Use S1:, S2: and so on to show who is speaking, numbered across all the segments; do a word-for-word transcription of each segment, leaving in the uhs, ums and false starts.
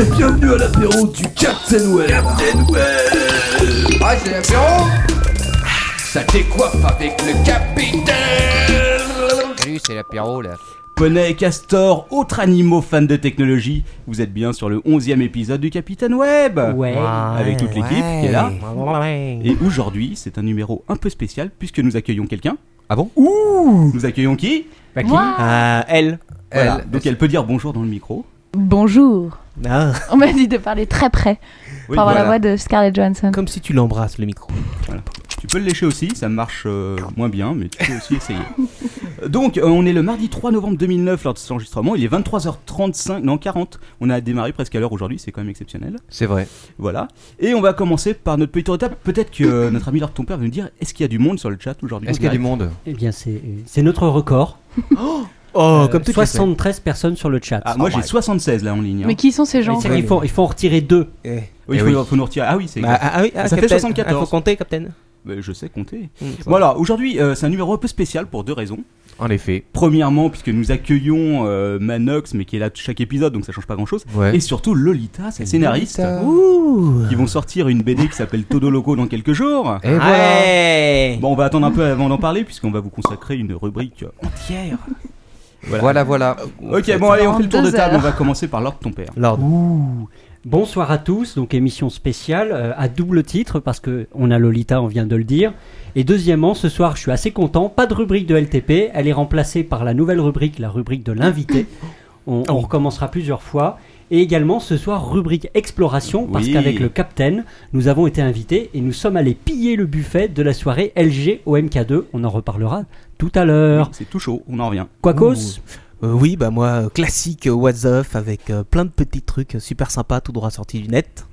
S1: Bienvenue à l'apéro du Captain Web.
S2: Captain Web.
S3: Ah, c'est l'apéro.
S2: Ça décoiffe avec le capitaine.
S3: Salut, c'est l'apéro là.
S4: Poney, castor, autres animaux fans de technologie, vous êtes bien sur le onzième épisode du Capitaine Web.
S5: Ouais.
S4: Avec toute l'équipe
S5: ouais.
S4: qui est là.
S5: Ouais.
S4: Et aujourd'hui, c'est un numéro un peu spécial puisque nous accueillons quelqu'un.
S5: Ah bon?
S4: Ouh. Nous accueillons qui?
S5: Bah, qui euh, Elle.
S4: Voilà.
S3: Elle.
S4: Donc elle peut dire bonjour dans le micro.
S6: Bonjour.
S5: Ah.
S6: On m'a dit de parler très près
S4: Oui,
S6: pour avoir
S4: voilà.
S6: la voix de Scarlett Johansson.
S5: Comme si tu l'embrasses le micro.
S4: Voilà. Tu peux le lécher aussi, ça marche euh, moins bien, mais tu peux aussi essayer. Donc, euh, on est le mardi trois novembre deux mille neuf lors de cet enregistrement. Il est vingt-trois heures trente-cinq, non quarante. On a démarré presque à l'heure aujourd'hui, c'est quand même exceptionnel.
S5: C'est vrai.
S4: Voilà. Et on va commencer par notre petite étape. Peut-être que euh, notre ami Lord Ton Père va nous dire est-ce qu'il y a du monde sur le chat aujourd'hui?
S5: Est-ce qu'il y a du monde?
S7: Eh bien, c'est, c'est notre record.
S5: Oh,
S7: Euh,
S5: comme toutes
S7: soixante-treize personnes sur le chat.
S4: Ah, moi j'ai soixante-seize là en ligne. hein.
S6: Mais qui sont ces gens?
S7: Mais c'est vrai qu'il faut, il faut en retirer deux.
S5: Eh.
S4: Oui, il
S5: Eh
S4: faut,
S5: oui.
S4: faut nous retirer. Ah oui, c'est
S5: Bah,
S4: exact.
S5: ah, ah oui, ah,
S4: Ça fait
S5: Captain.
S4: soixante-quatorze.
S5: Ah, faut compter, Captain.
S4: Bah, je sais compter.
S5: Mmh,
S4: Bon alors, aujourd'hui, euh, c'est un numéro un peu spécial pour deux raisons.
S5: En effet.
S4: Premièrement, puisque nous accueillons euh, Manox, mais qui est là chaque épisode, donc ça change pas grand-chose.
S5: Ouais.
S4: Et surtout Lolita, ses scénaristes,
S3: Lolita.
S5: Ouh.
S4: qui vont sortir une B D qui s'appelle Todo Loco dans quelques jours.
S5: Et voilà.
S7: Ouais.
S4: Bon, on va attendre un peu avant d'en parler, puisqu'on va vous consacrer une rubrique entière.
S3: Voilà, voilà.
S4: Ok, bon, allez, on fait le tour de
S6: Deux
S4: table.
S6: heures.
S4: On va commencer par Lord Ton Père.
S5: Lord.
S7: Ouh. Bonsoir à tous, donc émission spéciale euh, à double titre parce que on a Lolita, on vient de le dire. Et deuxièmement, ce soir, je suis assez content, pas de rubrique de L T P, elle est remplacée par la nouvelle rubrique, la rubrique de l'invité. On, on recommencera plusieurs fois. Et également ce soir, rubrique exploration, parce
S4: Oui.
S7: qu'avec le Captain, nous avons été invités et nous sommes allés piller le buffet de la soirée L G au M K deux. On en reparlera tout à l'heure.
S4: Oui, c'est tout chaud, on en revient.
S7: Quacos?
S5: Euh, oui, bah moi, euh, classique euh, What's Up avec euh, plein de petits trucs euh, super sympas, tout droit sortis du net.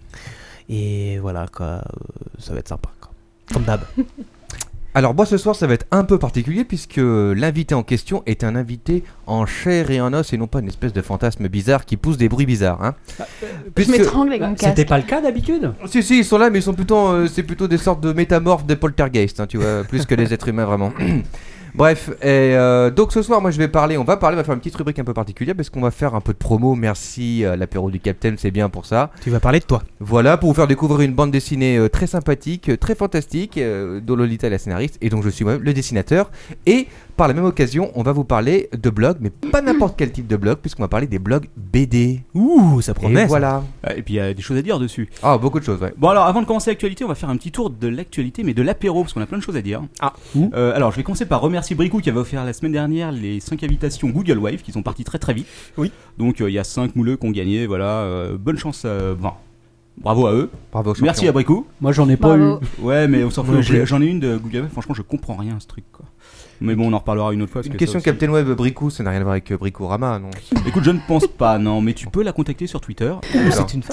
S5: Et voilà, quoi, euh, ça va être sympa, quoi. Comme d'hab.
S3: Alors moi ce soir ça va être un peu particulier puisque l'invité en question est un invité en chair et en os et non pas une espèce de fantasme bizarre qui pousse des bruits bizarres. Hein.
S6: Je
S3: Puisque-
S6: m'étrangle avec mon
S7: C'était
S6: casque.
S7: pas le cas d'habitude?
S3: Si si ils sont là mais ils sont plutôt euh, c'est plutôt des sortes de métamorphes des poltergeists hein, tu vois plus que des êtres humains vraiment. Bref, et euh, donc ce soir moi je vais parler, on va parler, on va faire une petite rubrique un peu particulière parce qu'on va faire un peu de promo, merci à l'apéro du Captain, c'est bien pour ça.
S5: Tu vas parler de toi.
S3: Voilà, pour vous faire découvrir une bande dessinée euh, très sympathique, euh, très fantastique, euh, dont Lolita est la scénariste et dont je suis moi-même le dessinateur. Et par la même occasion, on va vous parler de blogs, mais pas n'importe quel type de blog, puisqu'on va parler des blogs B D.
S5: Ouh, ça promet.
S3: Et
S5: ça.
S3: voilà.
S4: Ah, Et puis il y a des choses à dire dessus.
S3: Ah, beaucoup de choses, ouais.
S4: Bon alors, avant de commencer l'actualité, on va faire un petit tour de l'actualité, mais de l'apéro, parce qu'on a plein de choses à dire.
S7: Ah.
S4: Euh, alors, je vais commencer par remercier Bricou qui avait offert la semaine dernière les cinq invitations Google Wave, qui sont parties très très vite.
S5: Oui.
S4: Donc il y a cinq mouleux qui ont gagné, voilà. euh, bonne chance, euh, enfin, bravo à eux.
S3: Bravo, champion.
S4: Merci à Bricou.
S7: Moi j'en ai pas
S6: Bravo.
S7: eu.
S4: Ouais, mais on s'en fout.
S5: Moi non
S4: j'ai-
S5: plus.
S4: J'en ai une de Google Wave, franchement, je comprends rien à ce truc, quoi. Mais bon, on en reparlera une autre fois. parce
S3: Une
S4: que
S3: question
S4: ça aussi-
S3: Captain Web Bricou, ça n'a rien à voir avec euh, Bricorama, non?
S4: Écoute, je ne pense pas, non, mais tu peux la contacter sur Twitter.
S3: D'accord.
S5: C'est une femme.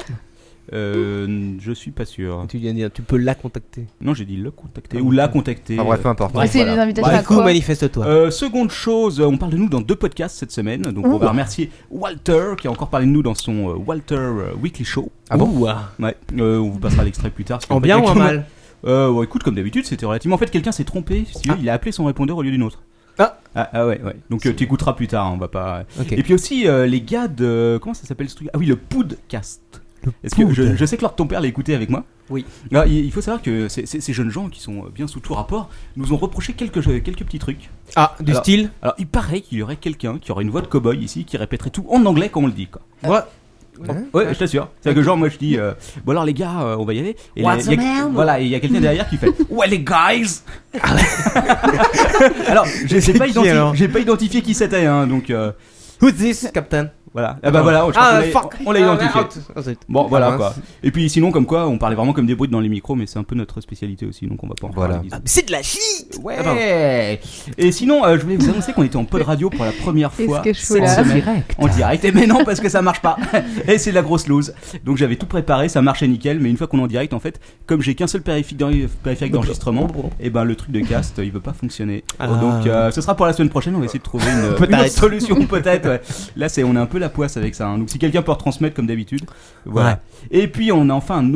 S4: Euh, je suis pas sûr.
S5: Tu viens de dire, tu peux la contacter.
S4: Non, j'ai dit le contacter ou la contacter.
S3: Ah, bref, peu importe.
S6: Ouais, c'est des invitations
S4: Bref,
S6: à
S5: Du coup,
S6: quoi?
S5: manifeste-toi.
S4: Euh, seconde chose, euh, on parle de nous dans deux podcasts cette semaine, donc on va remercier Walter qui a encore parlé de nous dans son euh, Walter euh, Weekly Show.
S3: Ah bon?
S5: Ouh, ah.
S4: Ouais, euh, on vous passera l'extrait plus tard. parce qu'en
S5: En
S4: fait,
S5: bien ou en
S4: quelqu'un-
S5: mal?
S4: euh, bon, écoute, comme d'habitude, c'était relativement. En fait, quelqu'un s'est trompé. Si tu veux,
S5: Ah.
S4: il a appelé son répondeur au lieu d'une autre.
S5: Ah.
S4: ah, ah ouais, ouais. Donc euh, tu écouteras plus tard, hein, on va pas.
S5: Ok.
S4: Et puis aussi euh, les gars de comment ça s'appelle ce truc? Ah oui, le Podcast.
S5: Le
S4: Est-ce que
S5: Poud.
S4: je, je sais que Lord Ton Père l'a écouté avec moi.
S7: Oui.
S4: Alors, il il faut savoir que ces, ces- ces jeunes gens qui sont euh, bien sous tout rapport nous ont reproché quelques quelques petits trucs.
S5: Ah, du
S4: Alors-
S5: style.
S4: Alors, il paraît qu'il y aurait quelqu'un qui aurait une voix de cow-boy ici qui répéterait tout en anglais quand on le dit, quoi.
S5: Ouais.
S4: Ouais, je t'assure. C'est que genre, moi je dis, euh, bon alors les gars, euh, on va y aller. Et
S6: What's
S4: là, il y a-
S6: the man?
S4: Voilà, et il y a quelqu'un derrière qui fait, ouais les guys. Alors, je sais pas,
S5: qui,
S4: identi-
S5: alors
S4: j'ai pas identifié qui c'était, hein, donc euh,
S5: Who's this, Captain?
S4: voilà. Ah bah voilà, je crois
S5: Ah,
S4: qu'on l'a-
S5: fuck.
S4: on l'a
S5: Ah,
S4: identifié.
S5: out. Ah, zut.
S4: Bon,
S3: Ah,
S4: voilà
S3: mince.
S4: quoi. Et puis sinon, comme quoi, on parlait vraiment comme des brutes dans les micros, mais c'est un peu notre spécialité aussi, donc on va pas en
S3: Voilà.
S4: parler.
S5: Ah, mais c'est de la shit.
S4: Ouais. Et sinon, euh, je voulais vous annoncer qu'on était en pod radio pour la première
S6: Qu'est-ce
S4: fois.
S6: que je fais
S4: cette
S6: là?
S4: semaine.
S7: Direct.
S4: En direct. Et mais non, parce que ça marche pas. Et c'est de la grosse lose. Donc j'avais tout préparé, ça marchait nickel. Mais une fois qu'on est en direct, en fait, comme j'ai qu'un seul périphérique d'en- périphérique d'enregistrement, et ben le truc de cast, il veut pas fonctionner.
S5: Ah.
S4: Donc euh, ce sera pour la semaine prochaine. On va essayer de trouver une,
S5: Peut-être.
S4: une autre solution, peut-être. Ouais. Là, c'est on est un peu la poisse avec ça. hein. Donc si quelqu'un peut retransmettre comme d'habitude, voilà.
S5: Ouais.
S4: Et puis on a enfin un nouveau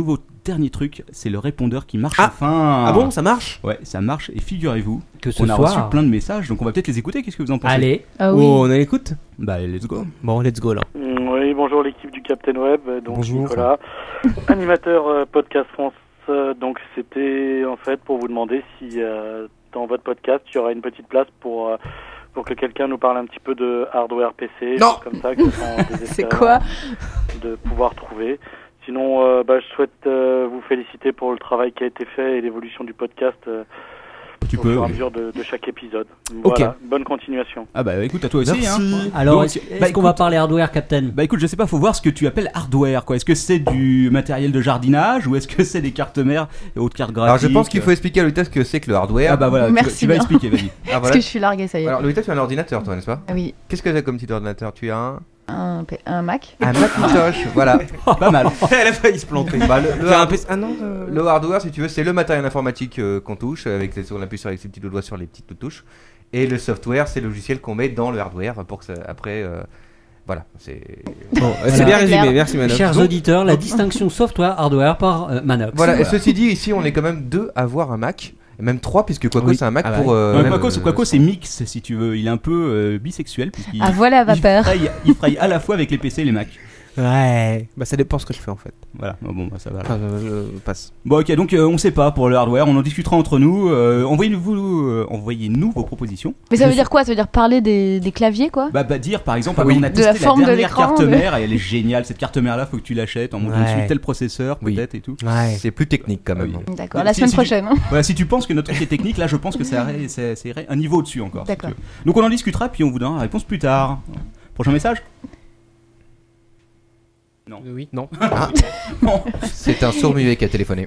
S4: dernier truc, c'est le répondeur qui marche
S5: Ah.
S4: enfin.
S5: Ah bon, ça marche?
S4: Ouais, ça marche et figurez-vous
S7: Que ce
S4: on a
S7: soir.
S4: reçu plein de messages, donc on va peut-être les écouter. Qu'est-ce que vous en pensez?
S7: Allez.
S6: Ah oui.
S5: Oh, on a l'écoute?
S4: Bah let's go.
S5: Bon, let's go là.
S8: Mm, Oui, bonjour l'équipe du Captain Web, donc
S5: Bonjour.
S8: Nicolas, animateur euh, podcast France. Euh, donc c'était en fait pour vous demander si euh, dans votre podcast il y aura une petite place pour euh, pour que quelqu'un nous parle un petit peu de hardware P C,
S3: Non.
S8: choses comme ça, que ce sont
S6: C'est
S8: désespérant
S6: quoi?
S8: de pouvoir trouver. Sinon, euh, bah, je souhaite euh, vous féliciter pour le travail qui a été fait et l'évolution du podcast euh,
S4: Tu
S8: au
S4: peux.
S8: fur et à
S4: oui.
S8: mesure de, de chaque épisode.
S5: Ok.
S8: Voilà, bonne continuation.
S4: Ah bah écoute, à toi aussi.
S5: Merci.
S4: Hein.
S7: Alors,
S4: Donc,
S7: est-ce,
S4: bah,
S7: est-ce qu'on
S4: écoute-
S7: va parler hardware, Captain?
S4: Bah écoute, je sais pas, faut voir ce que tu appelles hardware quoi. Est-ce que c'est du matériel de jardinage ou est-ce que c'est des cartes mères et autres cartes graphiques?
S3: Alors je pense qu'il faut expliquer à Lolita ce que c'est que le hardware.
S4: Ah bah voilà, tu, vas-
S6: Merci
S4: tu vas
S6: bien.
S4: expliquer, vas-y.
S3: Ah,
S6: Parce
S3: voilà.
S6: que je suis larguée, ça y est.
S3: Alors Lolita, tu as un ordinateur toi, n'est-ce pas?
S6: Ah oui,
S3: Qu'est-ce que tu as comme petit ordinateur? Tu as un,
S6: un, P- un Mac.
S3: un Macintosh, voilà.
S4: Pas mal.
S5: Elle a failli se planter.
S3: Bah, le, le
S5: J'ai un
S3: hard-
S5: P C. Ah non. euh,
S3: le hardware, si tu veux, c'est le matériel informatique euh, qu'on touche, avec les, on appuie sur avec ses petits doigts sur les petites touches. Et le software, c'est le logiciel qu'on met dans le hardware pour que ça, après, euh, voilà, c'est.
S5: Bon, euh, c'est
S6: Voilà.
S5: bien
S6: C'est
S5: résumé,
S6: clair.
S5: merci Manox.
S7: Chers
S5: Donc,
S7: auditeurs, la distinction software-hardware par euh, Manox.
S3: Voilà. Et
S4: Voilà.
S3: ceci dit, ici, on est quand même deux à avoir un Mac, et même trois puisque Quaco
S5: Oui.
S3: c'est un Mac
S5: Ah bah
S3: pour.
S5: oui.
S3: euh,
S4: Ouais,
S3: même,
S4: Quaco,
S3: euh,
S4: c'est- Quaco, c'est mix si tu veux. Il est un peu euh, bisexuel puisqu'il
S6: Ah voilà,
S4: il
S6: vapeur.
S4: fraye, il fraye à la fois avec les P C et les Mac.
S5: Ouais. Bah ça dépend ce que je fais en fait.
S4: Voilà, bon, bon, bah, ça va.
S5: Enfin, euh, je passe.
S4: Bon ok, donc euh, on sait pas pour le hardware, on en discutera entre nous. Euh, envoyez-nous, euh, envoyez-nous vos propositions.
S6: Mais ça veut
S4: Je-
S6: dire quoi? Ça veut dire parler des, des claviers, quoi?
S4: Bah, bah dire par exemple, ah,
S3: Oui.
S4: on a
S6: De
S4: testé
S6: la
S4: la,
S6: forme de
S4: dernière
S6: l'écran,
S4: carte
S6: de-
S4: mère et elle est géniale cette carte mère là, faut que tu l'achètes en montant
S5: Ouais.
S4: dessus tel processeur
S3: Oui.
S4: peut-être et tout.
S5: Ouais.
S3: C'est plus technique quand même.
S4: Ah oui.
S6: D'accord,
S4: Mais
S6: la
S4: si-
S6: semaine
S4: si tu-
S6: prochaine. hein.
S4: Voilà, si tu penses que notre truc est technique, là je pense que ça irait, ça, ça irait un niveau au-dessus encore. si
S6: D'accord.
S4: tu veux. Donc on en discutera puis on vous donnera la réponse plus tard. Prochain message. Non.
S5: Oui. Non.
S3: C'est un sourd muet qui a téléphoné.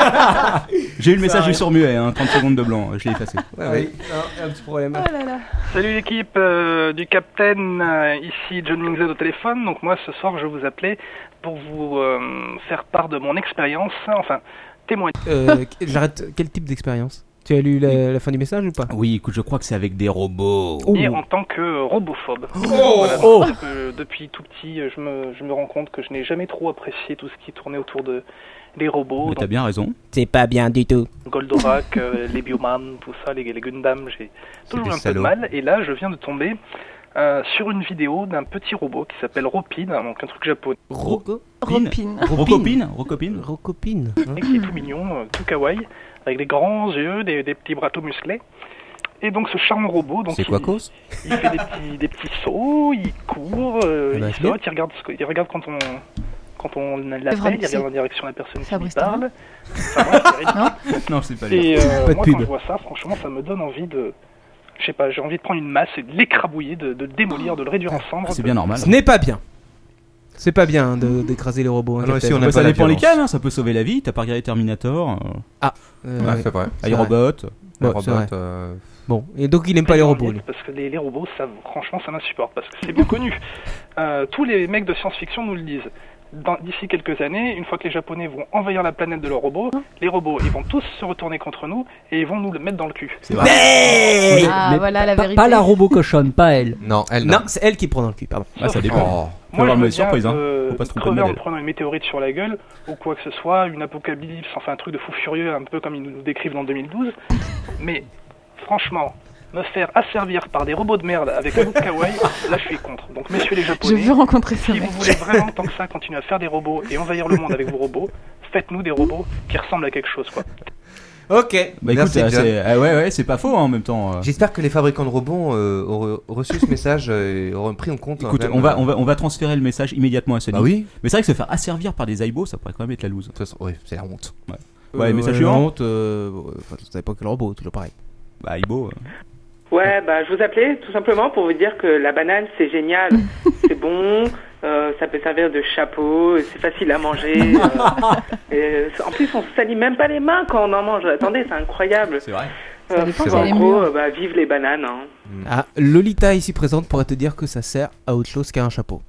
S4: J'ai eu le message du sourd-muet, hein, trente secondes de blanc, je l'ai effacé.
S5: Ouais, ouais. Non, un petit problème.
S6: Oh là là.
S9: Salut l'équipe euh, du Captain, euh, ici John Mingsley au téléphone. Donc moi ce soir je vous appelais pour vous euh, faire part de mon expérience, enfin témoigner.
S5: Euh, J'arrête. Quel type d'expérience? Tu as lu la, la fin du message ou pas?
S4: Oui, écoute, je crois que c'est avec des robots.
S5: Oh.
S9: en tant que robophobe. Voilà,
S5: Oh.
S9: parce que depuis tout petit je me, je me rends compte que je n'ai jamais trop apprécié tout ce qui tournait autour de les robots.
S4: Mais t'as bien raison.
S5: C'est pas bien du tout.
S9: Donc Goldorak, euh, les Bioman, tout ça, les, les Gundam, j'ai toujours
S3: des
S9: un peu de
S3: salauds.
S9: mal. Et là je viens de tomber euh, sur une vidéo d'un petit robot qui s'appelle Ropin, donc un truc japonais.
S5: Roco.
S6: Ropine.
S4: Rocopine Rocopine
S5: Rocopine.
S9: et qui est tout mignon, euh, tout kawaii, avec des grands yeux, des, des petits bras tout musclés. Et donc ce charmant robot, donc
S3: C'est
S9: il,
S3: quoi cause?
S9: il fait des petits, des petits sauts, il court, euh,
S5: Ah bah,
S9: il
S5: c'est bien.
S9: saute, il regarde, ce que- il regarde quand on quand on l'appelle,
S6: Fabrice,
S9: il regarde en direction de la personne qui lui
S6: Fabrice
S9: parle. Enfin, bref, c'est ridicule.
S4: Non, c'est pas lui.
S9: Et euh,
S5: Pas de
S9: moi
S5: pub.
S9: quand je vois ça, franchement, ça me donne envie de, je sais pas, j'ai envie de prendre une masse et de l'écrabouiller, de, de le démolir, de le réduire en cendres.
S4: C'est
S9: de-
S4: bien normal.
S5: Ce n'est pas bien. C'est pas bien de- d'écraser les robots. hein,
S3: Ah non,
S5: Captain.
S3: ici, on
S4: Bah,
S3: n'a
S4: ça
S3: pas la
S4: dépend
S3: violence.
S4: lesquels, hein, ça peut sauver la vie. T'as pas regardé Terminator, euh,
S5: Euh,
S3: Ouais,
S5: ouais.
S3: c'est vrai.
S5: C'est
S4: iRobot.
S5: Bon,
S3: Le
S5: c'est
S3: robot,
S5: vrai.
S3: euh,
S5: Bon, et donc il aime pas les robots. Lui.
S9: Parce que les, les robots, ça, franchement, ça m'insupporte. Parce que c'est bien connu. Euh, tous les mecs de science-fiction nous le disent. Dans- D'ici quelques années, une fois que les Japonais vont envahir la planète de leurs robots, les robots, ils vont tous se retourner contre nous et ils vont nous le mettre dans le cul.
S4: C'est vrai.
S6: Ah,
S7: Mais
S6: voilà la
S7: pas,
S6: vérité.
S7: pas la robot cochonne, pas elle.
S3: Non, elle non.
S5: Non, c'est elle qui prend dans le cul, pardon.
S4: Ah, ça
S9: Sauf-
S4: dépend.
S3: Oh.
S4: Faut
S9: Moi,
S4: avoir
S9: je
S4: une
S9: veux bien
S4: surprise, hein.
S9: euh,
S4: Faut pas se tromper de
S9: crever en me
S4: modèle.
S9: prenant une météorite sur la gueule ou quoi que ce soit, une apocalypse, enfin un truc de fou furieux, un peu comme ils nous décrivent dans deux mille douze. Mais franchement, me faire asservir par des robots de merde avec un look kawaii, là je suis contre. Donc messieurs les
S6: Je
S9: Japonais,
S6: veux rencontrer ce
S9: si
S6: mec.
S9: vous voulez vraiment tant que ça continuer à faire des robots et envahir le monde avec vos robots, faites-nous des robots qui ressemblent à quelque chose, quoi.
S5: Ok.
S4: Bah écoute,
S3: Merci,
S4: euh,
S3: John.
S4: c'est- ah ouais, ouais, c'est pas faux hein, en même temps. euh.
S3: J'espère que les fabricants de robots euh, auront reçu ce message euh, et auront pris en compte.
S4: Écoute,
S3: hein,
S4: on
S3: même,
S4: va,
S3: euh,
S4: on, va, on va transférer le message immédiatement à Sony.
S3: Bah oui.
S4: Mais c'est vrai que se faire asservir par des iBos, ça pourrait quand même être la loose.
S3: De toute façon, oui, c'est la honte.
S4: Ouais, message
S5: euh,
S4: suivant.
S5: honte, euh, enfin, ça dépend quel robot, toujours pareil.
S4: Bah iBo. euh.
S10: Ouais, bah je vous appelais tout simplement pour vous dire que la banane c'est génial, c'est bon, euh, ça peut servir de chapeau, c'est facile à manger. euh, et, en plus on se salit même pas les mains quand on en mange. Attendez, c'est incroyable.
S4: C'est vrai.
S10: Euh,
S6: dépend,
S10: en
S6: c'est les
S10: gros,
S6: murs.
S10: euh, bah vive les bananes. Hein.
S5: Ah, Lolita ici présente pourrait te dire que ça sert à autre chose qu'à un chapeau.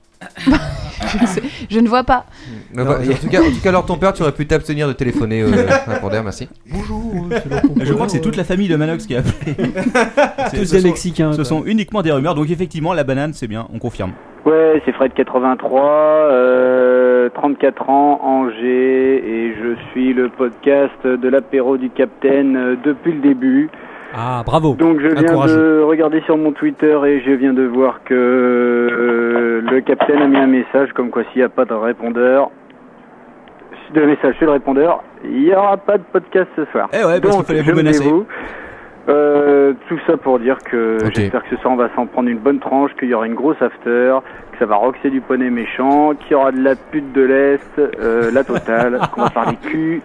S6: je, ne sais- je ne vois pas.
S3: Mais bah, en, tout cas, en tout cas, alors ton père, tu aurais pu t'abstenir de téléphoner euh, répondeur, merci.
S5: Bonjour,
S4: Je crois que c'est toute la famille de Manox qui a appelé. C'est-
S7: Tous
S4: ce
S7: des
S4: sont-
S7: Mexicains.
S4: Ce
S7: quoi.
S4: sont uniquement des rumeurs, donc effectivement la banane c'est bien, on confirme.
S11: Ouais, c'est Fred quatre-vingt-trois, euh, trente-quatre ans, Angers, et je suis le podcast de l'apéro du Capitaine euh, depuis le début.
S5: Ah, bravo.
S11: Donc je viens de regarder sur mon Twitter et je viens de voir que euh, le Capitaine a mis un message comme quoi s'il n'y a pas de répondeur, de message sur le répondeur, il n'y aura pas de podcast ce soir.
S4: Eh ouais, parce
S11: Donc,
S4: qu'il fallait
S11: je
S4: vous menacer.
S11: vous, euh, tout ça pour dire que
S3: Ok.
S11: j'espère que ce soir on va s'en prendre une bonne tranche, qu'il y aura une grosse after, que ça va roxer du poney méchant, qu'il y aura de la pute de l'Est, euh, la totale, qu'on va parler cul,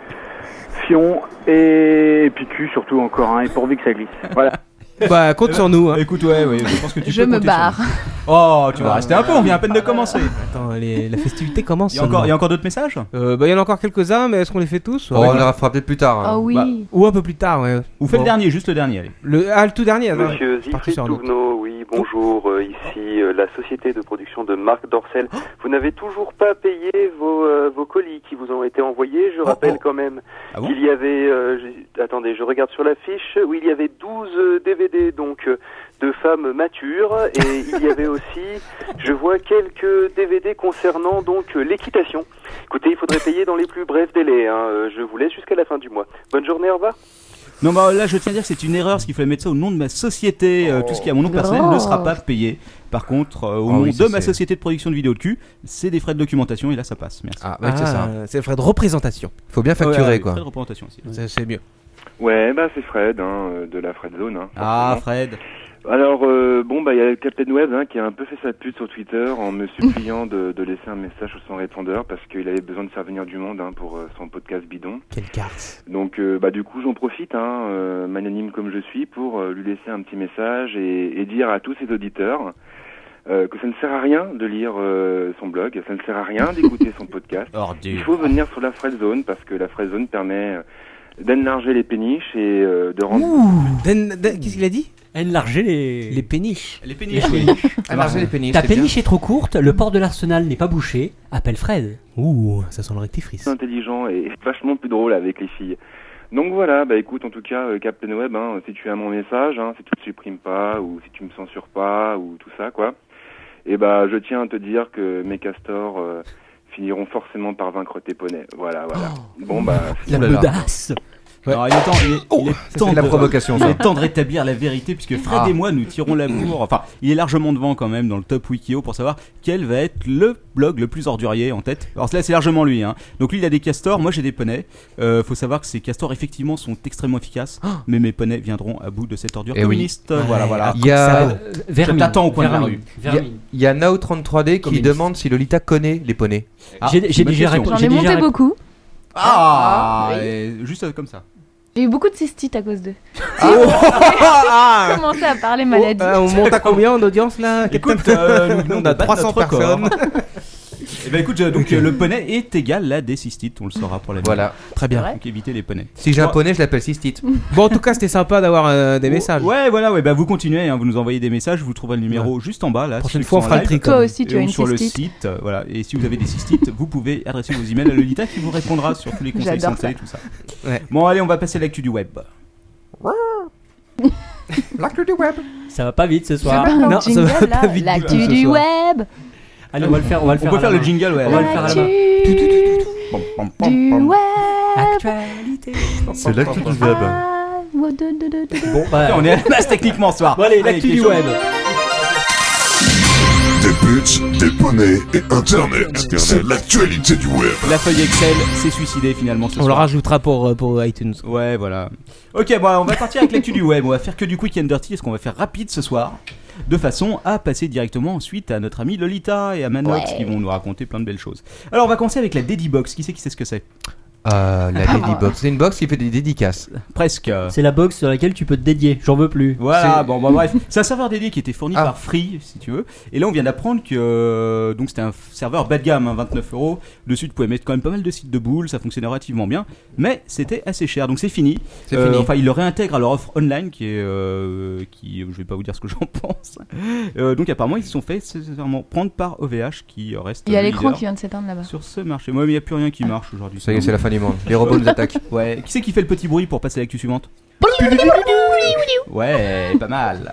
S11: fion et, et puis cul surtout encore, hein, et pourvu que ça glisse. Voilà.
S5: Bah, compte sur nous. Hein.
S4: Écoute, ouais, ouais, je pense que tu
S6: Je
S4: peux
S6: me
S4: compter sur
S6: barre.
S4: nous. Oh, tu vas rester un peu, on vient à peine de commencer.
S5: Attends, les, la festivité commence.
S4: Il y a encore, il y a encore d'autres messages
S5: euh, bah, il y en a encore quelques-uns, mais est-ce qu'on les fait tous?
S3: Oh, on les fera peut-être plus tard. hein.
S6: Oh oui.
S4: Bah,
S5: Ou un peu plus tard, ouais.
S4: Ou fais
S5: Bon.
S4: le dernier, juste le dernier, allez.
S5: Le, ah, le tout dernier, alors.
S12: Monsieur
S5: Parti
S12: Siegfried
S5: sur un autre.
S12: Touvenot, oui, bonjour, euh, ici euh, la société de production de Marc Dorcel. Vous n'avez toujours pas payé vos, euh, vos colis qui vous ont été envoyés. Je rappelle
S4: oh.
S12: quand même
S4: Ah bon
S12: qu'il y avait, euh, j'ai- attendez, je regarde sur la fiche, où il y avait douze euh, D V D, donc euh, de femmes matures, et il y avait aussi, je vois quelques D V D concernant donc euh, l'équitation. Écoutez, il faudrait payer dans les plus brefs délais, hein. Euh, je vous laisse jusqu'à la fin du mois. Bonne journée, au revoir.
S4: Non, bah là, je tiens à dire que c'est une erreur, parce qu'il fallait mettre ça au nom de ma société. Euh, tout ce qui est à mon nom personnel
S6: Oh.
S4: ne sera pas payé. Par contre, euh, au
S3: Ah
S4: nom
S3: oui, ça,
S4: de ma
S3: c'est-
S4: société de production de vidéos de cul, c'est des frais de documentation, et là, ça passe. Merci.
S3: Ah, ouais, c'est ça.
S5: C'est le frais de représentation.
S3: Faut bien facturer,
S4: Ouais, ouais,
S3: quoi.
S4: Frais de représentation aussi.
S5: C'est c'est mieux.
S13: Ouais, bah c'est Fred, hein, euh, de la Fred Zone. Hein,
S4: Ah,
S13: forcément.
S4: Fred.
S13: Alors, euh, bon, bah il y a le Captain Web hein, qui a un peu fait sa pute sur Twitter en me suppliant de, de laisser un message sur son répondeur parce qu'il avait besoin de faire venir du monde hein, pour euh, son podcast bidon.
S5: Quelle carte.
S13: Donc, euh, bah du coup, j'en profite, hein, euh, magnanime comme je suis, pour euh, lui laisser un petit message et, et dire à tous ses auditeurs euh, que ça ne sert à rien de lire euh, son blog, ça ne sert à rien d'écouter son podcast. Il
S4: Ordure.
S13: faut venir sur la Fred Zone parce que la Fred Zone permet euh, d'énlarger les péniches et euh, de rendre...
S5: Ouh. Den- den- Qu'est-ce qu'il a dit?
S7: Enlarger les...
S5: Les péniches.
S4: Les péniches,
S7: Les
S4: oui.
S7: péniches.
S3: Élargir les péniches.
S7: Ta
S3: c'est bien.
S7: péniche est trop courte, le port de l'Arsenal n'est pas bouché, appelle Fred.
S5: Ouh, ça sent le rectifrice.
S13: intelligent et vachement plus drôle avec les filles. Donc voilà, bah écoute, en tout cas, euh, Captain Web, hein, si tu as mon message, hein, si tu ne supprimes pas, ou si tu me censures pas, ou tout ça, quoi, et bah je tiens à te dire que mes castors euh, finiront forcément par vaincre tes poneys. Voilà, voilà. Bon bah...
S7: La
S3: là là.
S7: audace.
S5: Ouais.
S4: Alors, il est temps, il est, il est
S3: Ça,
S4: temps
S3: c'est de la
S4: de-
S3: provocation,
S4: il
S3: ça.
S4: est temps de rétablir la vérité puisque Fred
S3: Ah.
S4: et moi nous tirons la bourre. Enfin, il est largement devant quand même dans le top Wikio pour savoir quel va être le blog le plus ordurier en tête. Alors là, c'est largement lui. Hein. Donc lui, il a des castors, moi j'ai des poneys. Euh, faut savoir que ces castors effectivement sont extrêmement efficaces, mais mes poneys viendront à bout de cette ordure
S3: Eh oui.
S4: communiste. Voilà, voilà.
S3: Il y a,
S7: Euh, Vermine.
S4: Je t'attends au coin de la
S7: Vermine.
S4: rue.
S3: il y a,
S7: Vermine.
S3: il y a Nao trente-trois D qui
S7: Communiste.
S3: demande si Lolita connaît les poneys.
S4: Ah,
S7: J'ai j'ai
S4: bonne
S7: déjà
S4: question.
S7: répondu.
S6: J'en
S7: j'ai
S6: ai
S7: déjà
S6: monté
S7: répondu.
S6: beaucoup.
S4: Ah,
S6: oui.
S4: et juste euh, comme ça.
S6: J'ai eu beaucoup de cystites à cause d'eux.
S5: Ah.
S6: J'ai commencé à parler maladie.
S5: Euh, on monte à combien en audience là?
S4: Écoute, euh, nous,
S5: On a
S4: bat
S5: trois cents
S4: notre record.
S5: personnes.
S4: Eh ben écoute, euh, donc euh, le poney est égal à des cystites, on le saura pour la
S3: Voilà.
S5: Très bien.
S6: vrai
S4: Donc évitez les poneys.
S3: Si j'ai un
S4: Bon.
S3: poney, je l'appelle cystite.
S5: Bon, en tout cas, c'était sympa d'avoir euh, des messages.
S4: Ouais, voilà, ouais, bah vous continuez, hein, vous nous envoyez des messages, vous trouverez le numéro juste en bas là.
S5: Prochaine
S4: ceux qui
S5: fois, on
S4: sont
S5: fera
S4: en
S5: le
S4: live.
S5: tri.
S6: Toi aussi, tu
S4: Et
S6: as
S4: ou
S6: une
S4: sur le
S6: cystite.
S4: site, euh, voilà. Et si vous avez des cystites, vous pouvez adresser vos emails à Lolita qui vous répondra sur tous les conseils
S6: J'adore
S4: santé,
S6: ça.
S4: tout ça.
S5: Ouais.
S4: Bon, allez, on va passer à l'actu du web.
S3: L'actu du web.
S7: Ça va pas vite ce soir.
S6: C'est pas
S5: Non,
S6: un
S5: ça
S6: jingle,
S5: va
S6: là,
S5: pas vite du tout
S6: l'actu
S5: ce
S6: du
S5: soir.
S6: web.
S7: Allez, on va le faire. On va le
S4: On
S7: faire.
S4: peut
S7: à
S4: faire
S7: la
S4: le
S7: main.
S4: jingle, ouais.
S7: On va le faire à la main.
S6: L'actu
S4: Pom, pom, pom,
S6: du
S4: pom.
S6: web.
S7: Actualité.
S1: C'est l'actu du web.
S6: Ah, de- de- de- de-
S7: Bon, bah,
S4: On est à la masse techniquement ce soir.
S7: Bon, allez, l'actu du
S4: question.
S7: web.
S1: Des buts, des poneys et Internet. C'est l'actualité du web.
S4: La feuille Excel s'est suicidée finalement ce
S5: On le
S4: soir.
S5: rajoutera pour, euh, pour iTunes.
S4: Ouais, voilà. Ok, bon, on va partir avec l'actu du web. On va faire que du quick and dirty, parce qu'on va faire rapide ce soir, de façon à passer directement ensuite à notre ami Lolita et à Manox
S6: Ouais.
S4: qui vont nous raconter plein de belles choses. Alors, on va commencer avec la Daddy Box. Qui sait qui sait ce que c'est?
S3: Euh, la Lady Box. C'est une box qui fait des dédicaces.
S4: Presque.
S7: C'est la box sur laquelle tu peux te dédier. J'en veux plus.
S4: Voilà,
S3: C'est-
S4: bon, bah, bref, c'est un serveur dédié qui était fourni
S3: Ah.
S4: par Free, si tu veux. Et là, on vient d'apprendre que euh, donc c'était un f- serveur bas de gamme, hein, vingt-neuf euros. Dessus, tu pouvais mettre quand même pas mal de sites de boules, ça fonctionnait relativement bien, mais c'était assez cher, donc c'est fini.
S3: C'est
S4: Euh,
S3: fini.
S4: Enfin, ils le réintègrent à leur offre online, qui est, euh, qui, je vais pas vous dire ce que j'en pense. Euh, donc apparemment, ils se sont fait sincèrement prendre par O V H, qui reste.
S6: Il y a
S4: le
S6: l'écran
S4: leader
S6: qui vient de s'éteindre là-bas.
S4: sur ce marché. Moi, mais il n'y a plus rien qui marche aujourd'hui.
S3: Ça y est, c'est la fin du monde. Les robots nous attaquent.
S4: Ouais. Qui c'est qui fait le petit bruit pour passer à l'actu suivante? Ouais, pas mal.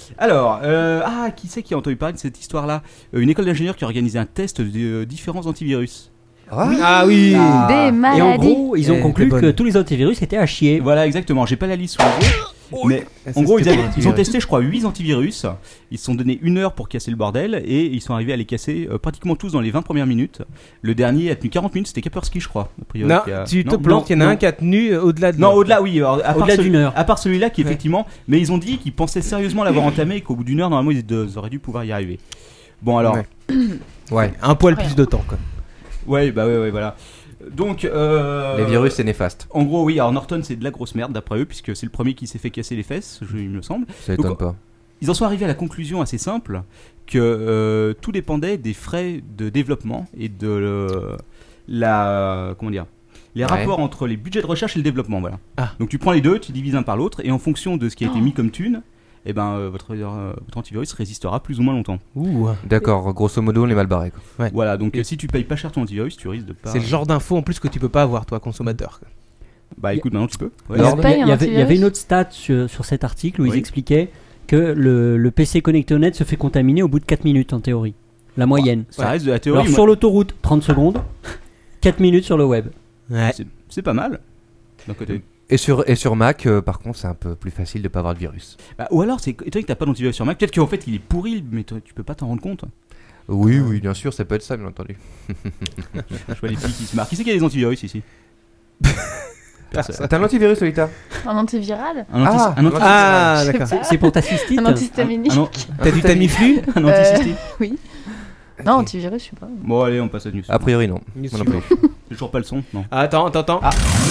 S4: Alors, euh, ah, qui c'est qui a entendu parler de cette histoire-là? Euh, Une école d'ingénieurs qui a organisé un test de euh, différents antivirus.
S3: Ah,
S5: Ah oui.
S4: Ah.
S6: Des
S7: Et en
S6: maladies.
S7: gros, ils ont
S5: Eh,
S7: conclu
S5: t'es bonne.
S7: que tous les antivirus étaient à chier.
S4: Voilà, exactement. J'ai pas la liste sous les yeux. Mais
S5: Ah, ça,
S4: en gros, ils,
S5: c'était
S4: avaient-
S5: pour
S4: ils ont
S5: l'antivirus.
S4: testé, je crois, huit antivirus. Ils se sont donné une heure pour casser le bordel et ils sont arrivés à les casser euh, pratiquement tous dans les vingt premières minutes. Le dernier a tenu quarante minutes, c'était Kaspersky, je crois. a priori,
S5: Non,
S4: qui a-
S5: tu te
S4: non,
S5: plantes, il y en a
S4: non.
S5: un qui a tenu euh, au-delà de
S4: Non,
S5: l'heure.
S4: au-delà, oui. alors, à part
S7: Au-delà
S4: celui-
S7: d'une heure.
S4: À part celui-là qui,
S5: Ouais.
S4: effectivement. Mais ils ont dit qu'ils pensaient sérieusement l'avoir entamé et qu'au bout d'une heure, normalement, ils ils auraient dû pouvoir y arriver. Bon, alors.
S5: Ouais.
S3: Ouais.
S5: Un poil plus de temps, quoi.
S4: Ouais, bah ouais, ouais, voilà. Donc. Euh,
S3: Les virus, c'est néfaste.
S4: En gros, oui, alors Norton, c'est de la grosse merde d'après eux, puisque c'est le premier qui s'est fait casser les fesses, je- il me semble.
S3: Ça étonne
S4: Donc,
S3: pas.
S4: Ils en sont arrivés à la conclusion assez simple que euh, tout dépendait des frais de développement et de euh, la comment dire les
S3: Ouais.
S4: rapports entre les budgets de recherche et le développement, voilà.
S5: Ah.
S4: Donc tu prends les deux, tu divises un par l'autre et en fonction de ce qui a été mis comme thune, eh ben euh, votre, euh, votre antivirus résistera plus ou moins longtemps.
S5: Ouh.
S3: D'accord, grosso modo, on est mal barré. Quoi.
S5: Ouais.
S4: Voilà, donc euh, si tu payes pas cher ton antivirus, tu risques de pas.
S5: C'est le genre d'info en plus que tu peux pas avoir, toi, consommateur. quoi.
S4: Bah écoute, maintenant tu peux. Ouais.
S7: Il y, a-
S6: Nord. paye
S7: il y
S6: un
S7: avait, il y avait
S6: antivirus
S7: une autre stat sur, sur cet article où
S4: Oui.
S7: ils expliquaient que le, le P C connecté au net se fait contaminer au bout de quatre minutes en théorie. La moyenne.
S4: Ça reste de la théorie.
S7: Alors
S4: moi-
S7: sur l'autoroute, trente secondes, quatre minutes sur le web.
S5: Ouais.
S4: c'est, c'est pas mal. D'un côté.
S3: Et sur, et sur Mac, euh, par contre, c'est un peu plus facile de pas avoir de virus.
S4: Bah, ou alors c'est étonnant que t'as pas d'antivirus sur Mac. Peut-être qu'en fait il est pourri, mais toi, tu peux pas t'en rendre compte.
S3: Oui, oui, bien sûr, ça peut être ça, bien entendu.
S4: Je vois les filles qui se marrent. Qui c'est qui a des antivirus ici? Personne.
S3: T'as un antivirus, Solita?
S6: Un antiviral.
S4: Un, anti-
S3: Ah,
S4: un, anti-
S5: Ah,
S6: Je sais
S5: d'accord.
S6: pas.
S7: C'est pour ta cystite.
S6: Un antihistaminique.
S4: un, an-
S5: T'as du Tamiflu
S4: un
S6: Euh,
S4: anticystique.
S6: Oui. Non, antivirus, je sais pas.
S4: Bon allez, on passe à la news.
S3: A priori, non.
S5: News
S3: Moi non plus.
S4: C'est toujours pas le son, non.
S5: Ah, attends, attends, attends.
S4: Ah.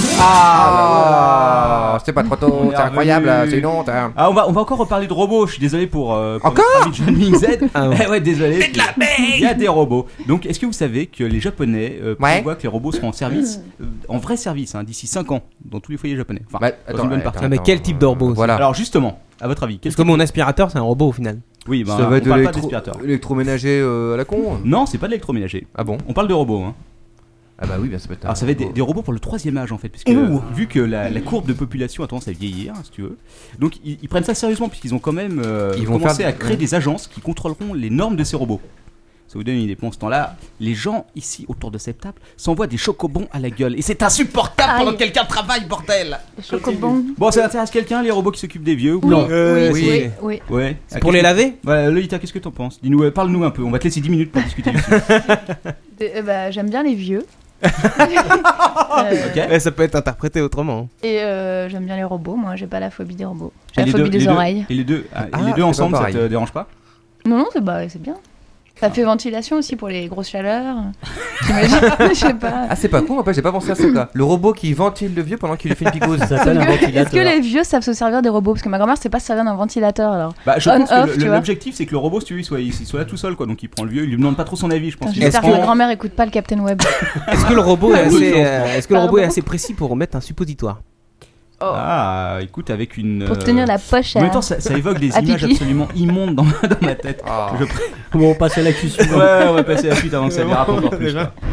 S3: Ah, c'est pas trop tôt,
S4: On est
S3: c'est incroyable,
S4: revenu.
S3: c'est une honte. hein.
S4: Ah, on va, on va encore reparler de robots. Je suis désolé pour. euh, pour
S3: Encore
S4: notre ami John Ming Z.
S5: Ah ouais.
S4: Eh ouais, désolé. Il y a des robots. Donc, est-ce que vous savez que les Japonais euh,
S3: Ouais.
S4: prévoient que les robots seront en service, euh, en vrai service, hein, d'ici cinq ans, dans tous les foyers japonais. Enfin,
S3: Bah,
S4: dans
S3: attends,
S4: une bonne
S3: attends,
S4: partie.
S5: Ah, mais quel type de robot, ça
S3: Voilà.
S4: Alors justement, à votre avis, quel
S5: Parce que mon aspirateur, c'est un robot au final.
S4: Oui, bah,
S3: ça
S4: on
S3: va être de
S4: parle pas
S3: l'électro-
S4: d'aspirateur.
S3: électroménager euh, à la con.
S4: Non, c'est pas de l'électroménager.
S3: Ah bon?
S4: On parle de robots. Hein.
S3: Ah bah oui, bien ça peut être.
S4: Alors ça va être des, des robots pour le troisième âge en fait, parce que euh, vu que la, la courbe de population a tendance à vieillir, si tu veux, donc ils, ils prennent ça sérieusement puisqu'ils ont quand même euh,
S3: Ils vont
S4: commencé
S3: faire-
S4: à créer des agences qui contrôleront les normes de ces robots. Ça vous donne une idée. Pendant ce temps-là, les gens ici autour de cette table s'envoient des chocobons à la gueule et c'est insupportable pendant que
S6: Aïe.
S4: quelqu'un travaille, bordel.
S6: Les chocobons.
S4: Bon, ça intéresse quelqu'un les robots qui s'occupent des vieux ou
S6: Oui,
S4: non
S5: Euh,
S6: oui,
S5: si.
S6: oui, oui.
S4: Ouais.
S5: C'est pour les laver
S4: Ouais, Lolita, qu'est-ce que t'en penses? Dis-nous, euh, parle-nous un peu. On va te laisser dix minutes pour discuter dessus.
S6: Des- euh, bah, j'aime bien les vieux. Euh,
S4: Ok.
S5: Ouais, ça peut être interprété autrement.
S6: Et euh, j'aime bien les robots. Moi, j'ai pas la phobie des robots.
S4: Et
S6: J'ai la
S4: les
S6: phobie
S4: deux-
S6: des
S4: les deux-
S6: oreilles.
S4: Et les deux, ah, et
S3: Ah,
S4: les deux
S3: c'est
S4: ensemble,
S3: pas
S4: ça te
S3: pareil.
S4: dérange pas?
S6: Non, non, c'est bah, c'est bien. Ça fait ventilation aussi pour les grosses chaleurs. J'imagine, je sais pas.
S3: Ah, c'est pas con, après, j'ai pas pensé à ça, quoi. Le robot qui ventile le vieux pendant qu'il lui fait une picouse.
S7: Ça s'appelle un
S6: Est-ce que
S7: ventilateur.
S6: les vieux savent se servir des robots? Parce que ma grand-mère sait pas se servir d'un ventilateur alors.
S4: Bah, je
S6: On,
S4: pense que
S6: off,
S4: le-
S6: tu
S4: le-
S6: vois.
S4: l'objectif c'est que le robot, si tu veux, il soit, il soit là tout seul, quoi. Donc il prend le vieux, il lui demande pas trop son avis, je pense.
S6: Putain,
S4: Il
S6: J'espère que
S4: prend-
S6: ma grand-mère écoute pas le Captain Web.
S5: Est-ce que le robot est
S4: Ah,
S5: assez,
S4: oui,
S5: euh, est-ce que le robot est
S6: Pardon
S5: assez précis pour remettre un suppositoire?
S6: Oh.
S4: Ah, écoute, avec une.
S6: Pour
S4: euh,
S6: tenir la poche
S4: En
S6: à.
S4: même temps, ça, ça évoque des
S6: à
S4: images
S6: pipi.
S4: absolument immondes dans, ma- dans ma tête.
S3: Ah.
S4: Je...
S7: Bon, on passe à l'actu
S4: Ouais,
S7: suivante.
S4: on va passer à la suite avant que ça dérape encore plus.
S5: Déjà.
S4: quoi.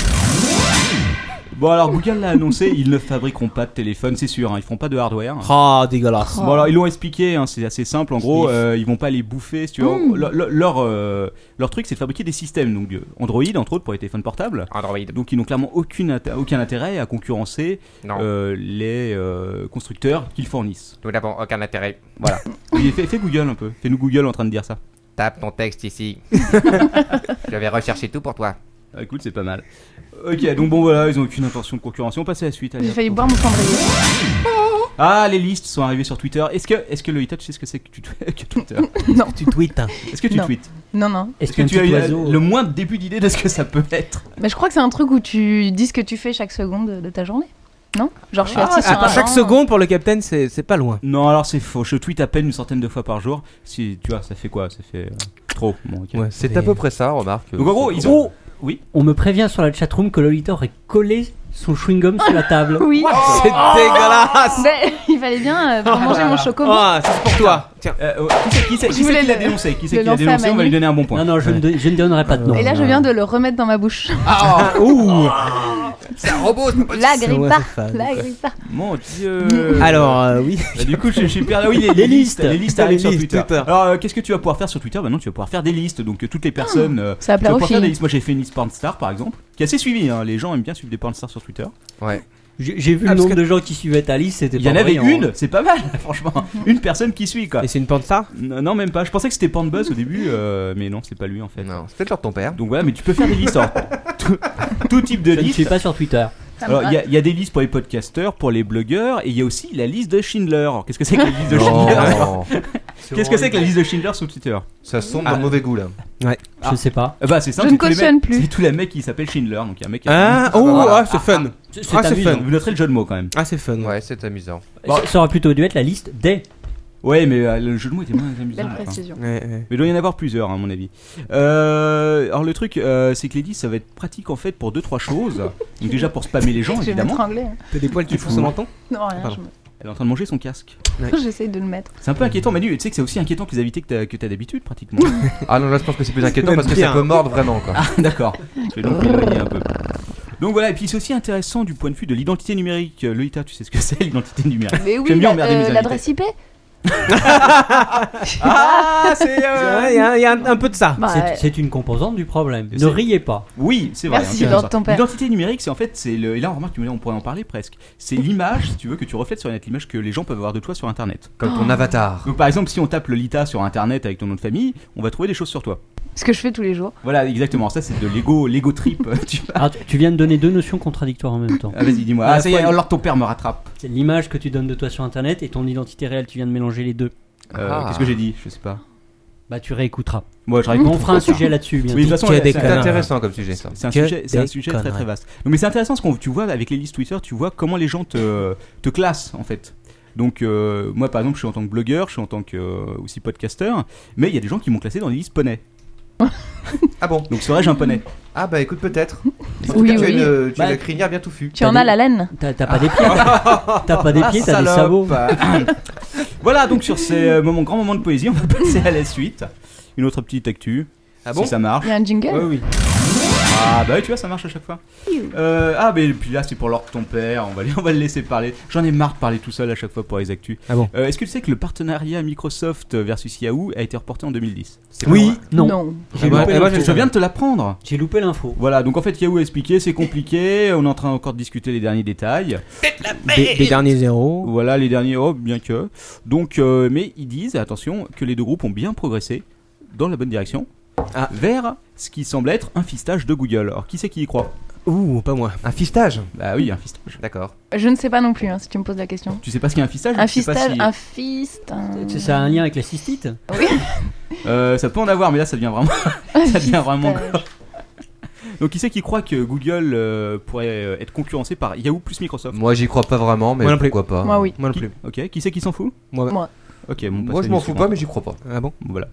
S4: Bon, alors Google l'a annoncé, ils ne fabriqueront pas de téléphone, c'est sûr, hein, ils feront pas de hardware.
S5: Oh, dégueulasse.
S6: Oh.
S4: Bon, alors ils l'ont expliqué, hein, c'est assez simple en gros, euh, ils vont pas les bouffer, si tu veux.
S6: Mm.
S4: Leur, leur- leur, euh, leur truc c'est de fabriquer des systèmes, donc euh, Android entre autres pour les téléphones portables.
S3: Android.
S4: Donc ils n'ont clairement aucune inté- aucun intérêt à concurrencer
S3: Non.
S4: euh, les euh, constructeurs qu'ils fournissent.
S3: Nous n'avons aucun intérêt.
S4: Voilà. Oui, fais, fais Google un peu. Fais-nous Google en train de dire ça.
S3: Tape ton texte ici. Je vais rechercher tout pour toi.
S4: Ah, écoute, c'est pas mal. Ok, donc bon voilà, ils ont aucune intention de concurrence. On passe à la suite. allez,
S6: J'ai
S4: hop.
S6: failli boire mon cendrier.
S4: Ah, les listes sont arrivées sur Twitter. Est-ce que, est-ce que Lolita, tu sais ce que c'est que, tu- que Twitter?
S6: Non,
S5: Tu tweets. hein.
S4: Est-ce que tu
S6: Non.
S4: tweets?
S6: non, non.
S4: Est-ce
S7: Est-ce
S4: que
S7: qu'un
S4: tu as
S7: petit
S4: eu
S7: oiseau...
S4: le moindre début d'idée de ce que ça peut être?
S6: Mais je crois que c'est un truc où tu dis ce que tu fais chaque seconde de ta journée. Non? Genre, je suis
S5: Ah,
S6: assis sur
S5: à
S6: un
S5: chaque
S6: banc.
S5: seconde pour le capitaine, c'est c'est pas loin.
S4: Non, alors c'est faux. Je tweete à peine une centaine de fois par jour. Si tu vois, ça fait quoi? Ça fait euh, trop. Bon, ok.
S5: Ouais,
S3: C'est à peu près ça, remarque.
S4: Donc en gros, ils ont. Oui.
S7: On me prévient sur la chatroom que Lolita aurait collé son chewing-gum sur la table.
S6: Oui.
S5: C'est dégueulasse.
S6: Mais il fallait bien euh, pour manger mon chocobo.
S5: Ah, ça c'est pour toi. Tiens.
S4: Euh, oh, qui c'est qui, c'est,
S6: Je
S4: qui, c'est
S6: voulais
S4: qui l'a
S6: le-
S4: dénoncé Qui c'est
S6: le
S4: qui l'a
S6: lancer à
S4: dénoncé On va
S6: Manu.
S4: lui donner un bon point.
S7: Non, non, je, ne, de- je ne donnerai pas de nom.
S6: Et là, je viens de le remettre dans ma bouche.
S4: Ah,
S5: Ouh.
S3: C'est un robot, c'est pas
S6: La
S5: Ouais,
S6: grippa.
S5: c'est fan.
S6: La grippa.
S4: Mon dieu.
S5: Alors, euh, oui.
S4: Bah, du coup, je, je suis perdu. Ah oui, les, les listes, les listes
S5: Les
S4: arrivent sur
S5: listes,
S4: Twitter.
S5: Twitter.
S4: Alors, euh, qu'est-ce que tu vas pouvoir faire sur Twitter Maintenant, tu vas pouvoir faire des listes. Donc, euh, toutes les personnes. euh,
S6: Ça va
S4: tu
S6: plaire
S4: vas
S6: aux
S4: pouvoir faire des
S6: filles.
S4: listes. Moi, j'ai fait une liste pornstar, par exemple, qui est assez suivie. Hein. Les gens aiment bien suivre des pornstars sur Twitter.
S3: Ouais.
S7: J'ai j'ai vu
S5: Ah,
S7: le
S5: parce
S7: nombre
S5: que-
S7: de gens qui suivaient ta liste, c'était
S4: Il
S7: pas
S4: y en avait
S7: brillant,
S4: une,
S7: hein.
S4: c'est pas mal, franchement. Une personne qui suit, quoi.
S5: Et c'est une pornstar
S4: Non, non, même pas. Je pensais que c'était Pornbuzz au début, euh, mais non, c'est pas lui en fait.
S3: Non, c'est peut-être leur ton père.
S4: Donc voilà, mais tu peux faire des listes. hein. tout, tout type de
S7: Je ne
S4: listes.
S7: suis pas sur Twitter.
S6: Ça me
S4: Alors, il y, a-
S6: va.
S4: il y a des listes pour les podcasteurs, pour les blogueurs, et il y a aussi la liste de Schindler. Alors, qu'est-ce que c'est que la liste de Schindler
S3: Non.
S4: Qu'est-ce que c'est que la liste de Schindler sur Twitter
S3: Ça sombre
S4: Ah.
S3: dans le mauvais goût là.
S5: Ouais.
S7: Je sais pas.
S4: Ah Bah, c'est simple.
S6: Je ne
S4: c'est tous les
S6: cautionne
S4: mecs-
S6: plus.
S4: C'est tous les mecs qui s'appellent Schindler. Donc, il y a un mec qui a-
S5: Ah, oh,
S3: Voilà.
S5: ah, c'est fun.
S7: C'est
S5: Ah, c'est
S7: amusant.
S5: fun.
S4: Vous noterez le jeu de mots quand même.
S5: Ah, c'est fun.
S3: Ouais, c'est amusant.
S7: Ça- Ça aurait plutôt dû être la liste des.
S4: Ouais, mais euh, le jeu de mots était moins amusant.
S6: Belle
S4: enfin.
S6: précision.
S5: Ouais, ouais.
S4: Mais il doit y en avoir plusieurs, à mon avis. Euh, alors, le truc, euh, c'est que les listes, ça va être pratique en fait pour deux trois choses. Donc, déjà pour spammer les gens,
S6: Je vais
S4: évidemment.
S6: m'étrangler. hein.
S5: T'as des poils qui poussent au menton
S6: Non, rien.
S5: Pardon.
S6: je me-
S4: Elle est en train de manger son casque.
S6: J'essaye de le mettre.
S4: C'est un peu inquiétant, Manu. Tu sais que c'est aussi inquiétant que les invités que t'as, que t'as d'habitude, pratiquement.
S3: Ah non, là je pense que c'est plus inquiétant
S5: Même
S3: parce que
S5: bien.
S3: ça peut mordre vraiment quoi.
S4: Ah, d'accord. Je vais donc m'éloigner un peu. Donc voilà, et puis c'est aussi intéressant du point de vue de l'identité numérique. Euh, Lolita, tu sais ce que c'est l'identité numérique
S6: Mais oui,
S4: J'aime bien
S6: la-
S4: emmerder mes
S6: euh,
S4: invités.
S6: l'adresse I P.
S4: Ah, c'est. euh,
S5: Il y, a- y a un, un peu de ça.
S6: Bah,
S7: C'est-
S6: ouais.
S7: C'est une composante du problème.
S4: Et
S7: Ne
S4: c'est-
S7: riez pas.
S4: Oui, c'est vrai.
S6: Merci,
S4: hein, c'est
S6: Lord
S4: ça.
S6: ton père.
S4: L'identité numérique, c'est en fait, c'est le. Et là, on remarque, on pourrait en parler presque. C'est l'image, si tu veux, que tu reflètes sur Internet, l'image que les gens peuvent avoir de toi sur Internet.
S3: Comme ton avatar.
S4: Donc par exemple, si on tape Lolita sur Internet avec ton nom de famille, on va trouver des choses sur toi.
S6: Ce que je fais tous les jours.
S4: Voilà, exactement. Ça, c'est de l'ego, l'ego trip. tu vois.
S7: Alors, tu- tu viens de donner deux notions contradictoires en même temps.
S4: Ah, vas-y, dis-moi.
S7: À la
S4: Ah, ça y est,
S7: fois,
S4: alors ton père me rattrape.
S7: C'est l'image que tu donnes de toi sur internet et ton identité réelle, tu viens de mélanger les deux.
S4: Euh,
S3: Ah.
S4: Qu'est-ce que j'ai dit Je sais pas.
S7: Bah tu réécouteras.
S4: Moi, je
S7: On
S4: réécoute.
S7: fera un sujet là-dessus bientôt.
S4: Oui, de toute façon,
S5: Que
S4: c'est-
S5: des
S4: c'est-
S3: C'est
S5: conneries.
S3: intéressant comme sujet ça.
S4: C'est un
S5: Que
S4: sujet, c'est un
S5: des
S4: sujet très très
S5: conneries.
S4: vaste. Donc, mais c'est intéressant ce qu'on tu vois avec les listes Twitter, tu vois comment les gens te, te classent en fait. Donc euh, moi par exemple, je suis en tant que blogueur, je suis en tant que euh, aussi podcasteur, mais il y a des gens qui m'ont classé dans les listes poney.
S3: Ah bon.
S4: Donc serais-je un poney
S3: Ah bah écoute peut-être. En tout
S6: Oui,
S3: cas, tu as
S6: oui.
S3: une, tu as
S7: Bah,
S3: la crinière bien touffue.
S6: Tu en as la laine.
S7: T'as t'as pas des pieds. T'as t'as pas des pieds, t'as des sabots.
S4: Voilà, donc sur ces euh, moments, grands moments de poésie, on va passer à la suite. Une autre petite actu.
S5: Ah bon
S4: Si ça marche.
S6: Il y a un jingle.
S4: Ouais, oui. Ah bah oui, tu vois, ça marche à chaque fois. Euh, ah mais puis là c'est pour l'ordre de ton père, on va, on va le laisser parler. J'en ai marre de parler tout seul à chaque fois pour les actus.
S5: Ah bon
S4: Euh, Est-ce que tu sais que le partenariat Microsoft versus Yahoo a été reporté en deux mille dix? C'est
S5: Oui.
S4: pas vrai.
S7: Non.
S6: Non.
S7: J'ai
S5: Ah bah,
S7: loupé
S5: eh bah,
S7: l'info.
S4: Je viens de te l'apprendre.
S7: J'ai loupé l'info.
S4: Voilà, donc en fait Yahoo a expliqué, c'est compliqué, on est en train encore de discuter les derniers détails.
S5: Des, des derniers zéros.
S4: Voilà les derniers, oh bien que. Donc, euh, mais ils disent, attention, que les deux groupes ont bien progressé dans la bonne direction.
S5: Ah.
S4: Vers ce qui semble être un fistage de Google. Alors qui c'est qui y croit?
S5: Ouh, pas moi.
S3: Un fistage.
S4: Bah oui, un fistage.
S3: D'accord.
S6: Je ne sais pas non plus hein, si tu me poses la question.
S4: Tu sais pas ce qu'est un fistage?
S6: Un
S4: ou tu sais pas
S6: fistage,
S4: si-
S6: un fist, un...
S7: C'est- Ça a un lien avec la cystite.
S6: Oui.
S4: Euh, ça peut en avoir, mais là ça devient vraiment. ça devient vraiment.
S6: Fistage.
S4: gore. Donc qui c'est qui croit que Google euh, pourrait euh, être concurrencé par Yahoo plus Microsoft?
S3: Moi j'y crois pas vraiment, mais
S5: Moi non plus.
S3: pourquoi pas.
S6: Moi oui.
S5: Moi non
S4: Qui-
S5: plus.
S4: Ok, qui c'est qui s'en fout?
S5: Moi.
S6: Moi.
S4: Ok, bon, on passe
S3: Moi
S4: à
S3: je m'en
S4: la
S3: fous
S4: suivante.
S3: pas, mais j'y crois pas.
S5: Ah bon
S4: Voilà.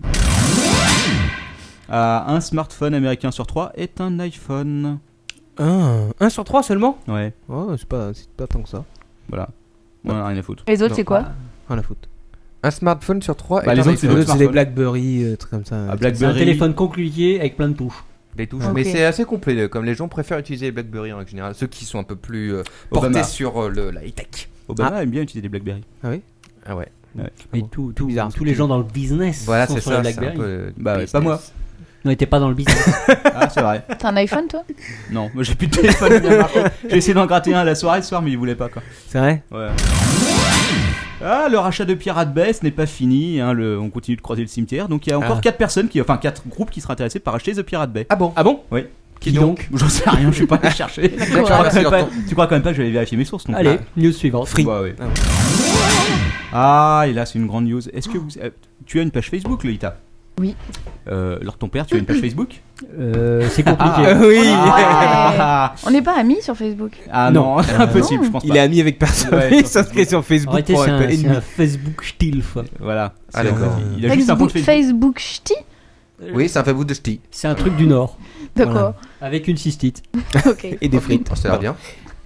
S4: Ah, un smartphone américain sur trois est un iPhone.
S5: Un, un sur trois seulement.
S4: Ouais,
S5: Oh, c'est pas, c'est pas tant que ça.
S4: voilà. On en a rien à foutre.
S6: Les autres,
S5: Non.
S6: c'est quoi?
S5: Rien à foutre.
S3: Un smartphone sur trois.
S4: Bah,
S3: est
S4: les
S3: un
S4: autres, c'est
S3: iPhone.
S4: d'autres
S5: L'autre, c'est des
S4: smartphones.
S5: Blackberry, euh, trucs comme ça.
S4: Ah,
S7: C'est un
S4: Blackberry.
S7: téléphone compliqué avec plein de touches.
S3: Les touches.
S6: Ok.
S3: Mais c'est assez complet, comme les gens préfèrent utiliser les BlackBerry en règle générale. Ceux qui sont un peu plus euh, portés
S4: Obama.
S3: sur euh, le, la high-tech.
S4: Obama aime bien utiliser des Blackberry.
S5: Ah oui.
S3: Ah ouais.
S7: Mais tout, tout,
S5: bizarre,
S7: tous les gens dans le business
S3: Voilà,
S7: sont
S3: c'est
S7: sur
S3: ça.
S7: la
S3: c'est un
S7: BlackBerry.
S3: peu, euh,
S4: Bah ouais,
S3: business.
S4: pas moi.
S7: Non, t'es pas dans le business.
S4: Ah, c'est vrai.
S6: T'as un iPhone, toi?
S4: Non, moi j'ai plus de téléphone bien marché. J'ai essayé d'en gratter un à la soirée ce soir, mais il voulait pas quoi.
S5: C'est vrai.
S4: Ouais. Ah, le rachat de Pirate Bay ce n'est pas fini, hein, le, on continue de croiser le cimetière. Donc il y a encore
S5: Ah.
S4: quatre personnes, qui, enfin quatre groupes qui seraient intéressés par acheter The Pirate Bay.
S3: Ah bon?
S5: Ah bon
S4: Oui.
S3: Qui donc?
S4: J'en sais rien, je suis pas allé chercher. tu, crois quand
S3: merci,
S4: même pas,
S3: Antoine.
S4: tu crois quand même pas que j'allais vérifier mes sources non plus.
S7: Allez, news suivante.
S5: Free.
S4: Bah, ouais.
S5: Ah.
S4: Ah, et là c'est une grande news. Est-ce que vous, euh, tu as une page Facebook, Lolita?
S6: Oui.
S4: Euh, alors ton père, tu as une page Facebook?
S7: Euh, c'est compliqué.
S5: Ah, oui.
S4: Ah,
S6: On n'est pas amis sur Facebook.
S4: ah non, impossible, je pense
S5: Il
S4: pas.
S5: est ami avec personne.
S4: Ouais,
S5: il
S4: sur
S5: s'inscrit sur Facebook
S7: Arrêtez,
S5: pour
S7: c'est
S5: être
S7: un, c'est
S5: ennemi.
S7: un Facebook stilf.
S4: Voilà.
S3: Ah,
S4: C'est-
S3: d'accord.
S4: Il a juste un compte
S6: Facebook,
S4: Facebook.
S6: Facebook ch'ti.
S3: Oui, c'est un Facebook de ch'ti.
S7: C'est un truc du Nord.
S6: D'accord.
S7: Avec une cystite.
S6: Ok.
S5: Et des frites.
S3: Oh, ça a l'air bien.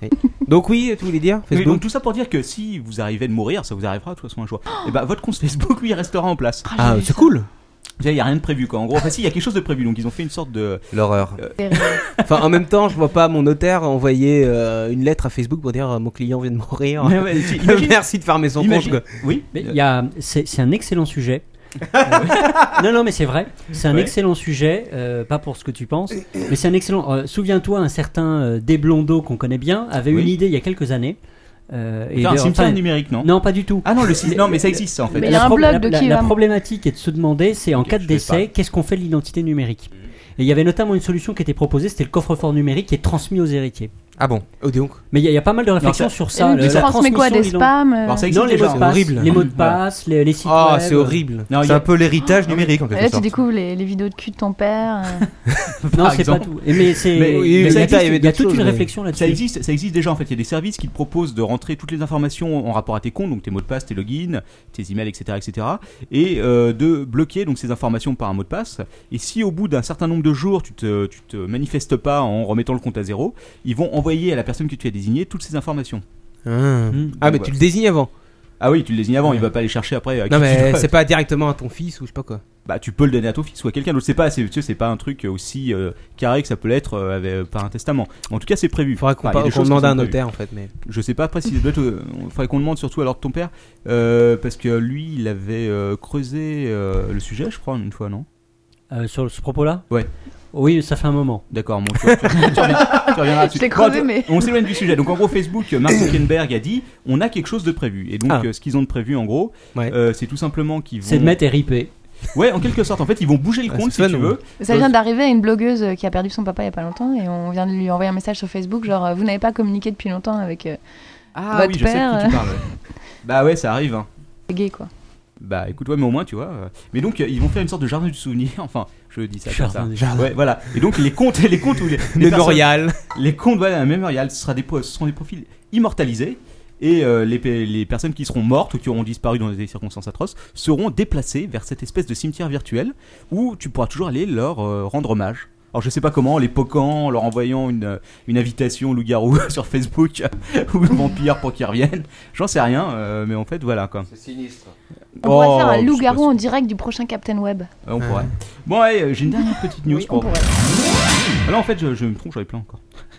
S5: Oui. Donc oui, tu voulais dire
S4: Oui,
S5: Facebook.
S4: donc tout ça pour dire que si vous arrivez de mourir, ça vous arrivera de toute façon un jour. Et bah votre compte Facebook lui restera en place.
S5: Ah, c'est cool.
S4: Il n'y a rien de prévu quoi. En gros, enfin si, il y a quelque chose de prévu. Donc ils ont fait une sorte de
S3: l'horreur.
S4: Euh,
S5: Enfin, en même temps, je vois pas mon notaire envoyer euh, une lettre à Facebook pour dire euh, mon client vient de mourir.
S4: Ouais, ouais, si, imagine-
S5: Merci de fermer son
S4: imagine-
S5: compte. quoi.
S4: Oui.
S7: Mais il y a, c'est, c'est un excellent sujet. Euh, non, non, mais c'est vrai. C'est un
S4: Ouais.
S7: excellent sujet, euh, pas pour ce que tu penses, mais c'est un excellent. euh, souviens-toi, un certain euh, Desblondeaux qu'on connaît bien avait
S4: Oui.
S7: une idée il y a quelques années. Euh,
S4: Faire un
S7: d'ailleurs,
S4: cimetière
S7: enfin,
S4: numérique, non
S7: Non, pas du tout.
S4: Ah non, le si- non, mais ça existe ça en fait.
S6: Mais il y a un
S7: prob-
S6: blog
S7: la,
S6: de
S7: la-
S6: qui
S7: la
S6: va-
S7: problématique est de se demander, c'est en cas de
S4: je vais
S7: décès, qu'est-ce qu'on fait de l'identité numérique? Et il y avait notamment une solution qui était proposée, c'était le coffre-fort numérique qui est transmis aux héritiers.
S3: Ah bon?
S5: Oh, donc.
S7: Mais il y, a- il y a pas mal de réflexions
S4: Non, ça-
S7: sur
S6: Et
S7: ça.
S6: donc,
S7: le-
S6: tu
S7: la
S6: transmets quoi, des
S7: transmission d'ident-
S6: spams euh
S4: Alors, ça existe
S7: Non, les
S4: déjà,
S7: mots de
S4: hein.
S7: passe,
S5: horrible.
S7: les mots de
S4: Voilà.
S7: passe, les, les sites
S5: Ah,
S7: web.
S5: c'est horrible.
S4: Non, il y
S3: C'est
S4: a-
S3: un peu l'héritage numérique en
S6: Et là,
S3: quelque
S6: tu
S3: sorte.
S6: découvres les, les vidéos de cul de ton père. euh.
S7: Non,
S4: Par
S7: c'est pas
S4: exemple.
S7: tout. Et mais c'est.
S4: Mais-
S7: mais il y a,
S4: mais ça
S7: il y a-
S4: existe,
S7: il y a
S5: il y a
S7: toute
S5: d'autres
S7: une
S5: choses,
S7: réflexion là-dessus.
S4: Ça existe, ça existe déjà en fait. Il y a des services qui te proposent de rentrer toutes les informations en rapport à tes comptes, donc tes mots de passe, tes logins, tes emails, et cetera, et cetera, et euh, de bloquer donc ces informations par un mot de passe. Et si au bout d'un certain nombre de jours tu te, tu te manifestes pas en remettant le compte à zéro, ils vont envoyer à la personne que tu as désignée toutes ces informations.
S5: Ah,
S7: Hmm.
S5: Ah, mais
S4: Donc,
S5: tu
S4: ouais.
S5: le désignes avant.
S4: Ah oui, tu le désignes avant. Il va pas aller chercher après. À
S5: Non,
S4: qui tu
S5: mais
S4: dois-
S5: c'est pas directement à ton fils ou je sais pas quoi.
S4: Bah, tu peux le donner à ton fils ou à quelqu'un d'autre. C'est pas, c'est, tu sais, c'est pas un truc aussi euh, carré que ça peut l'être euh, avec, par un testament. En tout cas, c'est prévu.
S5: Il faudrait qu'on
S4: Enfin, il y a
S5: pa-
S4: des
S5: qu'on
S4: choses qui
S5: demande
S4: sont
S5: à un
S4: prévues.
S5: notaire en fait. Mais...
S4: Je sais pas après si ça doit être. euh, Il faudrait qu'on demande surtout alors de ton père, euh, parce que lui, il avait euh, creusé euh, le sujet, je crois, une fois, non?
S7: Euh, sur ce propos-là
S4: Ouais.
S7: Oui, ça fait un moment.
S4: D'accord, bon, tu, tu, tu reviens- tu reviendras dessus.
S6: Je l'ai creusé,
S4: Bon,
S6: mais-
S4: On s'éloigne du sujet. Donc en gros, Facebook, Mark Zuckerberg a dit, on a quelque chose de prévu. Et donc,
S5: Ah.
S4: euh, ce qu'ils ont de prévu, en gros,
S5: Ouais.
S4: euh, c'est tout simplement qu'ils vont.
S7: C'est de mettre R I P.
S4: Ouais, en quelque sorte. En fait, ils vont bouger le
S5: Ah,
S4: compte
S5: c'est
S4: si
S5: fun,
S4: tu
S5: ouais.
S4: veux.
S6: Ça vient d'arriver à une blogueuse qui a perdu son papa il y a pas longtemps et on vient de lui envoyer un message sur Facebook genre euh, vous n'avez pas communiqué depuis longtemps avec euh,
S4: Ah
S6: votre
S4: oui, je sais de
S6: père.
S4: qui tu parles. ouais. Bah ouais, ça arrive. Hein.
S6: C'est gay quoi.
S4: Bah écoute, ouais, mais au moins, tu vois. euh, Mais donc, euh, ils vont faire une sorte de jardin du souvenir. Enfin, je dis ça comme
S7: Jardin
S4: ça.
S7: du
S5: Jardin.
S4: Ouais, voilà. Et donc, les comptes, les comptes où les, les
S5: Mémorial.
S4: personnes- les comptes, voilà, un mémorial, ce sera des, po- ce seront des profils immortalisés. Et euh, les, pe- les personnes qui seront mortes ou qui auront disparu dans des circonstances atroces seront déplacées vers cette espèce de cimetière virtuel où tu pourras toujours aller leur euh, rendre hommage. Alors je sais pas comment, en les poquant, en leur envoyant une, une invitation au loup-garou sur Facebook ou au vampire pour qu'ils reviennent. J'en sais rien, euh, mais en fait voilà quoi.
S3: C'est sinistre.
S6: On pourrait faire
S4: Oh,
S6: un
S4: je sais
S6: loup-garou
S4: pas
S6: en
S4: si-
S6: direct du prochain Captain Web.
S4: Euh, on pourrait. Bon ouais, euh, j'ai une dernière petite news
S6: Oui, on
S4: pour.
S6: pourrait.
S4: Ah là en fait je, je me trompe, j'en ai plein encore.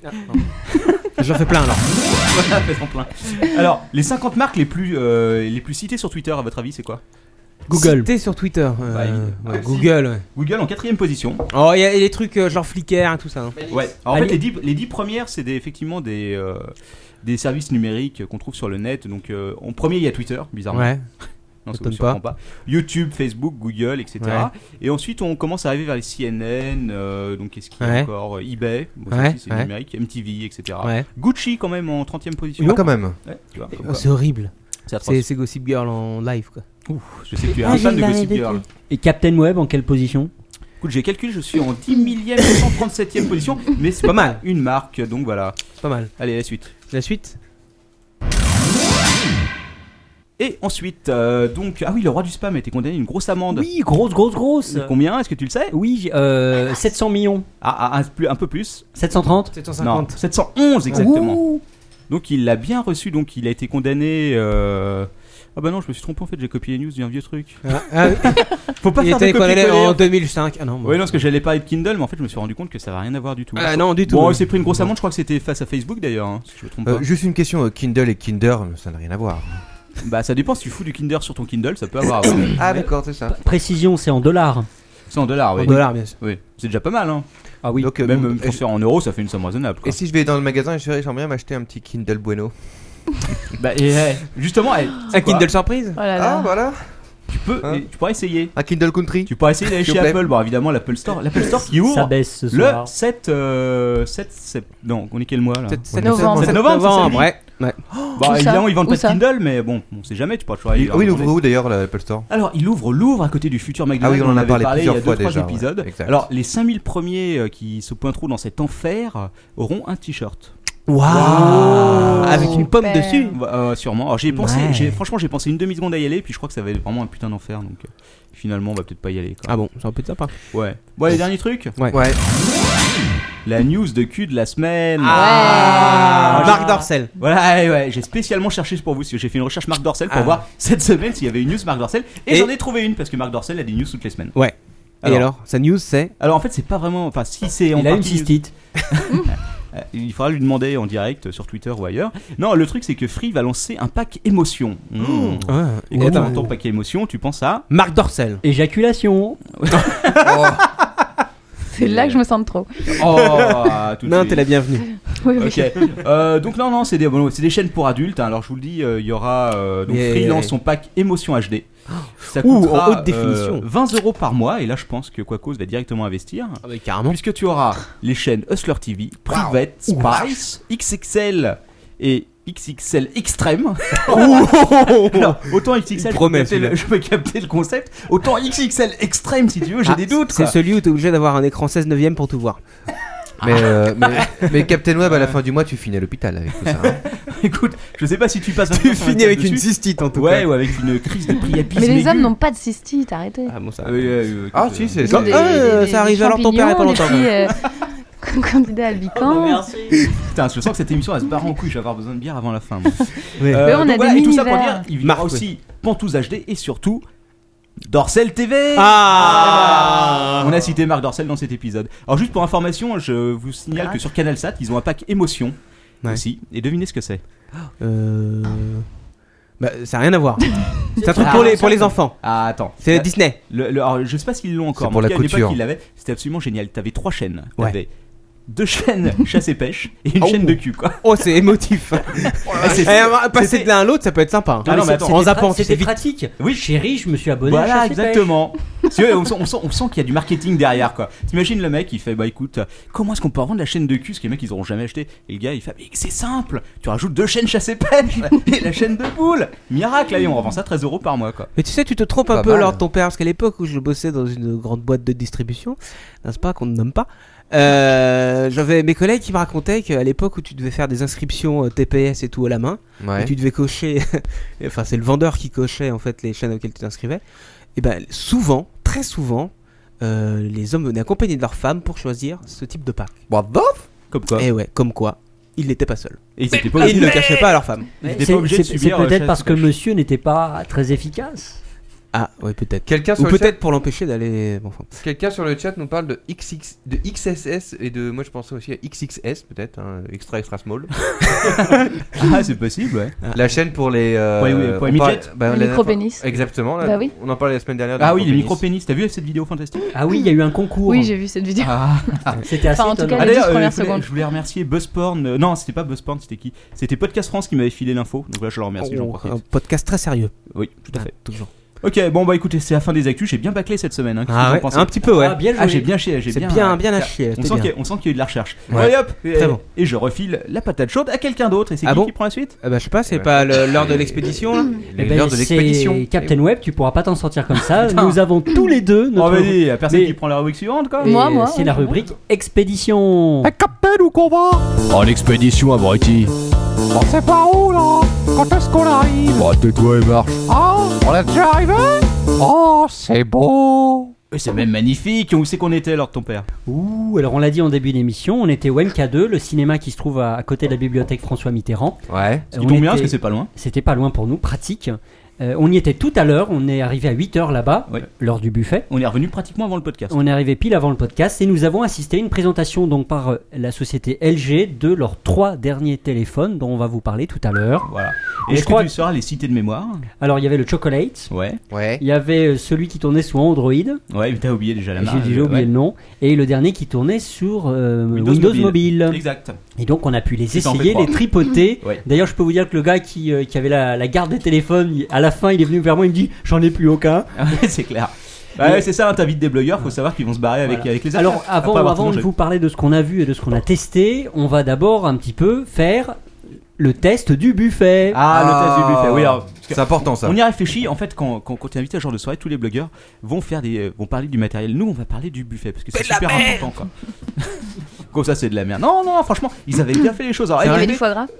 S5: J'en fais plein alors.
S4: Voilà, fais-en plein. Alors les cinquante marques les plus, euh, les plus citées sur Twitter à votre avis c'est quoi?
S7: Google.
S5: Cité sur Twitter. euh,
S4: Bah, il-
S5: ouais,
S4: ah, si.
S5: Google. Ouais.
S4: Google en quatrième position.
S5: Oh, il y a les trucs euh, genre Flickr et tout ça. hein.
S4: Ouais. Alors, en
S7: Allez.
S4: fait, les dix, les dix premières, c'est des, effectivement des, euh, des services numériques qu'on trouve sur le net. Donc, euh, en premier, il y a Twitter, bizarrement.
S5: Ouais.
S4: Non, ça
S5: m'étonne
S4: vous surprend
S5: pas.
S4: pas. YouTube, Facebook, Google, et cetera. Et ensuite, on commence à arriver vers les C N N. Euh, donc, qu'est-ce qu'il y a
S5: Ouais.
S4: encore euh, eBay, bon, ça
S5: Ouais,
S4: aussi, c'est
S5: ouais.
S4: numérique. M T V, et cetera.
S5: Ouais.
S4: Gucci, quand même, en trentième position.
S3: Ah, quand même.
S4: Ouais, tu vois, comme
S5: Oh,
S4: quoi.
S5: c'est horrible.
S4: C'est atroce.
S5: C'est c'est Gossip Girl en live quoi.
S4: Ouf, je sais que tu es
S5: Ah,
S4: un
S5: j'ai
S4: fan de
S5: la
S4: Gossip
S5: idée
S4: Girl.
S7: Et Captain Web en quelle position?
S4: Écoute, j'ai calculé, je suis en dix millième cent trente-septième position. Mais c'est
S5: Pas mal.
S4: Une marque, donc voilà.
S5: C'est pas mal.
S4: Allez, la suite.
S5: La suite.
S4: Et ensuite, euh, donc, ah oui, le roi du spam a été condamné à une grosse amende.
S7: Oui, grosse, grosse, grosse.
S4: Combien? Est-ce que tu le sais?
S7: Oui, euh, sept cents millions.
S4: Ah, ah, un, plus- un peu plus.
S7: sept cent trente.
S5: sept cent
S4: Non,
S5: cinquante.
S4: sept cent onze exactement.
S7: Ouh.
S4: Donc il l'a bien reçu, donc il a été condamné. Euh... Ah bah non, je me suis trompé en fait, j'ai copié les news d'un vieux truc.
S5: Ah, ah, oui.
S4: Faut pas
S5: Il
S4: faire de
S5: était condamné
S4: copier-coller.
S5: en deux mille cinq. Ah non. bon.
S4: Ouais, non, parce que j'allais parler de Kindle, mais en fait, je me suis rendu compte que ça va rien à voir du tout.
S5: Ah non, du tout.
S4: Bon,
S5: ouais.
S4: il s'est pris une grosse amende, je crois que c'était face à Facebook d'ailleurs, hein, si je me trompe
S3: Euh,
S4: pas.
S3: juste une question, euh, Kindle et Kinder, ça n'a rien à voir.
S4: Bah ça dépend, si tu fous du Kinder sur ton Kindle, ça peut avoir. Ouais.
S3: Ah d'accord, c'est ça.
S7: Précision, c'est en dollars.
S4: C'est en dollars, oui.
S5: En dollars, bien sûr.
S4: Oui, c'est déjà pas mal, hein.
S7: Ah oui.
S3: Donc, euh,
S4: Même
S3: donc,
S4: euh, transfert en euros, ça fait une somme raisonnable.
S3: Et
S4: Quoi.
S3: si je vais dans le magasin et je j'aimerais bien m'acheter un petit Kindle Bueno.
S4: Bah, et, eh, justement, eh, c'est
S5: Un
S4: quoi
S5: Kindle surprise.
S6: Oh là là.
S3: Ah voilà.
S4: Tu peux,
S3: Hein
S4: eh, tu pourras essayer.
S3: Un Kindle Country.
S4: Tu pourras essayer d'aller
S3: S'il
S4: chez
S3: vous plaît.
S4: Apple. Bon, évidemment, l'Apple Store. L'Apple Store qui
S7: Ça
S4: ouvre
S7: baisse ce
S4: le
S7: soir.
S4: sept, euh, sept, sept- non, on est quel mois là?
S5: sept- sept
S6: Novembre.
S4: sept
S5: sept
S4: novembre, c'est
S5: novembre,
S4: samedi.
S5: ouais. Ouais.
S4: Bah,
S6: Où ça
S4: évidemment, ils vendent
S6: Où
S4: pas de
S6: ça
S4: Kindle, mais bon, on sait jamais, tu pourras toujours aller.
S3: Il- Oui, il ouvre où d'ailleurs l'Apple Store?
S4: Alors, il ouvre Louvre à côté du futur McDonald's.
S3: Ah oui, on en a
S4: avait
S3: parlé
S4: il y a
S3: plusieurs
S4: deux,
S3: fois
S4: trois
S3: déjà, ouais.
S4: épisodes.
S3: Exact.
S4: Alors, les cinq mille premiers euh, qui se pointeront dans cet enfer euh, auront un t-shirt.
S5: Waouh. Avec une pomme
S6: Super.
S5: dessus.
S4: Bah, euh, sûrement. Alors, j'y ai pensé,
S5: Ouais.
S4: j'ai, franchement, j'ai pensé une demi-seconde à y aller, puis je crois que ça va être vraiment un putain d'enfer, donc euh, finalement, on va peut-être pas y aller. Quoi.
S5: Ah bon, ça peut être sympa.
S4: Ouais. Bon, les derniers trucs.
S5: Ouais.
S3: Ouais.
S4: la news de cul de la semaine.
S5: Ah,
S4: Ah,
S5: Marc
S4: j'ai-
S5: Dorcel.
S4: Voilà, ouais, ouais, j'ai spécialement cherché pour vous, parce que j'ai fait une recherche Marc Dorcel pour
S5: Ah.
S4: voir cette semaine s'il y avait une news Marc Dorcel, et,
S5: Et-
S4: j'en ai trouvé une parce que Marc Dorcel a des news toutes les semaines.
S5: Ouais. Et alors, sa news c'est
S4: Alors en fait, c'est pas vraiment. Enfin, si c'est en
S7: Il a une
S4: partie-
S7: cystite.
S4: Euh, Il faudra lui demander en direct sur Twitter ou ailleurs. Non, le truc c'est que Free va lancer un pack émotion. Mmh.
S5: Ah,
S4: Et quand tu
S5: attends.
S4: entends pack émotion, tu penses à
S5: Marc Dorcel.
S7: Éjaculation.
S6: C'est là que je me sens trop.
S4: Oh, tout de
S5: Non,
S4: suite.
S5: t'es la bienvenue.
S6: Oui, oui.
S4: Ok. Euh, donc non, non, c'est des, bon, c'est des chaînes pour adultes. hein. Alors je vous le dis, euh, il y aura euh, donc
S5: Yeah.
S4: Free lance son pack émotion H D. Ça
S5: Ouh,
S4: coûtera
S5: en haute définition.
S4: euh, vingt euros par mois. Et là, je pense que Quacos va directement investir.
S5: Ah bah, carrément.
S4: Puisque tu auras les chaînes Hustler T V, Private, Spice, X X L et X X L Extrême. Alors, autant X X L, je peux,
S5: Promet,
S4: capter le,
S5: celui-là.
S4: je peux capter le concept. Autant X X L Extrême, si tu veux, j'ai
S5: Ah,
S4: des doutes.
S5: C'est
S4: quoi.
S5: celui où t'es obligé d'avoir un écran seize neuvième pour tout voir.
S3: Mais, euh, mais, mais Captain Web, à la fin du mois, tu finis à l'hôpital avec tout ça. hein.
S4: Écoute, je sais pas si tu passes un
S5: Tu
S4: temps sur
S5: finis
S4: un
S5: avec
S4: dessus.
S5: une cystite en tout
S4: Ouais,
S5: cas.
S4: ou avec une crise de priapisme.
S6: Mais les
S4: aigu.
S6: hommes n'ont pas de cystite, arrêtez.
S5: Ah bon, ça.
S4: Ah, oui, oui, oui,
S3: Ah,
S4: écoute,
S3: si,
S4: euh,
S3: c'est
S6: Ils
S3: ça.
S6: ont des-
S5: Ah,
S6: des-
S5: euh,
S6: des-
S5: ça arrive
S6: des
S5: alors, ton père est pas
S6: champignons,
S5: longtemps,
S6: des petits, euh, candidats albicans.
S7: Merci.
S4: Putain, je sens que cette émission va se barrer en couille. Je vais avoir besoin de bière avant la fin. moi.
S5: Oui.
S4: Euh,
S6: Mais on a
S4: donc
S6: des
S4: voilà, et tout ça pour
S6: mini-verres.
S4: dire, il y aura
S5: Marc,
S4: aussi Pantouz H D et surtout Dorcel T V.
S5: Ah.
S4: On a cité Marc Dorcel dans cet épisode. Alors juste pour information, je vous signale que sur CanalSat, ils ont un pack émotion
S5: Ouais.
S4: aussi. Et devinez ce que c'est.
S5: Euh... Bah, ça n'a rien à voir. C'est un truc
S4: Ah,
S5: pour les,
S4: ça,
S5: pour les
S4: ça.
S5: enfants.
S4: Ah attends.
S5: C'est
S4: Euh,
S5: Disney.
S4: Le, le- alors, je sais pas s'ils l'ont encore.
S3: C'est pour
S4: mais en
S3: la
S4: tout cas, à l'époque,
S3: couture.
S4: ils l'avaient. C'était absolument génial. T'avais trois chaînes.
S5: Ouais.
S4: T'avais deux chaînes chasse et pêche et une
S5: Oh.
S4: chaîne de cul quoi.
S5: Oh, c'est émotif.
S4: c'est-
S5: Eh, passer
S4: c'était-
S5: de l'un à l'autre, ça peut être sympa. hein.
S4: Ah non, mais attends.
S5: En
S7: C'était
S5: zappant,
S7: pra-
S5: tu sais
S7: c'était
S5: vite.
S7: pratique.
S4: Oui.
S7: Chérie, je me suis abonné à
S4: Voilà,
S7: Chasse et Pêche.
S4: exactement. Parce que, on, sent, on, sent, on sent qu'il y a du marketing derrière quoi. T'imagines le mec, il fait bah écoute, euh, comment est-ce qu'on peut revendre la chaîne de cul, parce que les mecs ils auront jamais acheté. Et le gars il fait mais c'est simple, tu rajoutes deux chaînes chasse et pêche et la chaîne de poule. Miracle, allez, on revend ça treize euros par mois quoi.
S5: Mais tu sais, tu te trompes un
S3: Pas
S5: peu
S3: mal.
S5: lors de ton père, parce qu'à l'époque où je bossais dans une grande boîte de distribution, n'est-ce pas, qu'on ne nomme pas, euh, j'avais mes collègues qui me racontaient qu'à l'époque où tu devais faire des inscriptions euh, T P S et tout à la main,
S3: Ouais.
S5: et tu devais cocher, enfin c'est le vendeur qui cochait en fait les chaînes auxquelles tu t'inscrivais, et ben souvent, très souvent, euh, les hommes venaient accompagnés de leurs femmes pour choisir ce type de pack.
S3: What the f-
S4: Comme quoi.
S5: Et ouais, comme quoi, ils n'étaient pas seuls.
S4: Et ils étaient pas
S5: Et ils
S4: obligés
S5: ne
S4: de-
S5: le cachaient pas à leurs femmes.
S4: ils étaient
S7: C'est
S4: pas obligés de
S7: c'est- c'est
S4: subir, euh,
S7: peut-être
S4: chasse
S7: parce
S4: et
S7: que
S4: pêche.
S7: monsieur n'était pas très efficace.
S5: Ah ouais, peut-être.
S3: Quelqu'un
S5: Ou
S3: sur, le
S5: peut-être
S3: chat-
S5: pour l'empêcher d'aller... Bon, enfin.
S3: quelqu'un sur le chat nous parle de X X, de X S S et de. Moi je pensais aussi à X X S peut-être, hein, extra extra small.
S4: Ah, c'est possible, ouais.
S3: La chaîne pour les. euh,
S4: Pour les- pour les
S3: on parle-
S4: midgets.
S3: bah,
S6: Les
S3: la-
S6: micro-pénis.
S3: Exactement. là,
S6: Bah oui.
S3: On en parlait la semaine dernière. des
S4: Ah oui, les
S3: micro-pénis.
S4: micro-pénis. T'as vu cette vidéo fantastique?
S7: Ah oui, il y a eu un concours.
S6: Oui, j'ai vu cette vidéo.
S4: Ah.
S7: C'était assez
S6: Enfin, en tout
S7: étonnant.
S6: cas,
S4: Ah,
S6: les dix
S4: d'ailleurs, euh,
S6: premières
S4: je, voulais,
S6: secondes.
S4: je voulais remercier Buzzporn. euh, non, c'était pas Buzzporn, c'était qui? C'était Podcast France qui m'avait filé l'info. Donc là, je le remercie, j'en
S5: Oh,
S4: profite.
S5: un podcast très sérieux.
S4: Oui, tout à
S5: Ah,
S4: fait.
S5: toujours.
S4: Ok, bon bah écoutez, c'est la fin des actus. J'ai bien bâclé cette semaine. Hein. Qu'est-ce que
S5: Ah
S4: vous en
S5: ouais,
S4: pensez?
S5: un petit peu, ouais.
S7: Ah, bien joué.
S4: Ah, j'ai bien chié, j'ai
S5: C'est
S4: bien,
S5: bien,
S4: euh,
S5: bien à
S4: ça-
S5: chier,
S4: On
S5: c'était
S4: sent,
S5: bien.
S4: qu'il y a, on sent qu'il y a eu de la recherche.
S3: Ouais.
S4: Allez hop, et,
S5: Très bon.
S4: et je refile la patate chaude à quelqu'un d'autre. Et c'est
S5: Ah
S4: qui
S5: bon
S4: qui prend la suite?
S5: Ah bah je sais pas, c'est
S3: Ouais.
S5: pas le- l'heure de l'expédition là
S7: Eh ben,
S3: L'heure de l'expédition.
S7: c'est Captain Web, tu pourras pas t'en sortir comme ça.
S4: Putain.
S7: Nous avons tous les deux
S4: Oh
S7: notre.
S4: vas-y, y a personne
S7: Mais-
S4: qui prend la rubrique suivante quoi.
S7: Et
S6: Moi, moi,
S7: C'est
S6: ouais,
S7: la
S6: c'est bon.
S7: rubrique Expédition.
S2: Captain, où qu'on va? En expédition, abruti. On sait pas où, là. Quand est-ce qu'on arrive? Bah, tais-toi et marche. Ah, on est déjà arrivé? Oh, c'est beau.
S4: Et c'est même magnifique. Où c'est qu'on était lors de ton père?
S7: Ouh, alors on l'a dit en début d'émission, on était au M K deux, le cinéma qui se trouve à, à côté de la bibliothèque François Mitterrand.
S3: Ouais.
S4: Ce qui
S7: On
S4: tombe bien
S7: était-
S4: parce que c'est pas loin.
S7: C'était pas loin pour nous, pratique. Euh, on y était tout à l'heure, on est arrivé à huit heures là-bas,
S4: Ouais.
S7: l'heure du buffet.
S4: On est revenu pratiquement avant le podcast.
S7: On est arrivé pile avant le podcast et nous avons assisté à une présentation donc par euh, la société L G de leurs trois derniers téléphones dont on va vous parler tout à l'heure.
S4: Voilà.
S7: Et
S4: Et
S7: je
S4: est-ce
S7: crois
S4: que tu sauras les cités de mémoire?
S7: Alors il y avait le Chocolate,
S4: Ouais.
S3: Ouais.
S7: il y avait euh, celui qui tournait sous Android,
S4: Ouais, mais t'as oublié déjà la marque.
S7: j'ai déjà oublié
S4: Ouais.
S7: le nom, et le dernier qui tournait sur euh,
S4: Windows
S7: Windows,
S4: Mobile.
S7: Mobile.
S4: Exact.
S7: Et donc on a pu les
S4: C'est en
S7: essayer,
S4: fait trois.
S7: les tripoter.
S4: Ouais.
S7: D'ailleurs je peux vous dire que le gars qui, euh, qui avait la, la garde des téléphones, il- à la fin il est venu vers moi, il me dit j'en ai plus aucun.
S4: Ah ouais, c'est clair. Bah ouais, c'est ça, hein, t'invites des blogueurs, faut savoir qu'ils vont se barrer avec,
S7: Voilà.
S4: avec les affaires.
S7: Alors avant,
S4: Après avoir tout
S7: avant de
S4: mangé.
S7: vous parler de ce qu'on a vu et de ce qu'on a testé, on va d'abord un petit peu faire le test du buffet.
S4: Ah, le test du buffet, oui. Alors, parce que
S3: C'est important ça.
S4: on y a réfléchi, en fait, quand, quand, quand tu es invité à ce genre de soirée, tous les blogueurs vont, faire des, euh, vont parler du matériel. Nous, on va parler du buffet, parce que c'est super important. Quoi. Comme ça, c'est de la merde. Non, non, franchement, ils avaient bien fait les choses. Alors,
S6: Il y avait
S4: écoutez,
S6: du foie gras.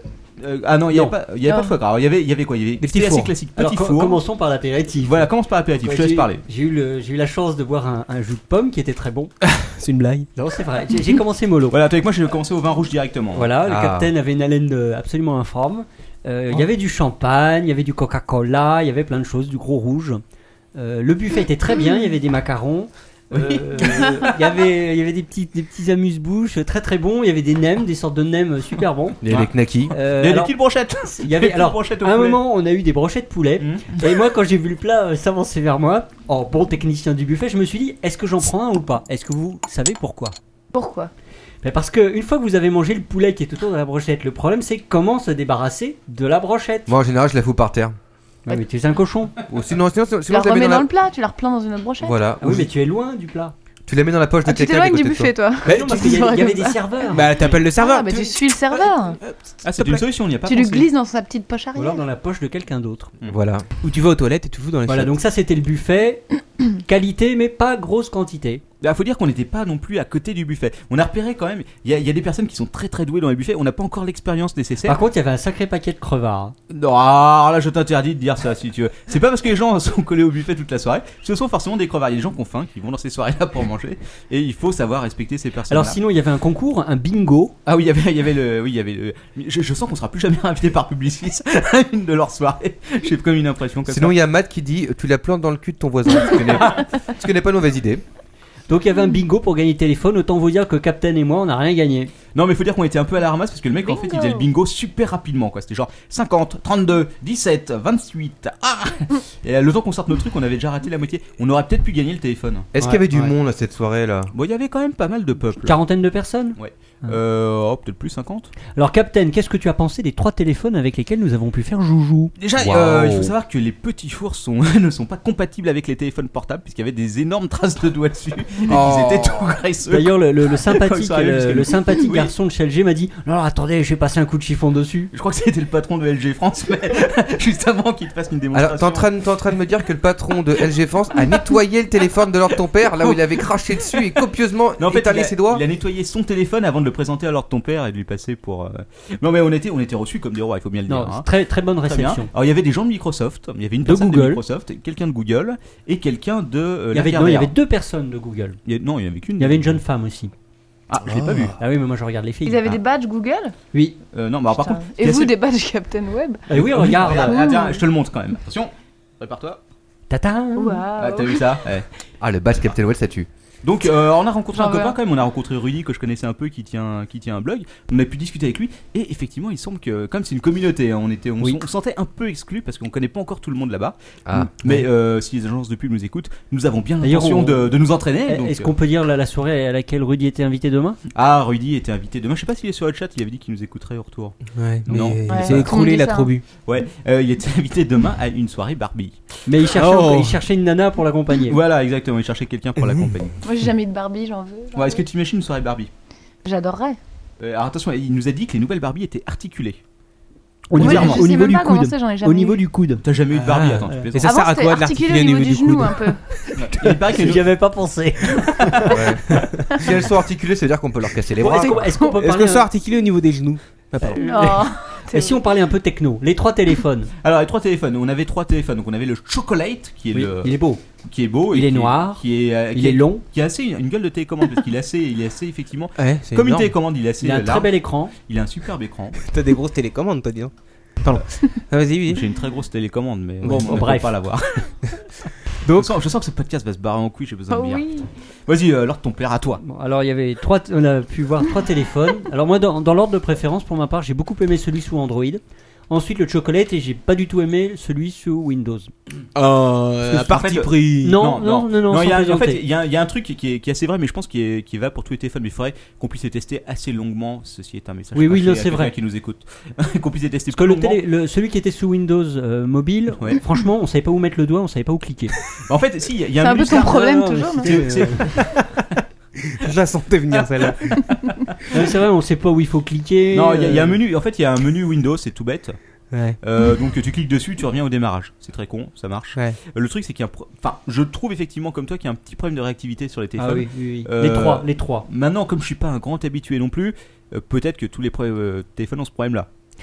S4: Euh, ah non, il n'y avait, pas, il y avait pas de foie gras. Alors, il y avait, il y avait quoi? Il y avait
S7: Des petits
S4: c'était assez
S7: fours.
S4: classique.
S7: Alors,
S4: Petit
S7: co-
S4: four.
S7: commençons par l'apéritif.
S4: Voilà, commence par l'apéritif.
S7: Ouais,
S4: je te laisse
S7: j'ai-
S4: parler.
S7: J'ai eu, le- j'ai eu la chance de boire un, un jus de pomme qui était très bon.
S5: C'est une blague.
S7: Non, c'est vrai. J'ai, j'ai commencé mollo.
S4: Voilà, avec moi, j'ai commencé au vin rouge directement.
S7: Voilà, le
S3: Ah.
S7: capitaine avait une haleine euh, absolument informe. Euh, Il y avait du champagne, il y avait du Coca-Cola, il y avait plein de choses, du gros rouge. Euh, le buffet était très bien, il y avait des macarons. Euh, Il y avait, il y avait des petits, des petits amuse-bouches très très bons. Il y avait des nems, des sortes de nems super bons.
S3: Il y a des knackis.
S7: Euh,
S4: Il y a des
S7: alors,
S4: petites brochettes.
S7: il y avait,
S4: Des
S7: alors,
S4: brochettes au
S7: à un
S4: poulet.
S7: moment, on a eu des brochettes poulet.
S4: Mmh.
S7: Et moi, quand j'ai vu le plat euh, s'avancer vers moi, en bon technicien du buffet, je me suis dit, est-ce que j'en prends un ou pas? Est-ce que vous savez pourquoi?
S6: Pourquoi?
S7: Ben parce que une fois que vous avez mangé le poulet qui est autour de la brochette, le problème c'est comment se débarrasser de la brochette.
S3: Moi en général je la fous par terre.
S7: Ouais, mais tu es un cochon.
S3: Ou sinon, sinon, sinon,
S6: Tu
S3: sinon
S6: la
S3: je la mets
S6: remets
S3: dans
S6: dans
S3: la...
S6: le plat, tu la replains dans une autre brochette.
S3: Voilà.
S7: Ah oui,
S3: Ou
S7: mais
S3: je-
S7: tu es loin du plat.
S3: Tu la mets dans la poche de
S6: Ah, tu
S3: quelqu'un qui est
S6: t'éloignes du
S3: côté de toi.
S6: buffet, toi.
S7: Mais non, parce qu'il y, a- il y avait
S6: comme
S7: des
S6: ça.
S7: serveurs.
S5: Bah, t'appelles le serveur.
S6: Ah, bah
S5: tu-
S6: tu suis le serveur.
S4: Ah, c'est une solution, on n'y a pas
S6: Tu lui
S4: pensé.
S6: glisses dans sa petite poche
S7: Ou
S6: arrière.
S7: alors dans la poche de quelqu'un d'autre.
S3: Voilà.
S5: Ou tu vas aux toilettes et tu fous dans les
S7: Voilà, donc ça c'était le buffet. Qualité, mais pas grosse quantité.
S4: Il faut dire qu'on n'était pas non plus à côté du buffet. On a repéré quand même, il y, a- il y a des personnes qui sont très très douées dans les buffets, on n'a pas encore l'expérience nécessaire.
S7: Par contre, il y avait un sacré paquet de crevards.
S4: Non, alors là je t'interdis de dire ça si tu veux. C'est pas parce que les gens sont collés au buffet toute la soirée, ce sont forcément des crevards. Il y a des gens qui ont faim, qui vont dans ces soirées-là pour manger, et il faut savoir respecter ces personnes.
S7: Alors sinon, il y avait un concours, un bingo.
S4: Ah oui, il y avait, il y avait le, oui, il y avait le. Je, je sens qu'on sera plus jamais invité par Publicis à une de leurs soirées. J'ai comme une impression comme
S3: Sinon
S4: ça.
S3: il y a Matt qui dit tu la plantes dans le cul de ton voisin. Tu connais, tu connais pas une mauvaise idée.
S7: Donc il y avait un bingo pour gagner le téléphone. Autant vous dire que Captain et moi, on n'a rien gagné.
S4: Non, mais il faut dire qu'on était un peu à la ramasse parce que le mec en fait il faisait le bingo super rapidement quoi. C'était genre cinquante, trente-deux, dix-sept, vingt-huit. Ah Et le temps qu'on sorte nos trucs, on avait déjà raté la moitié. On aurait peut-être pu gagner le téléphone.
S3: Est-ce
S7: Ouais,
S3: qu'il y avait du
S7: ouais.
S3: monde à cette soirée là?
S4: Bon, il y avait quand même pas mal de peuple.
S7: Quarantaine de personnes.
S4: Ouais. Euh, oh, peut-être plus cinquante.
S7: Alors Captain, qu'est-ce que tu as pensé des trois téléphones avec lesquels nous avons pu faire joujou?
S4: Déjà,
S3: Wow.
S4: euh, il faut savoir que les petits fours sont, ne sont pas compatibles avec les téléphones portables puisqu'il y avait des énormes traces de doigts dessus et
S3: Oh.
S4: qu'ils étaient tout graisseux.
S7: D'ailleurs, le, le- le
S4: Quand
S7: sympathique,
S4: ils sont arrivés
S7: le,
S4: jusqu'à
S7: le
S4: nous.
S7: sympathique
S4: Oui.
S7: garçon de chez L G m'a dit non, alors, attendez, je vais passer un coup de chiffon dessus.
S4: Je crois que c'était le patron de L G France, mais juste avant qu'il te fasse une démonstration.
S3: Alors t'es en, train de, t'es en train de me dire que le patron de L G France a nettoyé le téléphone de l'ordre de ton père là où il avait craché dessus et copieusement
S4: Non, en fait,
S3: étalé
S4: il a,
S3: ses doigts?
S4: il a nettoyé son téléphone avant de le présenter à l'ordre de ton père et de lui passer pour. euh, Non, mais on était, on était reçus comme des rois, il faut bien le
S7: Non,
S4: dire. hein.
S7: très très bonne
S4: Très bien.
S7: réception.
S4: Alors il y avait des gens de Microsoft, il y avait une
S7: De
S4: personne de
S7: Google.
S4: Microsoft, quelqu'un de Google et quelqu'un de. euh,
S7: Il y avait, non, il y
S4: Lagardère.
S7: avait deux personnes de Google.
S4: Il y a- Non, il y avait qu'une.
S7: Il y avait une jeune femme aussi.
S4: Ah, je l'ai pas vu.
S7: Ah oui, mais moi je regarde les filles.
S6: Ils avaient
S7: Ah.
S6: des badges Google.
S7: Oui.
S4: Euh, non, mais alors, par
S6: Putain.
S4: contre.
S6: Et
S4: il y a
S6: vous,
S4: ce-
S6: des badges Captain Web.
S7: Ah oui, regarde.
S4: Regarde, ah, tiens, je te le montre quand même. Attention, prépare-toi.
S7: Tata.
S6: Waouh.
S4: Ah, t'as vu ça Ouais.
S3: Ah le badge Captain Well ça tue.
S4: Donc euh, on a rencontré
S6: J'en
S4: un
S6: veux
S4: copain
S6: un.
S4: quand même, on a rencontré Rudy que je connaissais un peu qui tient qui tient un blog. On a pu discuter avec lui et effectivement il semble que comme c'est une communauté, hein, on était on,
S7: Oui.
S4: on sentait un peu exclu parce qu'on connaît pas encore tout le monde là-bas.
S3: Ah.
S4: Mais euh, si les agences de pub nous écoutent, nous avons bien
S7: D'ailleurs,
S4: l'intention
S7: on-
S4: de, de nous entraîner. donc,
S7: Est-ce
S4: euh,
S7: qu'on peut dire la, la soirée à laquelle Rudy était invité demain?
S4: Ah, Rudy était invité demain. Je sais pas s'il est sur le chat, il avait dit qu'il nous écouterait au retour.
S5: Ouais, mais
S4: Non.
S5: il
S6: Ouais,
S5: s'est
S6: tout le
S5: écroulé,
S6: monde
S5: il a
S6: dit
S5: trop
S6: ça.
S5: bu.
S4: Ouais, euh, il était invité demain à une soirée Barbie.
S7: Mais il cherchait,
S5: Oh.
S7: il cherchait une nana pour l'accompagner.
S4: Voilà, exactement, il cherchait quelqu'un pour l'accompagner.
S6: Moi, j'ai jamais eu de Barbie, j'en veux.
S4: Ouais, est-ce que tu imagines une soirée Barbie?
S6: J'adorerais.
S4: Euh, Alors attention, il nous a dit que les nouvelles Barbie étaient articulées.
S7: Au
S6: Moi,
S7: niveau,
S6: je
S7: au
S6: sais
S7: niveau
S6: même
S7: du
S6: pas comment
S7: coude.
S6: c'est, j'en ai jamais
S7: Au niveau
S6: eu.
S7: du coude.
S4: T'as jamais eu de Barbie?
S5: Ah,
S4: Attends, tu
S7: ouais.
S4: plaisantes.
S5: Et ça
S6: Avant,
S5: sert à
S6: c'était
S5: quoi de
S6: articulé
S5: l'articuler
S6: au niveau du
S5: du
S6: genou
S5: coude
S6: un peu.
S4: Il paraît que les
S7: J'y avais pas pensé.
S3: Ouais. Si elles sont articulées, ça veut dire qu'on peut leur casser les
S7: Bon,
S3: bras.
S7: est-ce qu'on est-ce qu'on peut
S5: Est-ce
S7: parler
S5: que ça
S7: un-
S5: articulé au niveau des genoux? Ah, pardon.
S6: Non.
S7: Et si on parlait un peu techno? Les trois téléphones.
S4: Alors les trois téléphones, on avait trois téléphones. Donc on avait le Chocolate qui est
S7: Oui,
S4: le,
S7: il est beau.
S4: qui est beau, et
S7: Il est
S4: qui
S7: noir.
S4: qui est, euh,
S7: Il
S4: qui
S7: est long.
S4: qui a assez une gueule de télécommande parce qu'il est assez, il est assez effectivement.
S5: Ouais, c'est
S4: Comme une
S5: énorme.
S4: télécommande, il est assez
S7: Il a un
S4: euh,
S7: très
S4: large.
S7: bel écran.
S4: Il a un superbe écran.
S5: T'as des grosses télécommandes, toi, dis donc. Pardon. Ah, vas-y, oui.
S4: J'ai une très grosse télécommande, mais
S7: Bon,
S4: on
S7: bon,
S4: ne
S7: bref.
S4: peut pas l'avoir. Donc, je sens, je sens que ce podcast va se barrer en couille. J'ai besoin
S6: Oh
S4: de bière.
S6: oui.
S4: Vas-y, euh, Lord, ton père à toi.
S7: Bon, alors il y avait trois, on a pu voir trois téléphones. Alors moi dans, dans l'ordre de préférence pour ma part, j'ai beaucoup aimé celui sous Android. Ensuite le Chocolate et j'ai pas du tout aimé celui sous Windows.
S5: Euh,
S4: Parce
S5: à
S4: que,
S5: parti
S4: en fait,
S5: pris.
S7: Non, non, non, non.
S4: il y a,
S7: sans
S4: en fait,
S7: plaisanter.
S4: il y, a, il y a un truc qui est, qui est assez vrai, mais je pense qu'il est- qui va pour tous les téléphones. Mais il faudrait qu'on puisse les tester assez longuement. Ceci est un message
S7: Oui, oui,
S4: caché
S7: non,
S4: à
S7: c'est
S4: quelqu'un
S7: vrai.
S4: qui nous écoute. Qu'on puisse les tester
S7: Parce que
S4: plus
S7: le
S4: longuement.
S7: télé, le- celui qui était sous Windows euh, mobile,
S4: Ouais.
S7: franchement, on savait pas où mettre le doigt, on savait pas où cliquer.
S4: En fait, si, il y a- il y a
S6: C'est
S4: un
S6: un peu
S4: menu
S6: ton
S4: start-
S6: problème
S7: non,
S6: toujours,
S7: mais
S6: non
S7: c'était,
S4: C'est-
S7: euh,
S5: Je la sentais venir, celle-là.
S7: non, c'est vrai, on sait pas où il faut cliquer.
S4: Non, il y, a- il y a un
S7: euh,
S4: menu. En fait, il y a un menu Windows, c'est tout bête.
S5: Ouais.
S4: Euh, donc tu cliques dessus, tu reviens au démarrage. C'est très con, ça marche.
S5: Ouais.
S4: Euh, Le truc, c'est qu'il y a un pro- enfin, je trouve effectivement comme toi qu'il y a un petit problème de réactivité sur les téléphones.
S7: Ah oui, oui, oui.
S4: Euh,
S7: Les trois, les trois.
S4: Maintenant, comme je suis pas un grand habitué non plus, euh, peut-être que tous les pro- euh, téléphones ont ce problème-là.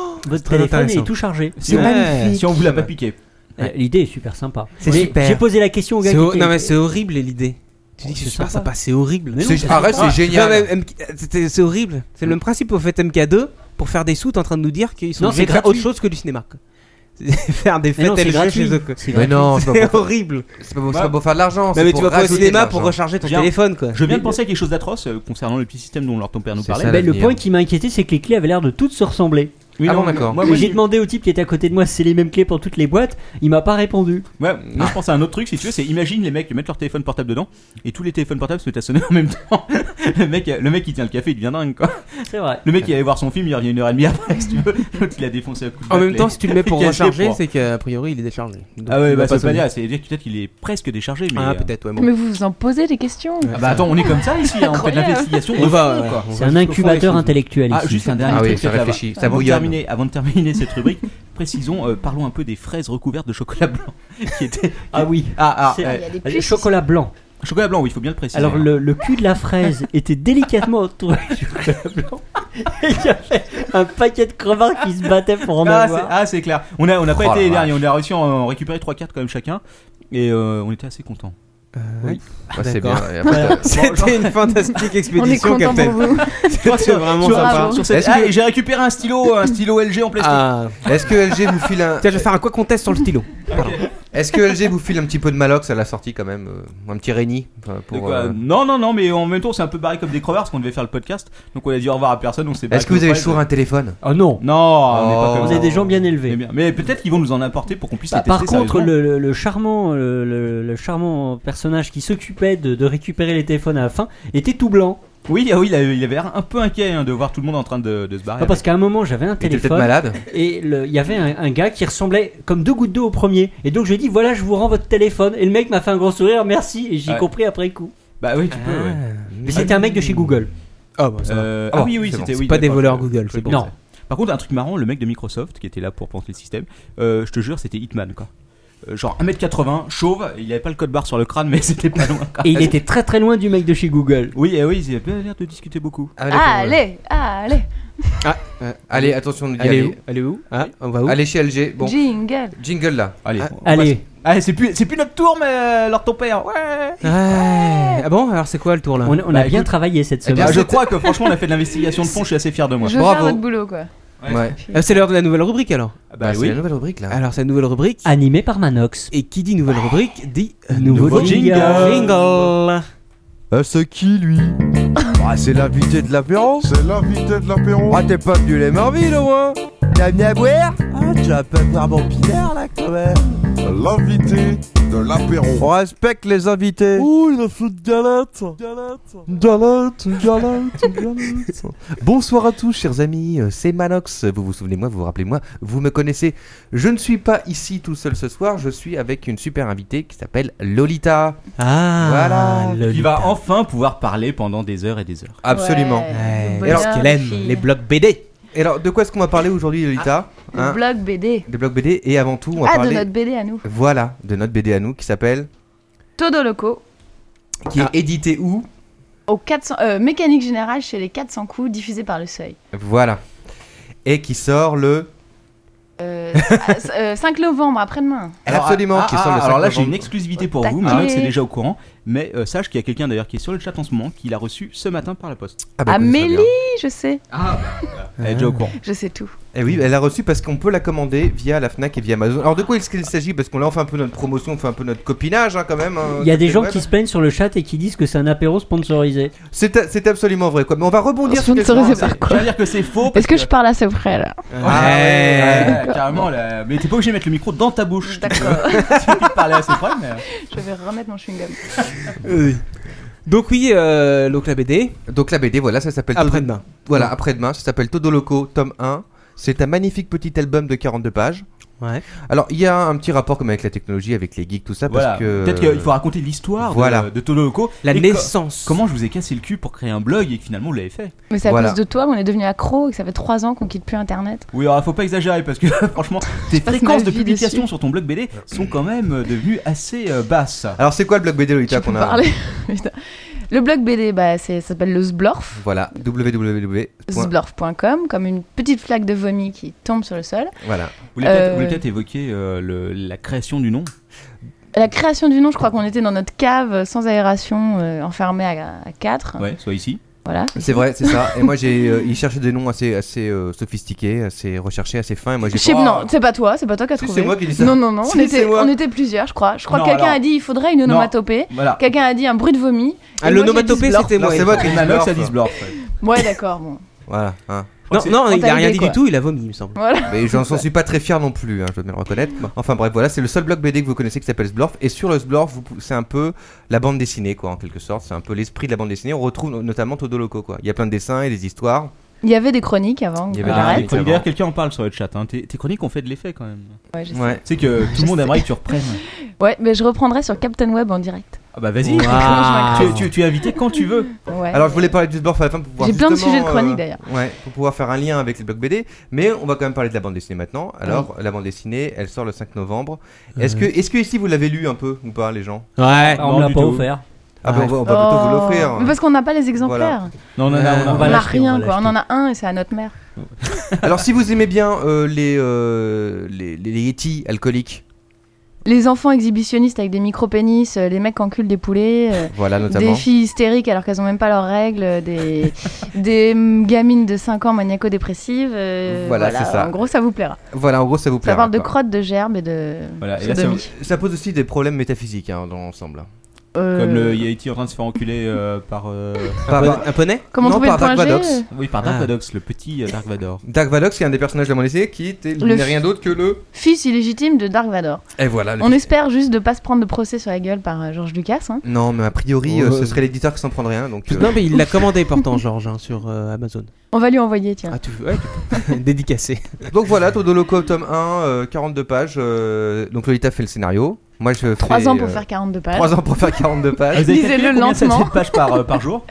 S5: Oh
S7: votre
S5: Très
S7: téléphone
S5: intéressant.
S7: est tout chargé.
S4: Si on, si on vous l'a pas piqué.
S7: Euh, L'idée est super sympa.
S5: C'est
S7: Mais
S5: super.
S7: J'ai posé la question au gars
S5: C'est
S7: qui
S5: ho-
S7: était-
S5: Non mais c'est horrible l'idée. Tu dis que
S7: c'est
S5: c'est super
S7: sympa.
S5: sympa, c'est horrible.
S7: Mais non,
S3: C'est-
S7: c'est
S3: arrête,
S7: sympa.
S3: c'est génial.
S5: Non, mais M K c'était- c'est horrible. C'est le même principe au fait M K deux pour faire des sous, t'es en train de nous dire qu'ils sont
S7: Non,
S5: obligés
S7: c'est
S5: de faire
S7: gratuit.
S5: autre chose que du cinéma. quoi. C'est faire des
S7: Mais
S5: fêtes
S7: non, c'est
S5: L G
S7: gratuit.
S5: chez eux. quoi.
S7: C'est
S3: Mais
S7: gratuit.
S3: non, c'est pas
S5: C'est
S3: pour-
S5: horrible.
S3: c'est pas beau, c'est pas beau faire de l'argent.
S5: Non,
S3: c'est
S5: mais
S3: pour
S5: tu vas pas au
S3: rajouter de
S5: cinéma
S3: l'argent.
S5: pour recharger ton
S4: Viens.
S5: téléphone quoi.
S4: Je viens de penser à quelque chose d'atroce euh, concernant le petit système dont leur ton père nous
S3: C'est
S4: parlait.
S3: ça,
S7: Ben, le
S3: l'avenir.
S7: point qui m'a inquiété, c'est que les clés avaient l'air de toutes se ressembler.
S4: Oui,
S3: Ah
S4: non,
S3: bon, d'accord.
S4: Moi,
S7: Et
S4: moi,
S7: j'ai
S4: j'ai-
S7: demandé au type qui était à côté de moi si c'est les mêmes clés pour toutes les boîtes. Il m'a pas répondu.
S4: Ouais, moi je pense à un autre truc si tu veux, c'est imagine les mecs mettent leur téléphone portable dedans et tous les téléphones portables se mettent à sonner en même temps. le mec, le mec qui tient le café, il devient dingue quoi.
S7: C'est vrai.
S4: Le mec qui allait voir son film, il revient une heure et demie après si tu veux. L'autre il a défoncé à coup de
S5: En
S4: batte,
S5: même
S4: les-
S5: temps, si tu le mets pour
S4: les
S5: recharger,
S4: pour-
S5: c'est qu'a priori il est déchargé. Donc,
S4: Ah
S5: il
S4: ouais,
S5: va
S4: bah ça veut pas
S5: sonner.
S4: dire, c'est dire que peut-être qu'il est presque déchargé mais
S5: Ah
S4: euh,
S5: peut-être ouais. bon.
S6: Mais vous vous en posez des questions.
S4: Ah bah attends, on est comme ça ici, hein, on fait de
S6: Incroyable.
S4: l'investigation.
S5: On
S4: de
S5: va,
S4: fond,
S5: ouais,
S4: quoi.
S5: on
S7: C'est un incubateur intellectuel
S4: Ah,
S7: ici.
S4: juste un dernier
S3: Ah oui,
S4: truc,
S3: ça
S4: peut-être,
S3: réfléchit, ça
S4: avant de
S3: bouillonne.
S4: terminer, avant de terminer cette rubrique, précisons, euh, parlons un peu des fraises recouvertes de chocolat blanc qui étaient.
S7: Ah oui.
S4: Ah, ah,
S7: C'est-
S4: euh,
S6: Il y a des
S7: Le
S6: puces.
S7: chocolat blanc.
S4: chocolat blanc, oui, il faut bien le préciser.
S7: Alors
S4: hein.
S7: le, le cul de la fraise était délicatement entouré de chocolat blanc. Et il y avait un paquet de crevards qui se battaient pour en
S4: Ah, c'est,
S7: avoir.
S4: ah, c'est clair. On a, on n'a pas
S3: Oh
S4: été
S3: la
S4: les derniers,
S3: vache.
S4: on a réussi à en récupérer trois cartes quand même chacun. Et euh, on était assez contents.
S5: Oui.
S3: Ouais, c'est bien.
S5: D'accord.
S3: Et après,
S7: Voilà.
S5: C'était une fantastique
S6: On est
S5: expédition,
S6: content
S5: Captain.
S6: pour vous.
S5: C'était vraiment
S4: sur,
S5: sympa.
S4: sur- sur cette-
S3: Est-ce
S4: Ah,
S3: que-
S4: et j'ai récupéré un stylo, un stylo L G en plastique.
S5: Ah.
S3: Est-ce que L G vous file un
S5: Tiens, je vais faire un quoi qu'on teste sur le stylo.
S3: Est-ce que L G vous file un petit peu de Malox à la sortie quand même, euh, un petit Réni enfin,
S4: De
S3: pour,
S4: quoi
S3: euh,
S4: Non, non, non, mais en même temps, c'est un peu barré comme des crevards parce qu'on devait faire le podcast. Donc on a dit au revoir à personne, on s'est barré
S3: Est-ce que vous avez
S4: avec nos
S3: toujours un téléphone
S7: Oh non.
S4: fraises. Non, on n'est pas
S3: Oh.
S4: comme
S7: On
S4: ça.
S7: est des gens bien
S4: Mais,
S7: élevés.
S4: bien. Mais peut-être qu'ils vont nous en apporter pour qu'on puisse
S7: Bah,
S4: les tester.
S7: par contre,
S4: sérieusement.
S7: le, le- le charmant, le, le- le charmant personnage qui s'occupait de, de récupérer les téléphones à la fin était tout blanc.
S4: Oui, ah oui, il avait il avait l'air un peu inquiet hein, de voir tout le monde en train de, de se barrer.
S7: Non, parce qu'à un moment, j'avais un
S3: Il était peut-être
S7: téléphone
S3: malade.
S7: et le- il y avait un, un gars qui ressemblait comme deux gouttes d'eau au premier. Et donc je lui ai dit voilà, je vous rends votre téléphone. Et le mec m'a fait un gros sourire, merci. Et j'ai
S4: Ouais.
S7: compris après coup.
S4: Bah oui, tu peux. Ouais.
S7: Mais c'était un mec de chez Google.
S5: Ah bah ça va.
S4: Euh,
S3: Oh,
S4: ah oui, oui,
S3: c'est
S4: c'était
S3: bon.
S4: oui.
S5: Pas des
S4: d'accord,
S5: voleurs
S4: je-
S5: Google,
S4: je
S5: c'est bon.
S4: pensais. Par contre, un truc marrant, le mec de Microsoft qui était là pour planter le système, euh, je te jure, c'était Hitman quoi. Euh, genre un mètre quatre-vingts, chauve, il avait pas le code barre sur le crâne, mais c'était pas loin. quoi.
S7: Et il était très très loin du mec de chez Google.
S4: Oui, eh oui, il avait l'air de discuter beaucoup.
S3: Ah, d'accord,
S6: Ah,
S3: ouais.
S6: allez, ah, allez.
S3: Allez, attention, on nous dit
S5: Allez où
S3: allez.
S5: Allez où Ah, on va où
S3: Allez chez L G. Bon,
S6: Jingle.
S3: jingle là.
S4: Allez,
S5: Ah,
S4: on
S7: Allez.
S4: passe. Allez, c'est plus, c'est plus notre tour, mais euh, leur ton père. Ouais.
S5: Ouais. Ah bon, alors c'est quoi le tour là
S7: On, on
S4: Bah,
S7: a bien
S4: écoute-
S7: travaillé cette
S3: Eh bien,
S7: semaine.
S4: Ah, je
S3: c'était-
S4: crois que franchement, on a fait de l'investigation de fond. Je suis assez fier de moi.
S6: Je veux
S3: Bravo.
S6: faire votre boulot, quoi.
S3: Ouais.
S5: Euh, C'est l'heure de la nouvelle rubrique alors.
S4: Ah,
S3: Bah,
S4: bah
S3: c'est
S4: oui.
S3: la nouvelle rubrique là.
S5: Alors c'est la nouvelle rubrique.
S7: Animé par Manox.
S5: Et qui dit nouvelle rubrique dit euh,
S7: Nouveau
S5: nouveau
S7: jingle.
S5: jingle.
S14: Euh, c'est qui lui Ah, c'est l'invité de l'apéro.
S1: C'est l'invité de l'apéro.
S14: Ah, t'es pas venu les Marvilles au moins. T'as venu à boire Ah, tu vas pas boire mon pinard là quand même.
S1: L'invité de l'apéro.
S14: On respecte les invités. Oh, il a fait de galette. Galette, galette, galette.
S3: Bonsoir à tous, chers amis. euh, C'est Manox. Vous vous souvenez de moi, vous vous rappelez de moi, vous me connaissez. Je ne suis pas ici tout seul ce soir. Je suis avec une super invitée qui s'appelle Lolita.
S5: Ah,
S3: Voilà.
S5: Lolita.
S4: Qui va enfin pouvoir parler pendant des heures et des heures.
S3: Absolument.
S6: Ouais,
S5: Ouais,
S6: le
S5: parce
S6: bonheur
S5: qu'elle
S6: des
S5: aime
S6: filles.
S5: les blogs B D.
S3: Et alors, de quoi est-ce qu'on va parler aujourd'hui, Lolita
S6: Le
S3: Hein
S6: blog B D.
S3: Des blogs B D. Et avant tout, on va
S6: Ah, de
S3: parler.
S6: notre B D à nous.
S3: Voilà, de notre B D à nous qui s'appelle.
S6: Todo Loco.
S3: Qui est édité où
S6: Au quatre cents, euh, Mécanique Générale chez les quatre cents coups, diffusé par le Seuil.
S3: Voilà. Et qui sort le.
S6: Euh, euh, cinq novembre, après-demain.
S4: Alors,
S3: Absolument,
S4: ah,
S3: qui
S4: ah,
S3: sort le
S4: ah,
S3: cinq
S4: alors là, j'ai
S3: novembre.
S4: une exclusivité pour
S6: Taquet.
S4: vous. Manox est déjà au courant. Mais euh, sache qu'il y a quelqu'un d'ailleurs qui est sur le chat en ce moment qui l'a reçu ce matin par la poste.
S3: Ah bah, écoute, ça va
S6: Amélie,
S3: bien.
S6: je sais.
S4: Ah, elle est déjà au courant.
S6: Je sais tout.
S3: Eh oui, elle l'a reçu parce qu'on peut la commander via la Fnac et via Amazon. Alors de quoi est-ce qu'il s'agit? Parce qu'on là on fait un peu notre promotion, on fait un peu notre copinage hein, quand même. hein,
S7: Il y a des
S3: côté
S7: gens
S3: web.
S7: qui se plaignent sur le chat et qui disent que c'est un apéro sponsorisé.
S3: C'est c'est absolument vrai quoi. Mais on va rebondir sur quelque
S6: Sponsorisé
S3: chose.
S6: par
S4: Je
S6: quoi
S4: veux dire que c'est faux.
S6: Est-ce que je parle assez près là
S4: Ah ouais, ouais, ouais, carrément. Là. Mais t'es pas obligé de mettre le micro dans ta bouche.
S6: D'accord.
S4: Il suffit de parler assez près. Mais...
S6: Je vais remettre mon chewing-gum.
S5: Oui. Donc oui, euh, donc la B D.
S3: Donc la B D, voilà, ça s'appelle.
S5: Après-demain.
S3: Todo- Voilà, après-demain, ça s'appelle Todo Loco, tome un. C'est un magnifique petit album de quarante-deux pages.
S5: Ouais.
S3: Alors, il y a un petit rapport comme avec la technologie, avec les geeks, tout ça,
S4: Voilà.
S3: parce que.
S4: Peut-être qu'il faut raconter l'histoire
S3: Voilà.
S4: de, de Todo Loco.
S5: La
S4: Et
S5: naissance.
S4: co- comment je vous ai cassé le cul pour créer un blog et que finalement vous l'avez fait.
S6: Mais c'est à
S3: Voilà.
S6: cause de toi qu'on est devenu accro et que ça fait trois ans qu'on quitte plus internet.
S4: Oui, alors faut pas exagérer parce que franchement, tes
S6: passe
S4: fréquences
S6: ma
S4: de
S6: vie
S4: publication
S6: dessus.
S4: sur ton blog B D sont quand même euh, devenues assez euh, basses.
S3: Alors, c'est quoi le blog B D, Lolita,
S6: Tu peux
S3: qu'on a
S6: parler. Putain. Le blog B D, bah, c'est, ça s'appelle le Sblorf.
S3: Voilà, w w w point
S6: Sblorf point com, comme une petite flaque de vomi qui tombe sur le sol.
S3: Voilà.
S4: Vous voulez peut-être,
S6: Euh,
S4: vous voulez peut-être évoquer euh, le- la création du nom.
S6: La création du nom, je crois qu'on était dans notre cave sans aération, euh, enfermé à, à quatre.
S4: Ouais, soit ici.
S6: Voilà.
S3: C'est vrai, c'est ça. Et moi, j'ai, euh, il cherchait des noms assez, assez euh, sophistiqués, assez recherchés, assez fins. Et moi, j'ai
S6: Je sais-
S3: fait,
S6: non, c'est pas toi, c'est pas toi qui as
S3: Si,
S6: trouvé.
S3: c'est moi qui dis ça.
S6: Non, non, non,
S3: Si,
S6: on,
S3: c'est
S6: était,
S3: moi.
S6: on était plusieurs, je crois. Je crois
S4: Non,
S6: que quelqu'un
S4: alors-
S6: a dit il faudrait une
S4: Non,
S6: onomatopée.
S4: voilà.
S6: Quelqu'un a dit un bruit de vomi.
S5: Ah,
S6: Et moi, j'ai
S5: l'onomatopée,
S6: dit Sblorf.
S5: c'était moi.
S3: Non, c'est moi qui ai dit
S4: Manox a
S3: Sblorf.
S4: dit Sblorf. ouais.
S6: Ouais, d'accord, bon.
S3: Voilà. Hein.
S5: Non,
S4: c'est-
S5: non,
S6: on
S5: il
S6: t'a
S5: a rien
S6: aidé,
S5: dit
S6: quoi.
S5: du tout, il a vomi, il me semble.
S6: Voilà.
S3: Mais j'en s'en suis pas très fier non plus, hein, je dois bien le reconnaître. Enfin bref, voilà, c'est le seul blog B D que vous connaissez qui s'appelle Sblorf. Et sur le Sblorf, vous pou- c'est un peu la bande dessinée, quoi, en quelque sorte. C'est un peu l'esprit de la bande dessinée. On retrouve no- notamment Todo Loco, quoi. Il y a plein de dessins et des histoires.
S6: Il y avait des chroniques avant.
S3: Il y
S6: qu'on
S3: avait des
S6: arrête.
S3: chroniques.
S4: D'ailleurs, quelqu'un en parle sur le chat. Hein. Tes, tes chroniques ont fait de l'effet quand même.
S6: Ouais, je sais.
S3: Ouais.
S4: Tu sais que tout le monde aimerait que tu reprennes.
S6: Ouais, mais je reprendrai sur Captain Web en direct.
S4: Ah bah vas-y,
S5: Waouh.
S4: tu, tu, tu es invité quand tu veux.
S6: Ouais.
S3: Alors je voulais parler du Sblorf à la fin pour pouvoir
S6: J'ai plein de
S3: justement,
S6: sujets de chronique,
S3: euh,
S6: d'ailleurs.
S3: Ouais, pour pouvoir faire un lien avec les blogs B D. Mais on va quand même parler de la bande dessinée maintenant. Alors la bande dessinée, elle sort le cinq novembre. Est-ce que, est-ce que ici vous l'avez lu un peu ou pas, les gens?
S5: Ouais.
S7: Ah, on
S4: Non,
S7: me l'a
S4: du
S7: pas
S4: tout.
S7: offert.
S3: Ah bah on va, on va plutôt vous
S6: Oh.
S3: l'offrir.
S6: Mais parce qu'on n'a pas les exemplaires.
S3: Voilà.
S4: Non, non, non,
S5: Euh,
S4: non,
S7: on
S6: On
S7: va
S6: n'a
S7: l'acheter,
S6: rien,
S7: va
S6: quoi. On
S7: l'acheter.
S6: en a un et c'est à notre mère.
S3: Alors si vous aimez bien euh, les, euh, les les les Yeti alcooliques,
S6: Les enfants exhibitionnistes avec des micro-pénis, euh, les mecs qui enculent des poulets, euh,
S3: voilà notamment.
S6: des filles hystériques alors qu'elles ont même pas leurs règles, euh, des, des mm, gamines de cinq ans maniaco-dépressives. euh,
S3: Voilà, c'est ça.
S6: En gros, ça vous plaira.
S3: Voilà, en gros ça vous plaît.
S6: Ça parle de crottes, de gerbes et de
S4: Voilà, et là,
S6: sodomie.
S3: Ça pose aussi des problèmes métaphysiques hein, dans l'ensemble.
S6: Euh,
S4: Comme le Yeti en train de se faire enculer euh, par. euh,
S3: Par- par-
S5: Un poney
S6: Comment
S3: non,
S6: trouver
S3: par
S6: le point
S3: Dark
S6: G
S3: Vadox.
S4: Oui, par Dark
S5: Ah.
S4: Vadox, le petit euh, Dark Vador.
S3: Dark Vadox, qui est un des personnages de la bande dessinée, qui était
S6: Le
S3: n'est
S6: f-
S3: rien d'autre que le.
S6: Fils illégitime de Dark Vador.
S3: Et voilà. Le
S6: On espère juste de pas se prendre de procès sur la gueule par euh, George Lucas. Hein.
S3: Non, mais a priori,
S5: Ouais.
S3: euh, ce serait l'éditeur qui s'en prendrait un. Donc, euh,
S5: Non, mais il l'a commandé pourtant, Georges, hein, sur euh, Amazon.
S6: On va lui envoyer, tiens.
S5: Ah, tu ouais, tu- dédicacé.
S3: donc voilà, Todo Loco tome un, euh, quarante-deux pages. euh, donc Lolita fait le scénario. Moi je fais.
S6: Trois ans pour
S3: euh,
S6: faire quarante-deux pages.
S3: trois ans pour faire quarante-deux pages.
S4: Vous avez
S6: Lisez-le
S4: calculé combien ça
S6: lentement.
S4: fait de pages par, euh, par jour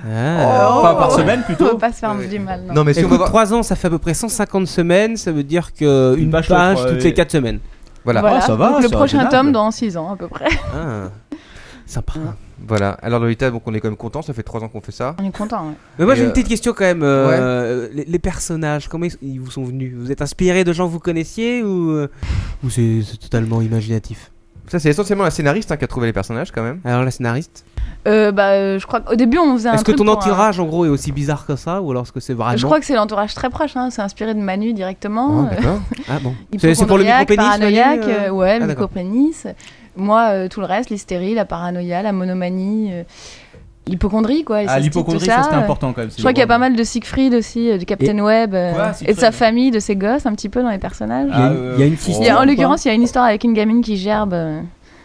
S5: Ah.
S4: Enfin, par semaine
S6: On
S4: plutôt.
S6: va pas se faire du mal. Non.
S3: Non, mais si on va
S5: Écoute,
S3: voir.
S5: trois ans, ça fait à peu près cent cinquante semaines, ça veut dire que
S4: Une
S5: une
S4: page
S5: page,
S4: sur, euh,
S5: toutes les quatre semaines.
S3: Voilà.
S6: Voilà.
S4: Ah, ça va,
S6: Donc, le
S4: c'est
S6: prochain
S4: raisonnable.
S6: tome dans six ans à peu près.
S5: Ah. Sympa.
S3: Voilà. Alors Lolita, donc on est quand même content. Ça fait trois ans qu'on fait ça.
S6: On est content. Ouais.
S5: Mais moi
S3: Et
S5: j'ai une
S3: euh,
S5: petite question quand même. euh, les, les personnages, comment ils, ils vous sont venus? Vous êtes inspiré de gens que vous connaissiez ou, euh, ou c'est c'est totalement imaginatif?
S3: Ça c'est essentiellement la scénariste hein, qui a trouvé les personnages quand même.
S5: Alors la scénariste?
S6: Euh, bah, euh, je crois qu'au début on faisait un
S5: Est-ce que
S6: truc
S5: ton
S6: pour un-
S5: entourage en gros est aussi bizarre que ça ou alors est-ce que c'est vraiment?
S6: Je crois que c'est l'entourage très proche. Hein. C'est inspiré de Manu directement.
S3: Oh, d'accord.
S5: Ah bon. C'est c'est pour le
S6: Hypochondriaque,
S5: micro-pénis,
S6: paranoïaque,
S5: Manu, euh
S6: euh, ouais,
S5: Ah,
S6: le
S5: d'accord.
S6: micro-pénis. Moi, euh, tout le reste, l'hystérie, la paranoïa, la monomanie, euh, l'hypochondrie, quoi. les
S4: Ah,
S6: cystites,
S4: l'hypochondrie,
S6: tout
S4: ça c'était
S6: euh.
S4: important quand même.
S6: Je crois qu'il y a pas mal de Siegfried aussi, euh, du Captain Web, euh,
S4: Quoi,
S6: et de
S4: Siegfried
S6: sa famille, de ses gosses, un petit peu dans les personnages.
S4: Ah,
S7: Il y a- il y a une
S4: euh,
S7: système.
S6: Il y a- en
S7: ou pas
S6: l'occurrence, il y a une histoire avec une gamine qui gerbe, euh,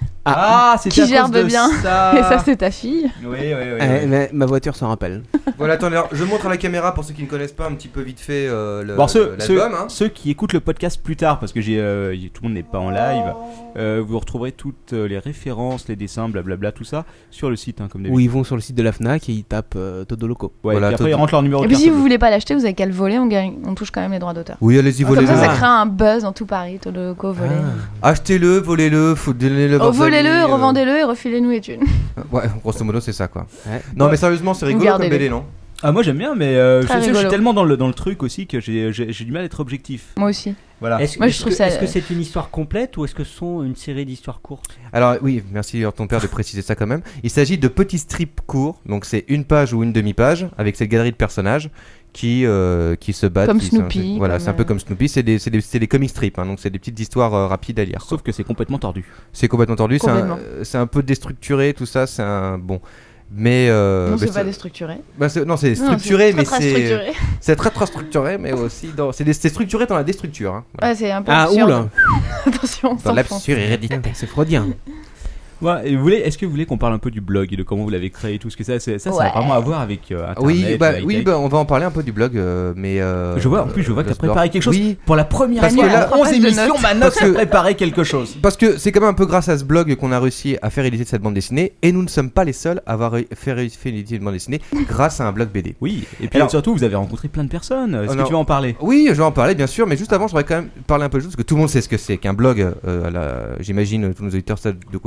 S4: Ah, c'était
S6: qui
S4: à cause
S6: gerbe
S4: de
S6: bien.
S4: ça.
S6: Et ça, c'est ta fille.
S4: Oui, oui, oui.
S5: Eh,
S4: oui.
S5: mais ma voiture s'en rappelle.
S3: Voilà, attendez, alors, je montre à la caméra pour ceux qui ne connaissent pas un petit peu vite fait euh, le,
S4: Bon, ceux, ceux,
S3: l'album. Hein.
S4: ceux qui écoutent le podcast plus tard, parce que j'ai, euh, y- tout le monde n'est pas en live, euh, vous retrouverez toutes euh, les références, les dessins, blablabla, tout ça sur le site, hein, comme
S5: Où
S4: d'habitude.
S5: ils vont sur le site de la Fnac et ils tapent euh, Todo Loco.
S4: Ouais,
S3: Voilà,
S4: puis après
S3: tout-
S4: ils rentrent leur numéro
S6: Et
S4: de
S6: puis
S4: carte.
S6: si vous voulez pas l'acheter, vous avez qu'à le voler, on, gagne, on touche quand même les droits d'auteur.
S3: Oui, allez-y,
S6: Comme
S3: volez-le.
S6: ça, ça crée un buzz dans tout Paris, Todo Loco, volé.
S3: Achetez-le, volez-le, faut donnez-le.
S6: Oh, volez-le, revendez-le et refilez-nous les thunes.
S3: Ouais, grosso modo, c'est ça quoi.
S5: Ouais.
S3: Non,
S4: Ouais.
S3: mais sérieusement, c'est rigolo
S6: Gardez-les.
S3: comme B D, non?
S4: Ah, moi j'aime bien, mais euh, je,
S6: Très
S4: sais, je suis
S6: rigolo.
S4: tellement dans le, dans le truc aussi que j'ai, j'ai, j'ai du mal à être objectif.
S6: Moi aussi.
S4: Voilà.
S7: Est-ce
S6: Moi, je
S7: est-ce
S6: trouve
S7: que
S6: ça-
S7: est-ce que c'est une histoire complète ou est-ce que ce sont une série d'histoires courtes?
S3: Alors oui, merci à ton père de préciser ça quand même. Il s'agit de petits strips courts, donc c'est une page ou une demi-page avec cette galerie de personnages qui euh, qui se battent.
S6: Comme
S3: qui
S6: Snoopy,
S3: sont- Voilà,
S6: comme,
S3: c'est un peu
S6: euh,
S3: comme Snoopy. C'est des c'est des, c'est des comic strips, hein, donc c'est des petites histoires euh, rapides à lire. quoi.
S4: Sauf que c'est complètement tordu.
S3: C'est complètement tordu. C'est un,
S6: Complètement.
S3: euh, c'est un peu déstructuré, tout ça. C'est un bon. Mais euh,
S6: non,
S3: mais
S6: c'est
S3: ça-
S6: pas déstructuré.
S3: bah, c'est- non, c'est
S6: Non,
S3: structuré,
S6: c'est
S3: mais
S6: très, très
S3: c'est
S6: structuré.
S3: c'est très très structuré, mais aussi dans c'est des- c'est structuré dans la déstructure. Hein. Voilà.
S6: Ouais, c'est un peu
S5: Ah,
S6: absurde.
S5: oula.
S6: Attention, on
S3: Dans
S6: s'enfonce.
S3: l'absurdité.
S5: C'est freudien.
S4: Ouais, et vous voulez, est-ce que vous voulez qu'on parle un peu du blog et de comment vous l'avez créé, tout ce que ça, c'est, ça, ça a
S6: Ouais.
S4: vraiment à voir avec euh, Internet.
S3: Oui, bah,
S4: le high-tech.
S3: oui bah, on va en parler un peu du blog, euh, mais. euh,
S4: Je vois, en plus, je vois que
S3: le
S4: t'as préparé
S3: blog.
S4: quelque chose.
S3: Oui,
S4: Pour la première
S3: Parce
S4: fois
S3: que là-
S4: en onze
S6: Page de
S4: émissions,
S6: notes.
S4: Manox
S3: Parce
S4: a
S3: que-
S4: préparé quelque chose.
S3: parce que c'est quand même un peu grâce à ce blog qu'on a réussi à faire éditer cette bande dessinée, et nous ne sommes pas les seuls à avoir ré- fait, ré- fait éditer une bande dessinée grâce à un blog B D.
S4: Oui, et puis
S3: Alors-
S4: surtout, vous avez rencontré plein de personnes. Est-ce
S3: Oh,
S4: que
S3: non.
S4: tu vas en parler?
S3: Oui, je vais en parler bien sûr, mais juste avant, je voudrais quand même parler un peu de choses, parce que tout le monde sait ce que c'est qu'un blog. Euh, à la- J'imagine tous nos auditeurs savent de quoi il s'agit,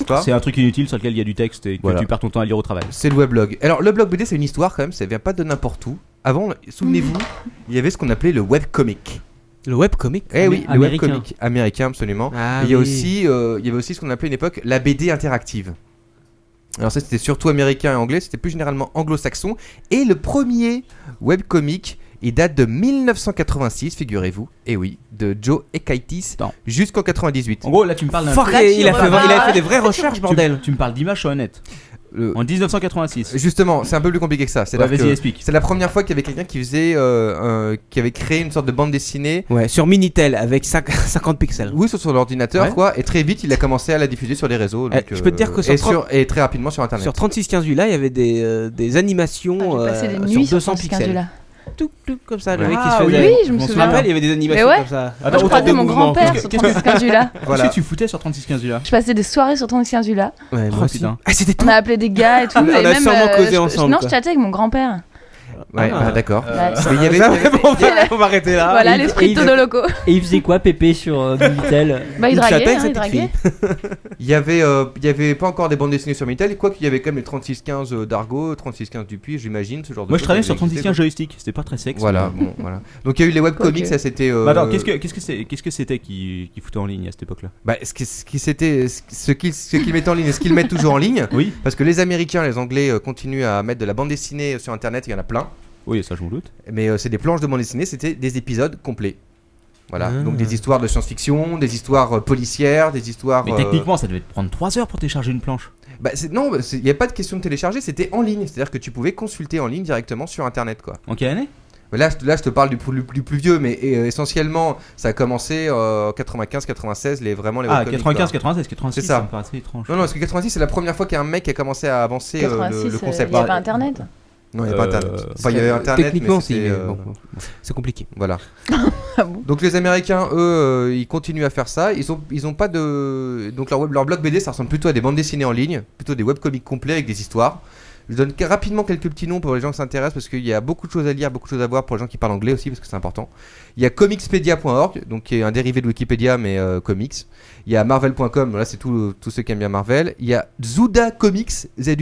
S3: n'est-ce pas?
S4: C'est un truc inutile sur lequel il y a du texte et que
S3: Voilà.
S4: tu perds ton temps à lire au travail.
S3: C'est le weblog. Alors le blog B D c'est une histoire quand même, ça vient pas de n'importe où. Avant, souvenez-vous, il y avait ce qu'on appelait le webcomic.
S5: Le webcomic?
S3: Eh oui, le
S7: Américain.
S3: webcomic américain absolument.
S5: Ah
S3: Et il y a
S5: oui.
S3: aussi, euh, il y avait aussi ce qu'on appelait à une époque la B D interactive. Alors ça c'était surtout américain et anglais, c'était plus généralement anglo-saxon. Et le premier webcomic, il date de mille neuf cent quatre-vingt-six, figurez-vous. Et oui, de Joe Ekaitis jusqu'en quatre-vingt-dix-huit.
S4: En gros, là tu me parles d'un.
S5: Fuck,
S4: Là,
S5: il,
S4: tu
S5: a fait,
S4: remarques-
S5: il a fait des vraies recherches,
S4: Tu-
S5: bordel.
S4: Tu me parles d'images sur le net.
S3: Le-
S4: En dix-neuf cent quatre-vingt-six.
S3: Justement, c'est un peu plus compliqué que ça. C'est
S4: Ouais, vas-y, explique.
S3: C'est la première fois qu'il y avait quelqu'un qui faisait, euh, un- qui avait créé une sorte de bande dessinée.
S5: Ouais, sur Minitel avec cinq- cinquante pixels.
S3: Oui, sur son ordinateur,
S5: Ouais.
S3: quoi. Et très vite, il a commencé à la diffuser sur les réseaux.
S5: Eh,
S3: donc,
S5: je peux te dire que sur
S3: et,
S5: trente
S3: sur- et très rapidement sur Internet.
S5: Sur trente-six quinze huit là, il y avait des, euh, des animations
S6: Ah, j'ai passé des
S5: euh,
S6: nuits
S5: sur
S6: sur
S5: deux cents pixels.
S6: là.
S5: Tout, tout comme ça, le
S3: Ouais.
S5: mec qui
S6: Ah
S5: se
S6: oui,
S5: faisait.
S6: oui, je me
S5: On se
S6: souviens.
S5: rappelle, il y avait des animations
S6: Mais ouais.
S5: comme ça.
S6: Moi, je croisais mon grand-père sur trente-six quinze là.
S3: Voilà.
S4: Qu'est-ce que tu foutais sur trente-six quinze là?
S6: Je passais des soirées sur trente-six quinze là.
S5: Ouais,
S4: Oh,
S5: moi aussi.
S4: putain.
S5: Ah, c'était
S6: On a appelé des gars et tout.
S5: On
S6: et
S5: a
S6: même,
S5: sûrement
S6: euh,
S5: causé
S6: je-
S5: ensemble,
S6: Non,
S5: quoi.
S6: je chattais avec mon grand-père.
S3: Ouais,
S5: Ah.
S3: ah, d'accord.
S6: Ouais.
S3: Mais il y avait. il y avait-
S5: on, va, on va arrêter là.
S6: Voilà,
S7: Et-
S6: l'esprit
S7: et
S6: de
S7: il-
S6: Todo Loco.
S7: Et il faisait quoi, Pépé, sur euh, Minitel?
S6: Bah, il
S5: Il
S6: draguait,
S5: chattait avec
S6: hein,
S5: sa
S6: il
S5: petite
S6: draguait.
S3: Il y avait, euh, il y avait pas encore des bandes dessinées sur Minitel, quoi qu'il y avait quand même les trente-six quinze d'Argo, trente-six quinze Dupuis, j'imagine, ce genre de
S4: Moi je
S3: choses
S4: travaillais
S3: qui
S4: sur
S3: existaient,
S4: trente-six quinze joystick, c'était pas très sexe.
S3: Voilà,
S4: mais-
S3: bon, voilà. Donc il y a eu les webcomics,
S6: Ok.
S3: ça c'était. euh,
S4: Bah attends, qu'est-ce que qu'est-ce que c'est qu'est-ce que c'était qui qui foutait en ligne à cette époque-là?
S3: Bah, ce qui, ce qui c'était, ce ce qu'ils ce qu'ils mettent en ligne et ce qu'ils mettent toujours en ligne,
S4: Oui.
S3: parce que les Américains, les Anglais euh, continuent à mettre de la bande dessinée sur Internet, il y en a plein,
S4: Oui, ça je m'en doute.
S3: mais euh, c'est des planches de bande dessinée, c'était des épisodes complets. Voilà,
S5: Ah.
S3: donc des histoires de science-fiction, des histoires euh, policières, des histoires.
S4: Mais
S3: euh,
S4: techniquement, ça devait te prendre trois heures pour télécharger une planche.
S3: bah, c'est- non, bah, c'est- il n'y a pas de question de télécharger, c'était en ligne, c'est-à-dire que tu pouvais consulter en ligne directement sur Internet, quoi.
S4: En quelle année?
S3: Mais Là, je, te- là, je te parle du, plus- du plus vieux, mais euh, essentiellement, ça a commencé en quatre-vingt-quinze quatre-vingt-seize, les, vraiment les
S4: Ah,
S3: webcomics,
S4: quatre-vingt-quinze
S3: quoi.
S4: quatre-vingt-seize quatre-vingt-six,
S3: C'est ça.
S4: ça me paraissait étrange.
S3: Non, non, parce que quatre-vingt-six, c'est la première fois qu'il y a un mec qui a commencé à avancer euh, le-
S6: quatre-vingt-six,
S3: le,
S6: euh,
S3: concept.
S6: il y avait pas Internet.
S3: Non, il n'y a pas
S4: Euh,
S3: Internet. Enfin, il y avait Internet,
S5: Techniquement,
S3: mais
S5: si,
S3: c'était,
S5: mais
S3: euh,
S5: bon, c'est compliqué.
S3: Voilà.
S6: Ah bon.
S3: Donc les Américains, eux, euh, ils continuent à faire ça. Ils ont, ils ont pas de. Donc leur, web, leur blog B D, ça ressemble plutôt à des bandes dessinées en ligne, plutôt des webcomics complets avec des histoires. Je donne que- rapidement quelques petits noms pour les gens qui s'intéressent parce qu'il y a beaucoup de choses à lire, beaucoup de choses à voir pour les gens qui parlent anglais aussi parce que c'est important. Il y a comicspedia point org, donc qui est un dérivé de Wikipédia mais euh, comics. Il y a marvel point com, là c'est tout- tous ceux qui aiment bien Marvel. Il y a Zuda Comics,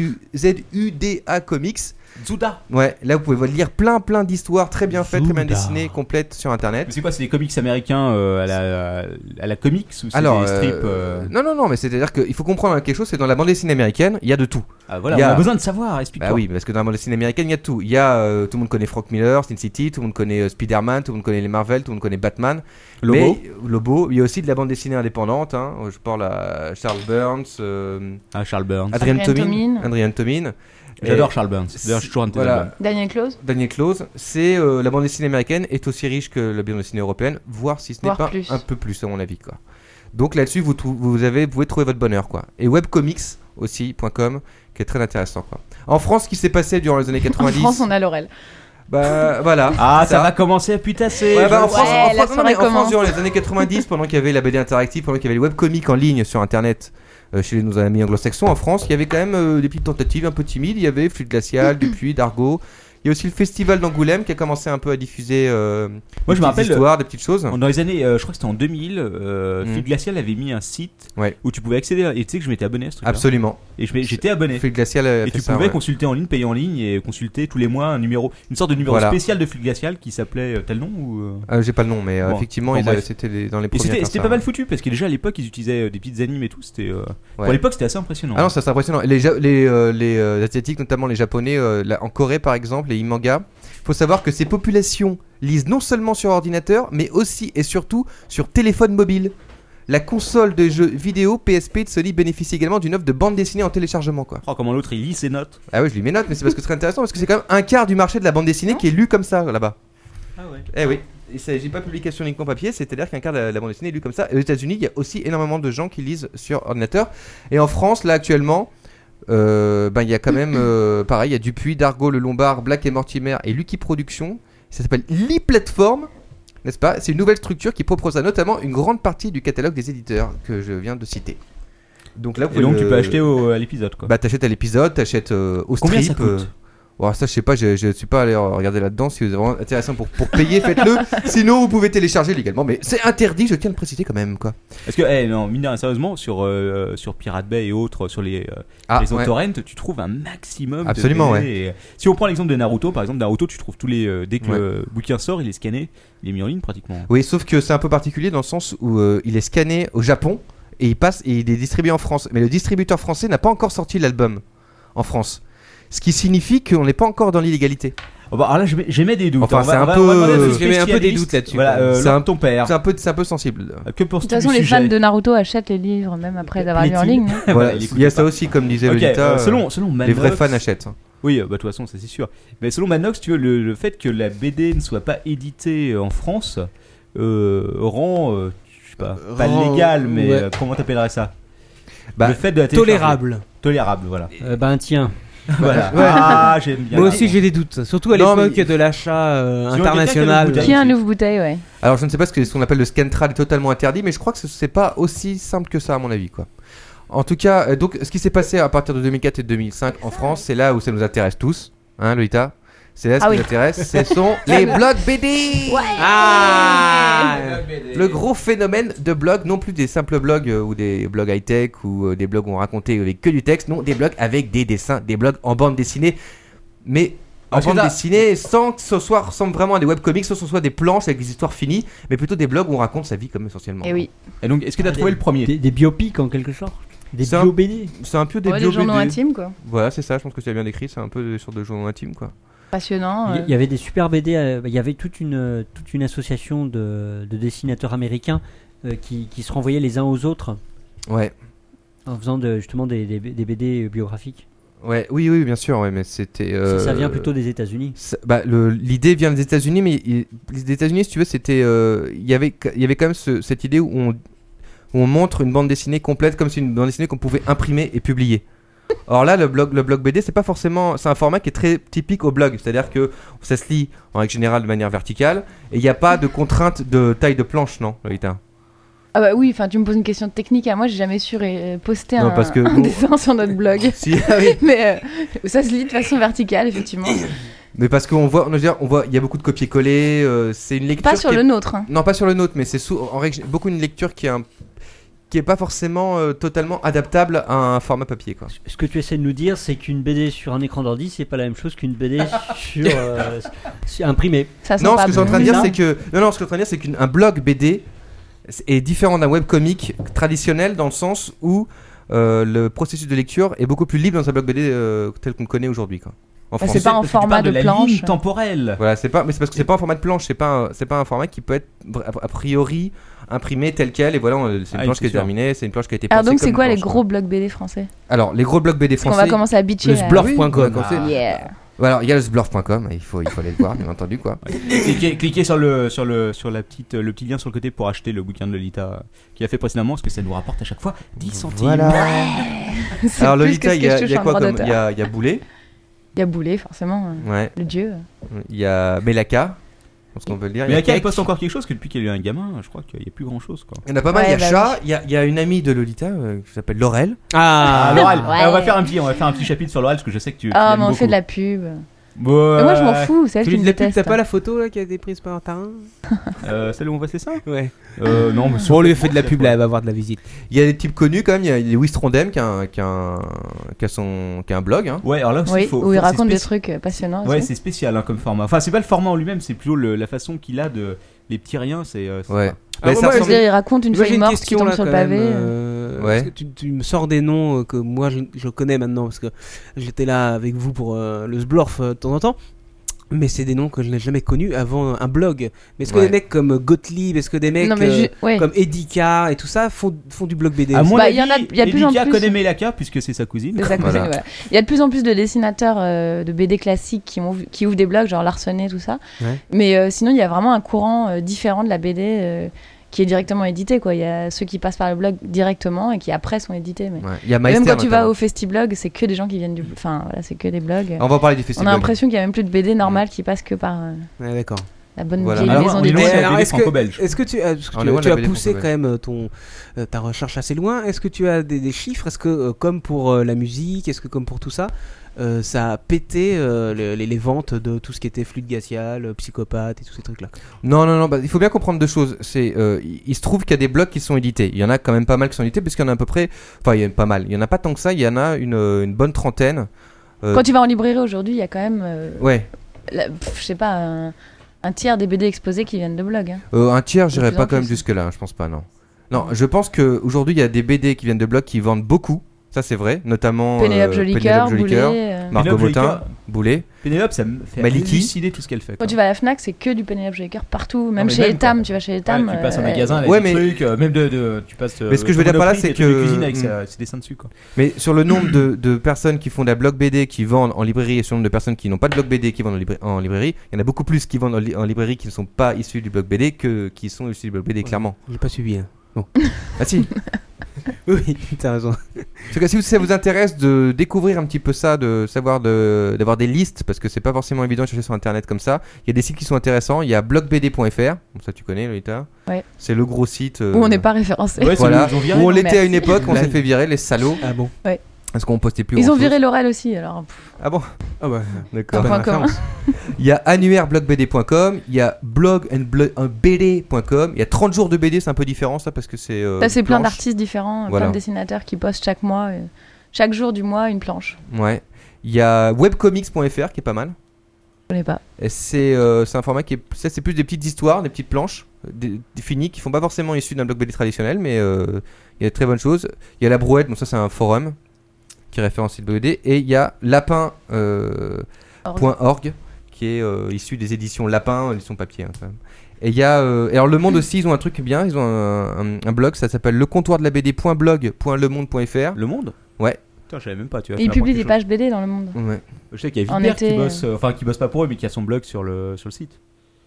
S3: Z-U-D-A Comics.
S4: Zuda.
S3: Ouais, là vous pouvez lire plein plein d'histoires très bien faites, très bien
S5: Zuda.
S3: dessinées, complètes sur internet.
S4: Mais c'est quoi? C'est des comics américains euh, à la à la comics ou c'est
S3: Alors,
S4: des strips
S3: euh,
S4: euh,
S3: non, non, non, mais c'est-à-dire qu'il faut comprendre quelque chose, c'est dans la bande dessinée américaine, il y a de tout.
S4: Ah voilà,
S3: il y a-
S4: on a besoin de savoir, explique-moi.
S3: Bah oui, parce que dans la bande dessinée américaine, il y a de tout. Il y a, euh, tout le monde connaît Frank Miller, Sin City, tout le monde connaît euh, Spider-Man, tout le monde connaît les Marvel, tout le monde connaît Batman.
S4: Lobo.
S3: Mais, Lobo, il y a aussi de la bande dessinée indépendante, hein. Je parle à Charles Burns, euh,
S4: Ah, Charles Burns.
S3: Adrian
S6: Adrian
S3: Tomin.
S6: Tomin.
S3: Adrian Tomin.
S4: J'adore
S3: Et-
S4: Charles Burns. D'ailleurs, je suis toujours un de tes
S3: Voilà.
S4: albums.
S6: Daniel Close.
S3: Daniel Close, c'est euh, la bande dessinée américaine est aussi riche que la bande dessinée européenne, voire si ce n'est
S6: Voire
S3: pas
S6: plus.
S3: un peu plus à mon avis, quoi. Donc là-dessus vous, trou- vous avez vous pouvez trouver votre bonheur, quoi. Et webcomics aussi .com qui est très intéressant, quoi. En France, ce qui s'est passé durant les années
S6: En
S3: quatre-vingt-dix,
S6: France, on a Laurel.
S3: bah voilà.
S4: Ah,
S3: c'est
S4: ça va commencer à putasser.
S3: Ouais, bah, en
S6: Ouais,
S3: France, en
S6: la
S3: France, non,
S6: soirée
S3: mais en France,
S6: commence.
S3: durant les années quatre-vingt-dix, pendant qu'il y avait la B D interactive, pendant qu'il y avait les webcomics en ligne sur internet euh, chez nos amis anglo-saxons, en France, il y avait quand même euh, des petites tentatives un peu timides. Il y avait Flûte Glaciale, Dupuis, Dargo. Il y a aussi le festival d'Angoulême qui a commencé un peu à diffuser euh,
S4: Moi,
S3: des
S4: je me
S3: petites
S4: rappelle,
S3: histoires, des petites choses.
S4: Dans les années, euh, je crois que c'était en deux mille, euh,
S3: Mm.
S4: Flûte Glaciale avait mis un site
S3: Ouais.
S4: où tu pouvais accéder. à- Et tu sais que je m'étais abonné à ce truc-là.
S3: Absolument.
S4: Et je m'ai- j'étais abonné.
S3: Flûte Glaciale a
S4: Et
S3: fait
S4: tu
S3: ça,
S4: pouvais
S3: ouais.
S4: consulter en ligne, payer en ligne et consulter tous les mois un numéro, une sorte de numéro
S3: Voilà.
S4: spécial de Flûte Glaciale qui s'appelait euh, tel nom ou. euh,
S3: Euh, J'ai pas le nom, mais euh,
S4: Bon.
S3: effectivement,
S4: Bon,
S3: ils avaient-
S4: bref.
S3: c'était les- dans les
S4: Et
S3: premiers. à
S4: c'était
S3: faire
S4: c'était
S3: ça,
S4: pas mal
S3: ouais.
S4: foutu parce que déjà à l'époque ils utilisaient euh, des petites animes et tout. C'était euh, pour
S3: Ouais.
S4: l'époque c'était assez impressionnant.
S3: Ah non, ça c'est impressionnant. Les, Ja- les, euh, les euh, Asiatiques, notamment les Japonais, euh, là, en Corée par exemple, les e-manga, faut savoir que ces populations lisent non seulement sur ordinateur, mais aussi et surtout sur téléphone mobile. La console de jeux vidéo P S P de Sony bénéficie également d'une offre de bande dessinée en téléchargement, quoi.
S4: Oh, comment l'autre il lit ses notes.
S3: Ah oui, je lis mes notes, mais c'est parce que c'est très intéressant, parce que c'est quand même un quart du marché de la bande dessinée qui est lu comme ça là-bas.
S4: Ah ouais.
S3: Eh oui. Il s'agit pas de publication uniquement papier, c'est-à-dire qu'un quart de la, la bande dessinée est lu comme ça. Et aux États-Unis, il y a aussi énormément de gens qui lisent sur ordinateur. Et en France, là actuellement, euh, ben il y a quand même, euh, pareil, il y a Dupuis, Dargo, Le Lombard, Black et Mortimer et Lucky Productions. Ça s'appelle l'e-platform, n'est-ce pas? C'est une nouvelle structure qui proposera notamment une grande partie du catalogue des éditeurs que je viens de citer. Donc là, vous
S4: Et donc
S3: pouvez
S4: tu
S3: le-
S4: peux acheter au- à l'épisode quoi.
S3: Bah t'achètes à l'épisode, t'achètes euh, au
S4: Combien
S3: strip.
S4: ça coûte
S3: euh, Bon, ça, je sais pas, je, je suis pas allé regarder là-dedans. Si vous avez vraiment intéressant pour, pour payer, faites-le. Sinon, vous pouvez télécharger légalement. Mais c'est interdit, je tiens à le préciser quand même, quoi.
S4: Parce que, hey, non, mine de rien, sérieusement, sur, euh, sur Pirate Bay et autres, sur les, euh,
S3: Ah,
S4: les
S3: ouais.
S4: torrents, tu trouves un maximum
S3: Absolument,
S4: de D V D. Et, euh, si on prend l'exemple de Naruto, par exemple, Naruto, tu trouves tous les. euh, dès que
S3: Ouais.
S4: le bouquin sort, il est scanné, il est mis en ligne pratiquement.
S3: Oui, sauf que c'est un peu particulier dans le sens où euh, il est scanné au Japon et il passe et il est distribué en France. Mais le distributeur français n'a pas encore sorti l'album en France. Ce qui signifie qu'on n'est pas encore dans l'illégalité.
S4: Oh bah, alors là, j'émets- j'émets des doutes.
S3: Enfin,
S4: On
S3: c'est
S4: va-
S3: un
S4: on va-
S3: peu.
S4: on va demander à nos
S5: J'émets un peu des
S4: spécialistes.
S5: doutes là-dessus,
S4: Voilà,
S5: quand même.
S4: euh,
S3: C'est
S4: Laure,
S3: un-
S4: ton père.
S3: C'est un peu, c'est un peu sensible.
S4: Que
S6: De
S4: penses-tu
S6: toute façon,
S4: du
S6: les
S4: sujet
S6: fans de Naruto achètent les livres même après les avoir lus en
S4: Plaît-il
S6: ligne.
S3: Voilà,
S4: il
S3: il
S4: écoute
S3: y a
S4: pas.
S3: ça aussi, comme disait
S4: Ok,
S3: Lolita.
S4: euh,
S3: euh,
S4: selon, selon
S3: les vrais
S4: Manox-
S3: fans achètent.
S4: Oui, euh, bah, de toute façon, ça c'est sûr. Mais selon Manox, tu vois, le, le fait que la B D ne soit pas éditée en France euh, rend, euh, je sais pas, pas
S5: Rend-
S4: légal, mais
S5: ouais.
S4: euh, comment t'appellerais ça
S3: Bah,
S4: Le fait de la télécharger.
S5: Tolérable.
S4: Tolérable, voilà.
S7: Euh, ben tiens.
S4: Voilà.
S5: Ouais.
S4: Ah, j'aime bien.
S5: Moi aussi j'ai des doutes, surtout à
S3: Non,
S5: l'époque
S3: mais-
S5: de l'achat euh,
S4: Si on a quelqu'un
S5: international.
S4: qui a le
S6: Qui a un ouvre bouteille, ouais.
S3: Alors, je ne sais pas ce que ce qu'on appelle le Scantrad est totalement interdit, mais je crois que ce- c'est pas aussi simple que ça, à mon avis, quoi. En tout cas, euh, donc, ce qui s'est passé à partir de deux mille quatre et deux mille cinq en France, c'est là où ça nous intéresse tous, hein, Lolita. C'est là ce
S6: Ah
S3: qui
S6: oui.
S3: nous intéresse, ce sont les blogs B D.
S5: Ah
S3: Le gros phénomène de blogs, non plus des simples blogs euh, ou des blogs high-tech ou euh, des blogs où on racontait avec que du texte, non, des blogs avec des dessins, des blogs en bande dessinée, mais en
S4: Parce que
S3: bande
S4: là-
S3: dessinée sans que ce soit ressemble vraiment à des webcomics, sans que ce soit des planches avec des histoires finies, mais plutôt des blogs où on raconte sa vie comme essentiellement.
S6: Et oui.
S4: Et donc, est-ce que tu as
S7: Ah,
S4: trouvé
S7: des-
S4: le premier
S7: Des, des biopics en quelque sorte. Des
S3: C'est un-
S7: bio-B D.
S3: C'est un peu des
S6: Ouais,
S3: bio
S6: des journaux
S3: B D.
S6: intimes, quoi.
S3: Voilà, c'est ça, je pense que tu as bien décrit, c'est un peu des sortes de journaux intimes, quoi.
S6: Passionnant.
S7: Il
S6: euh.
S7: y- il y avait des super B D, euh, il y avait toute une, euh, toute une association de, de dessinateurs américains euh, qui, qui se renvoyaient les uns aux autres
S3: Ouais.
S7: en faisant de, justement des, des, des B D biographiques.
S3: Ouais, oui, oui, bien sûr, ouais, mais c'était. euh,
S7: Ça, ça vient plutôt des États-Unis.
S3: ça- bah, le- l'idée vient des États-Unis, mais il- les États-Unis, si tu veux, c'était. euh, Il y avait, il y avait quand même ce- cette idée où on, où on montre une bande dessinée complète, comme si une bande dessinée qu'on pouvait imprimer et publier. Or là, le blog, le blog B D, c'est pas forcément. C'est un format qui est très typique au blog, c'est-à-dire que ça se lit en règle générale de manière verticale, et il n'y a pas de contrainte de taille de planche, non, Lolita?
S6: Ah bah oui, enfin tu me poses une question technique. À moi, j'ai jamais su ré- poster
S3: Non,
S6: un,
S3: parce que
S6: un
S3: bon-
S6: dessin sur notre blog.
S3: Si, ah oui.
S6: Mais euh, ça se lit de façon verticale, effectivement.
S3: Mais parce qu'on voit, on veut dire, on voit, il y a beaucoup de copier-coller. euh, c'est une lecture.
S6: Pas sur
S3: qui
S6: le
S3: est-
S6: nôtre. hein.
S3: Non, pas sur le nôtre, mais c'est sous- en règle, gé- beaucoup une lecture qui est un- qui est pas forcément euh, totalement adaptable à un format papier, quoi.
S7: Ce que tu essaies de nous dire, c'est qu'une B D sur un écran d'ordi, c'est pas la même chose qu'une B D sur, euh, sur imprimée.
S6: Ça sent
S3: Non,
S6: pas
S3: ce que je suis en
S6: bon.
S3: train de dire,
S6: Non.
S3: c'est que non, non, ce que je suis en train de dire, c'est qu'un blog B D est différent d'un webcomic traditionnel dans le sens où euh, le processus de lecture est beaucoup plus libre dans un blog B D euh, tel qu'on le connaît aujourd'hui, quoi. En
S6: Bah,
S3: France.
S6: c'est pas en
S4: Parce que tu
S6: format
S4: parles
S6: de
S4: la
S6: planche.
S4: ligne temporelle.
S3: Voilà, c'est pas, mais c'est parce que c'est pas un format de planche, c'est pas, un- c'est pas un format qui peut être a priori imprimé tel quel. Et voilà, on- c'est une
S4: Ah,
S3: planche
S4: c'est
S3: qui est
S4: sûr.
S3: terminée, c'est une planche qui a été.
S6: Alors
S3: pensée
S6: donc c'est
S3: comme
S6: quoi
S3: une
S6: les
S3: planche,
S6: gros blogs B D français?
S3: Alors les gros blogs B D
S6: Parce qu'on
S3: français.
S6: va commencer à bitcher.
S5: Le
S6: là.
S5: sblurf
S3: Oui,
S5: point com.
S3: on va commencer.
S6: Yeah.
S3: Voilà, alors il y a le sblurf point com, il faut, il faut aller le voir, bien entendu, quoi.
S4: Cliquez, cliquez sur le sur le sur la petite le petit lien sur le côté pour acheter le bouquin de Lolita euh, qu'il a fait précédemment, parce que ça nous rapporte à chaque fois dix centimes.
S3: Voilà.
S6: C'est
S3: Alors
S6: plus
S3: Lolita,
S6: que ce
S3: il
S6: que
S3: y a,
S6: je
S3: il y a
S6: touche en
S3: quoi
S6: droit
S3: comme
S6: d'auteur.
S3: Il y a, il y a Boulet,
S6: Il y a Boulet, forcément. euh,
S3: ouais.
S6: Le dieu.
S3: Il y a Melaka, je pense qu'on peut le dire.
S4: Mais
S3: il y a
S4: Aka, il
S3: Cake.
S4: poste encore quelque chose, que depuis qu'il y a eu un gamin, je crois qu'il n'y a plus grand chose, quoi.
S3: Il y en a pas mal,
S6: Ouais,
S3: il y a
S6: bah
S3: Chat, il y, a, il y a une amie de Lolita euh, qui s'appelle Laurel.
S4: Ah,
S5: Ah,
S4: Laurel,
S6: Ouais.
S4: on va faire un petit on va faire un petit chapitre sur Laurel, parce que je sais que tu, tu
S6: Ah,
S4: l'aimes
S6: mais on
S4: beaucoup.
S6: fait de la pub.
S4: Ouais.
S6: Mais moi je m'en fous, c'est elle
S5: tu
S6: qui
S5: lui
S6: me
S5: de la pub,
S6: déteste.
S5: t'as pas la photo là qui a été prise par un tarin?
S4: Euh, celle où on voit ses seins
S5: Ouais.
S4: Euh, non, mais
S5: Bon, on lui a fait de la pub là, elle va avoir de la visite.
S3: Il y a des types connus quand même, il y a, il y a Wistrondem qui a, un, qui, a un, qui, a son, qui a un blog. Hein.
S4: Ouais, alors là aussi,
S6: Oui,
S4: faut,
S6: où
S4: faut-
S6: il
S4: c'est
S6: raconte des
S4: spéci-
S6: trucs euh, passionnants.
S4: Ouais,
S6: aussi.
S4: c'est spécial hein, comme format. Enfin, c'est pas le format en lui-même, c'est plutôt le- la façon qu'il a de les petits riens, c'est euh, c'est
S3: Ouais.
S4: ça.
S5: Ah,
S3: Bah,
S5: moi,
S3: ça
S5: moi,
S6: Je veux
S3: ressemble-
S6: dire, il raconte une
S5: Moi, j'ai
S6: feuille
S5: une
S6: morte qui
S5: question
S6: tombe
S5: là
S6: sur le
S5: quand
S6: pavé.
S5: même,
S6: euh.
S5: euh,
S3: Ouais.
S5: parce que tu, tu me sors des noms euh, que moi je, je connais maintenant parce que j'étais là avec vous pour euh, le Sblorf euh, de temps en temps. Mais c'est des noms que je n'ai jamais connus avant un blog. Mais est-ce que
S3: Ouais.
S5: des mecs comme Gottlieb, est-ce que des mecs
S6: Non, mais
S5: euh,
S6: ju- ouais.
S5: comme Edika et tout ça font, font du blog B D
S4: À
S5: aussi?
S4: mon
S6: Bah,
S4: avis,
S6: il y en a- il y a de plus en
S4: Elika
S6: plus.
S4: connaît Melaka puisque c'est sa cousine.
S6: C'est ça que
S3: Voilà.
S6: c'est, voilà. Il y a de plus en plus de dessinateurs euh, de B D classiques qui, ont, qui ouvrent des blogs, genre Larsenet, tout ça.
S5: Ouais.
S6: Mais euh, sinon, il y a vraiment un courant euh, différent de la B D euh, qui est directement édité, quoi. Il y a ceux qui passent par le blog directement et qui après sont édités. Mais...
S3: Ouais. Il y a
S6: Et même
S3: Meister,
S6: quand tu vas
S3: notamment.
S6: au Festiblog, c'est que des gens qui viennent du. Enfin, voilà, c'est que des blogs.
S3: On va parler du
S6: On
S3: festival.
S6: a l'impression qu'il n'y a même plus de B D normales qui passent que par. euh,
S5: Ouais, d'accord.
S6: la bonne
S3: Voilà.
S6: vieille
S4: Alors,
S6: maison
S4: on est
S6: d'édition.
S4: loin de la
S5: Alors,
S4: B D
S5: est-ce que,
S4: franco-belge.
S5: est-ce que tu, euh, parce que
S3: On est
S5: tu,
S3: loin de
S5: tu
S3: la
S5: as
S3: B D
S5: poussé quand
S3: franco-belge.
S5: même euh, ton, euh, ta recherche assez loin. Est-ce que tu as des, des chiffres? Est-ce que, euh, comme pour euh, la musique, est-ce que comme pour tout ça, euh, ça a pété euh, les, les- les ventes de tout ce qui était fluide glacial, euh, psychopathe et tous ces trucs-là?
S3: Non, non, non, bah, il faut bien comprendre deux choses. C'est, euh, il il se trouve qu'il y a des blogs qui sont édités. Il y en a quand même pas mal qui sont édités, parce qu'il y en a à peu près. Enfin, il y en a pas mal. Il y en a pas tant que ça. Il y en a une, euh, une bonne trentaine. Euh,
S6: Quand tu vas en librairie aujourd'hui, il y a quand même, euh,
S3: Ouais.
S6: la- pff, je sais pas, un, un tiers des B D exposés qui viennent de blogs. Hein.
S3: Euh, un tiers,
S6: De
S3: j'irais
S6: plus
S3: pas
S6: en
S3: quand même
S6: plus.
S3: jusque-là. hein, Je pense pas, non. Non, je pense que aujourd'hui il y a des B D qui viennent de blogs qui vendent beaucoup. Ça, c'est vrai. Notamment.
S6: Pénélope
S3: euh,
S6: Jolicoeur,
S3: Pénélope Jolicoeur,
S6: Boulet, euh.
S3: Margot
S4: Pénélope
S3: Motin,
S4: Jolicoeur.
S3: Boulet.
S4: Pénélope, ça me fait
S3: Maliki.
S4: halluciner tout ce qu'elle fait.
S6: Quand
S4: quoi.
S6: tu vas à la Fnac, c'est que du Pénélope Jolicoeur partout, même
S4: mais
S6: chez
S4: même,
S6: Etam,
S4: quoi.
S6: tu vas chez Etam.
S4: Ouais, tu passes en
S6: euh,
S4: magasin, là,
S3: ouais,
S4: des
S3: mais-
S4: trucs, euh, même de, de- tu passes.
S3: Mais ce que je veux dire par là, c'est que-
S4: de cuisine avec
S3: Mm.
S4: sa- ses dessins dessus, quoi.
S3: Mais sur le nombre de, de personnes qui font de la blog B D qui vendent en librairie et sur le nombre de personnes qui n'ont pas de blog B D qui vendent en, libra- en librairie, il y en a beaucoup plus qui vendent en, li- en librairie qui ne sont pas issus du blog B D que qui sont issus du blog B D, clairement.
S5: J'ai pas suivi. Hein. Bon.
S3: Ah si.
S5: Oui, t'as raison.
S3: En tout cas, si ça vous intéresse de découvrir un petit peu ça, de savoir de, d'avoir des listes, parce que c'est pas forcément évident de chercher sur internet comme ça, il y a des sites qui sont intéressants. Il y a blog b d point f r, bon, ça tu connais, Lolita.
S6: Ouais.
S3: C'est le gros site. euh,
S6: Où on n'est pas référencé.
S4: Ouais, c'est
S3: Voilà.
S4: où ils ont viré,
S3: Où on
S4: non
S3: l'était à une
S6: Merci.
S3: époque, on s'est
S5: Blague.
S3: fait virer, les salauds.
S5: Ah bon?
S6: Ouais.
S3: Parce qu'on postait plus
S6: Ils ont
S3: grand-chose.
S6: viré Laurel aussi, alors. pff,
S3: Ah bon.
S5: Ah bah.
S3: D'accord.
S6: Un point commun.
S3: Il y a annuaire blog b d point com, il y a blog and blo- un b d point com, il y a trente jours de B D, c'est un peu différent ça parce que c'est. euh,
S6: Ça, c'est plein
S3: planche.
S6: d'artistes différents,
S3: Voilà.
S6: plein de dessinateurs qui postent chaque mois, euh, chaque jour du mois, une planche.
S3: Ouais. Il y a webcomics point f r qui est pas mal.
S6: Je connais pas.
S3: Et c'est euh, c'est un format qui est. Ça, c'est plus des petites histoires, des petites planches euh, dé- définies qui font pas forcément issues d'un blog B D traditionnel, mais euh, il y a de très bonnes choses. Il y a la Brouette, donc ça c'est un forum qui référence le B D. Et il y a lapin point org qui est euh, issu des éditions Lapin, édition papier. Hein, quand même. Et il y a. euh, et alors, Le Monde aussi, ils ont un truc bien. Ils ont un, un- un blog, ça s'appelle le comptoir de la B D point blog point le monde point f r.
S4: Le Monde.
S3: Ouais.
S4: Putain, je savais même pas. Tu vois,
S6: Et ils publient des pages B D dans le monde.
S3: Ouais.
S4: Je sais qu'il y a
S6: En
S4: Wittberg
S6: été,
S4: qui bosse,
S6: euh.
S4: euh, enfin qui bosse pas pour eux, mais qui a son blog sur le sur le site.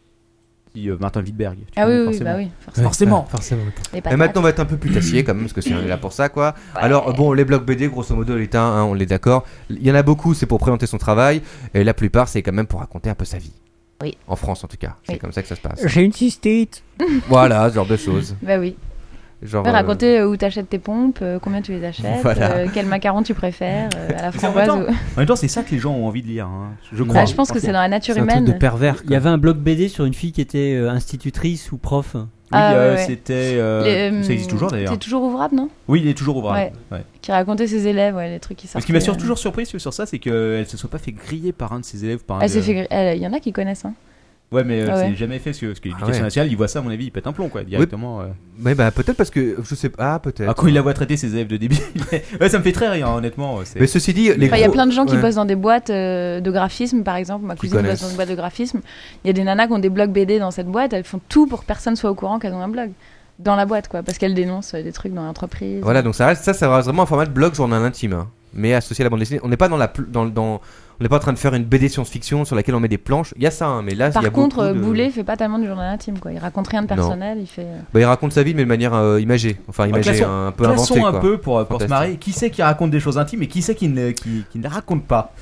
S4: Qui, euh, Martin Wittberg. tu
S6: Ah
S4: connais
S6: oui, oui,
S4: forcément.
S6: bah oui,
S5: Ouais,
S6: forcément.
S5: ouais, forcément.
S6: Les
S3: Et
S6: patates.
S3: maintenant, on va être un peu putassier quand même, parce que c'est on est là pour ça, quoi. Alors, bon, les blogs B D, grosso modo, l'État, hein, on est d'accord. Il y en a beaucoup, c'est pour présenter son travail, et la plupart, c'est quand même pour raconter un peu sa vie.
S6: Oui.
S3: En France, en tout cas. C'est
S6: Oui.
S3: comme ça que ça se passe.
S7: J'ai une cystite.
S3: Voilà, ce genre de choses.
S6: Bah oui.
S3: Genre.
S6: Ouais,
S3: euh,
S6: raconter euh, où t'achètes tes pompes, euh, combien tu les achètes,
S3: Voilà.
S6: euh, quel macaron tu préfères, euh, à la
S4: Mais en
S6: framboise.
S4: même temps,
S6: ou-
S4: en même temps, c'est ça que les gens ont envie de lire. hein. Je
S6: Ah,
S4: crois.
S6: je pense que c'est dans la nature
S5: C'est un truc
S6: humaine.
S5: de pervers.
S7: Il y avait un blog B D sur une fille qui était euh, institutrice ou prof.
S4: Oui,
S6: Ah,
S4: euh,
S6: ouais, ouais.
S4: c'était. euh,
S6: Les,
S4: ça existe toujours d'ailleurs.
S6: C'est toujours ouvrable, non?
S4: Oui, il est toujours ouvrable.
S6: Ouais.
S4: Ouais.
S6: Qui racontait ses élèves, ouais, les trucs qui
S4: Mais
S6: sortent.
S4: ce qui m'a sur- toujours surpris sur sur ça, c'est qu'elle se soit pas fait griller par un de ses élèves. Par un
S6: Elle
S4: de-
S6: s'est fait. gri- elle- Il y en a qui connaissent, hein.
S4: Ouais, mais euh,
S6: Ah ouais.
S4: c'est jamais fait parce que, parce que
S3: Ah
S4: l'éducation
S3: ouais.
S4: nationale, il voit ça, à mon avis, il pète un plomb, quoi, directement. euh.
S3: Ouais, bah, peut-être parce que. Je sais pas. Ah, peut-être.
S4: Ah, quand il la voit traiter ses élèves de débiles. ouais, ça me fait très rire, honnêtement. c'est-
S3: Mais ceci dit, les
S6: Enfin, il y a
S3: gros-
S6: plein de gens qui
S3: ouais.
S6: bossent dans des boîtes euh, de graphisme, par exemple. Ma cousine
S3: connaissent.
S6: bosse dans une boîte de graphisme. Il y a des nanas qui ont des blogs B D dans cette boîte. Elles font tout pour que personne soit au courant qu'elles ont un blog dans la boîte, quoi, parce qu'elles dénoncent euh, des trucs dans l'entreprise.
S3: Voilà, donc ça reste, ça, ça reste vraiment un format de blog journal intime, hein, mais associé à la bande dessinée. On n'est pas dans la, pl- dans, dans, on n'est pas en train de faire une B D science-fiction sur laquelle on met des planches. Il y a ça, hein, mais là, il y
S6: Par
S3: a
S6: contre,
S3: beaucoup
S6: euh,
S3: de...
S6: Boulet fait pas tellement du journal intime, quoi. Il raconte rien de
S3: Non.
S6: personnel. Il fait. euh,
S3: Bah, il raconte sa vie, mais de manière euh, imagée, enfin imagée,
S4: Classons-
S3: un, un peu
S4: classons
S3: inventée,
S4: un
S3: quoi.
S4: peu pour, pour se
S3: Fantastique.
S4: marrer. Qui c'est qui raconte des choses intimes et qui c'est qui ne, qui, qui ne les raconte pas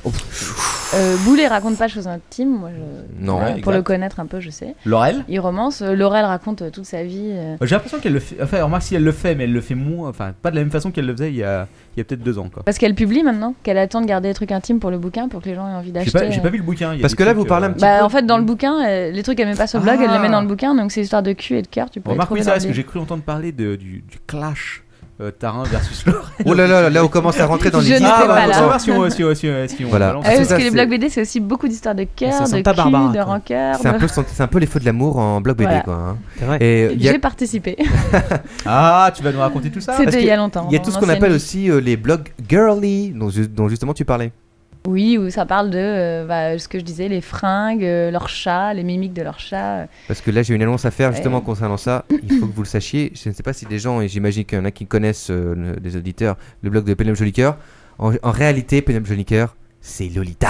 S6: Euh, Boulet raconte pas de choses intimes. Moi, je...
S3: Non.
S4: Ouais,
S6: pour
S4: exact.
S6: le connaître un peu, je sais.
S4: Laurel
S6: Il romance. Euh, Laurel raconte euh, toute sa vie. euh,
S4: J'ai l'impression qu'elle le fait. Enfin, remarque si elle le fait, mais elle le fait moins. Enfin, pas de la même façon qu'elle le faisait il y a, il y a peut-être deux ans, quoi.
S6: Parce qu'elle publie maintenant, qu'elle attend de garder des trucs intimes pour le bouquin, pour que les gens aient envie
S4: J'ai
S6: d'acheter.
S4: pas, j'ai
S6: euh.
S4: pas vu le bouquin. il y a
S3: Parce
S4: des
S3: que là,
S4: trucs,
S3: vous parlez
S4: euh,
S3: un petit
S6: Bah,
S3: peu-
S6: en fait, dans le bouquin, euh, les trucs qu'elle met pas sur le blog,
S4: Ah.
S6: elle les met dans le bouquin, donc c'est histoire de cul et de cœur. Tu peux les
S4: Remarque,
S6: trouver
S4: oui, c'est
S6: dans
S4: vrai,
S6: le
S4: parce que
S6: livre.
S4: j'ai cru entendre parler de, du, du clash euh, Tarin versus Laurel.
S3: Oh là là, là, on commence à rentrer dans
S6: Je
S3: les
S6: n'étais
S3: histoires.
S6: pas
S4: bah,
S6: là.
S4: faut savoir si on, si on, si on, si on
S3: Voilà.
S4: balance.
S6: Ah ouais,
S3: c'est
S6: parce
S3: ça,
S6: que les
S3: c'est-
S6: blogs B D, c'est aussi beaucoup d'histoires de cœur,
S5: Ça
S6: de
S5: sent
S6: cul,
S5: pas Barbara,
S6: de
S5: quoi.
S6: rancœur.
S3: C'est un
S6: de-
S3: peu, c'est un peu les feux de l'amour en blog B D,
S6: Voilà.
S3: quoi. hein.
S5: C'est vrai.
S3: Et il y a,
S6: J'ai participé.
S4: Ah, tu vas nous raconter tout ça
S6: C'était
S3: parce
S6: il y
S3: que
S6: a longtemps.
S3: il y a
S6: dans
S3: tout ce
S6: mon
S3: qu'on
S6: ancienne
S3: appelle
S6: vie.
S3: aussi euh, les blogs girly, dont, ju- dont justement tu parlais.
S6: Oui, où ça parle de euh, bah, ce que je disais, les fringues, euh, leurs chats, les mimiques de leurs chats. euh.
S3: Parce que là, j'ai une annonce à faire justement
S6: Ouais.
S3: concernant ça. Il faut que vous le sachiez. Je ne sais pas si des gens, et j'imagine qu'il y en a qui connaissent, euh, le- des auditeurs, le blog de Pénélope Jolicoeur. En, en réalité, Pénélope Jolicoeur, c'est Lolita.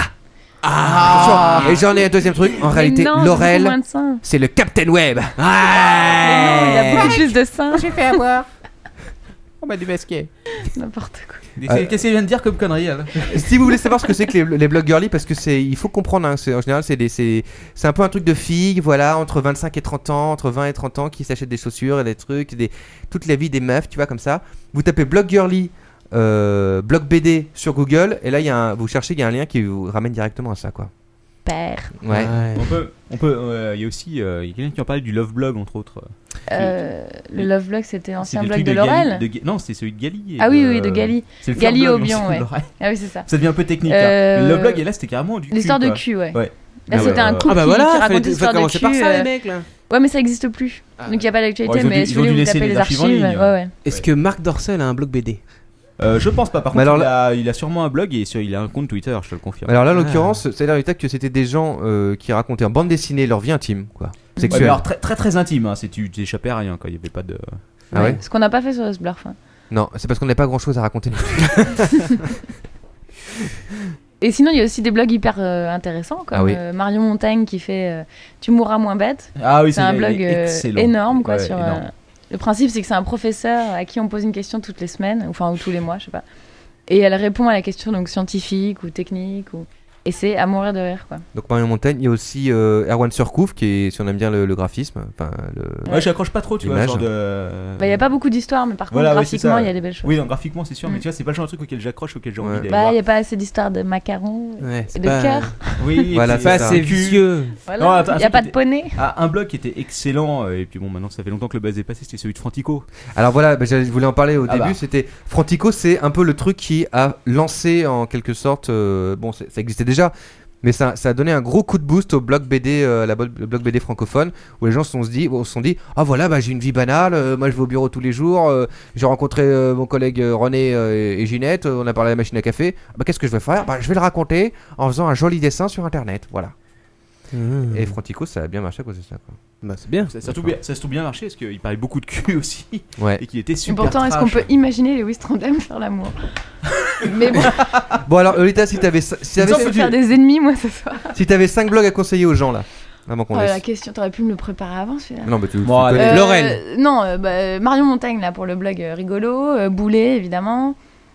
S3: Ah Et j'en ai un deuxième truc. En
S6: Mais
S3: réalité,
S6: non,
S3: Laurel,
S6: beaucoup moins de seins.
S3: c'est le Captain Web.
S6: Mais non, il a beaucoup plus de seins.
S5: J'ai fait avoir. On m'a démasqué.
S6: N'importe quoi.
S4: Qu'est-ce qu'il vient de dire comme connerie là
S3: Si vous voulez savoir ce que c'est que les, les blogs girly, parce que c'est, il faut comprendre, hein, c'est, en général c'est, des, c'est, c'est un peu un truc de filles, voilà, entre vingt-cinq et trente ans, entre vingt et trente ans, qui s'achètent des chaussures et des trucs, des, toute la vie des meufs, tu vois, comme ça. Vous tapez blog girly, euh, blog B D sur Google, et là il y a un, vous cherchez, il y a un lien qui vous ramène directement à ça, quoi.
S6: Père.
S3: Ouais. Ouais.
S4: On peut, on peut. Il euh, y a aussi, il euh, y a quelqu'un qui en parlait du Love Blog entre autres.
S6: Euh, le Love Blog, c'était l'ancien
S4: C'est
S6: blog de
S4: de
S6: Laurel.
S4: Gali- de Ga- non, c'était celui de Gali. et
S6: Ah oui,
S4: de-
S6: oui, de Gali.
S4: C'est le
S6: Gali
S4: Fleur
S6: au
S4: Blog,
S6: Bion,
S4: l'ancien
S6: ouais.
S4: de Laurel.
S6: Ah oui, c'est ça.
S4: Ça devient un peu technique.
S6: Euh,
S4: Hein. Le Love Blog, et là, c'était carrément du cul.
S6: L'histoire de
S4: quoi.
S6: cul, ouais.
S4: ouais.
S6: Là,
S4: Ah
S6: c'était
S4: ouais,
S6: un
S4: ouais.
S6: couple
S5: Ah bah
S6: qui,
S5: voilà,
S6: qui
S5: fallait-
S6: raconte
S5: fallait
S6: l'histoire de
S5: commencer
S6: cul.
S5: par ça,
S6: euh,
S5: les mecs, là.
S6: Ouais, mais ça n'existe plus. Donc il n'y a pas d'actualité,
S4: Bon, ils ont
S6: mais
S4: dû-
S6: si
S4: ils
S6: vous
S4: ont
S6: voulez
S4: dû
S6: vous
S4: laisser
S6: taper
S4: les
S6: les
S4: archives en
S6: archives.
S4: ligne.
S6: Ouais, ouais.
S5: Est-ce que Marc Dorcel a un blog B D?
S4: Euh, je pense pas. Par
S3: Mais
S4: contre,
S3: alors
S4: il, a, il a sûrement un blog et sur, il a un compte Twitter, je te le confirme.
S3: Alors là, en l'occurrence, c'est l'air que c'était des gens euh, qui racontaient en bande dessinée leur vie intime, quoi.
S4: Ouais,
S3: Sexuelle.
S4: mais alors très très très intime. Hein, c'est tu t'échappais à rien. Quoi. Il y avait pas de.
S3: Ah ouais.
S6: Ce qu'on n'a pas fait sur le Sblurf. hein.
S3: Non, c'est parce qu'on n'a pas grand chose à raconter.
S6: Et sinon, il y a aussi des blogs hyper euh, intéressants, comme
S3: Ah oui.
S6: euh, Marion Montaigne qui fait euh, Tu mourras moins bête.
S4: Ah oui,
S6: c'est
S4: c'est-
S6: un
S4: il
S6: blog
S4: est
S6: euh,
S4: excellent.
S6: énorme, quoi.
S4: Ouais,
S6: sur,
S4: énorme.
S6: euh, le principe, c'est que c'est un professeur à qui on pose une question toutes les semaines, enfin, ou tous les mois, je sais pas. Et elle répond à la question donc scientifique ou technique, ou... et c'est à mourir de rire, quoi.
S3: Donc Marion Montaigne, il y a aussi euh, Erwan Surcouf qui est, si on aime bien le, le graphisme, enfin le.
S4: Ouais, j'accroche pas trop, tu vois,
S3: l'image.
S4: genre de.
S6: Bah, il y a pas beaucoup d'histoires, mais par contre,
S4: Voilà, ouais, c'est
S6: graphiquement,
S4: ça.
S6: il y a des belles choses.
S4: Oui, non, graphiquement, c'est sûr, mais
S6: Mm.
S4: tu vois, c'est pas le genre de truc auquel j'accroche, auquel j'ai envie d'aller
S6: Bah, il
S4: voir.
S6: n'y a pas assez d'histoires de macarons
S5: Ouais,
S6: et
S5: c'est
S6: de
S5: pas-
S6: cœur.
S4: Oui,
S3: Voilà,
S4: c'est
S3: c'est
S5: Pas
S3: ça.
S5: assez
S4: Cul.
S5: vicieux.
S6: Voilà,
S4: Non, attends, un
S6: il n'y a
S4: truc
S6: pas
S4: qui
S6: de
S4: était-
S6: poney.
S4: Ah, un blog qui était excellent, euh, et puis bon, maintenant ça fait longtemps que le buzz est passé, c'était celui de Frantico.
S3: Alors voilà, bah, je voulais en parler au
S4: Ah
S3: début.
S4: bah.
S3: C'était Frantico, c'est un peu le truc qui a lancé en quelque sorte. euh, bon, c'est- ça existait déjà. Mais ça, ça a donné un gros coup de boost au blog B D, euh, la bo- le blog B D francophone, où les gens se sont dit, se sont dit, ah voilà, bah j'ai une vie banale, euh, moi je vais au bureau tous les jours, euh, j'ai rencontré euh, mon collègue euh, René euh, et Ginette, euh, on a parlé à la machine à café, bah qu'est-ce que je vais faire? Bah je vais le raconter en faisant un joli dessin sur internet, voilà.
S5: Mmh.
S3: Et Frantico, ça a bien marché à cause de ça, quoi.
S5: Bah c'est bien.
S4: Ça a surtout bien, ça a surtout bien marché parce qu'il parlait beaucoup de cul aussi,
S3: Ouais.
S4: et qu'il était
S6: Et
S4: super.
S6: pourtant, est-ce qu'on
S4: trash.
S6: peut imaginer Lewis Trondheim faire l'amour? Mais bon,
S3: Bon alors, Lolita, si t'avais, si
S6: je
S3: t'avais,
S6: vais faire des ennemis, moi, ce soir.
S3: si t'avais cinq blogs à conseiller aux gens là, avant qu'on
S6: Oh,
S3: laisse.
S6: la question, t'aurais pu me le préparer avant, celui-là.
S3: Non, mais tu,
S4: Bon,
S3: tu
S4: allez.
S3: connais.
S6: Euh,
S5: Laurel.
S6: Non, euh, bah, Marion Montaigne, là, pour le blog euh, rigolo. euh, Boulet, évidemment.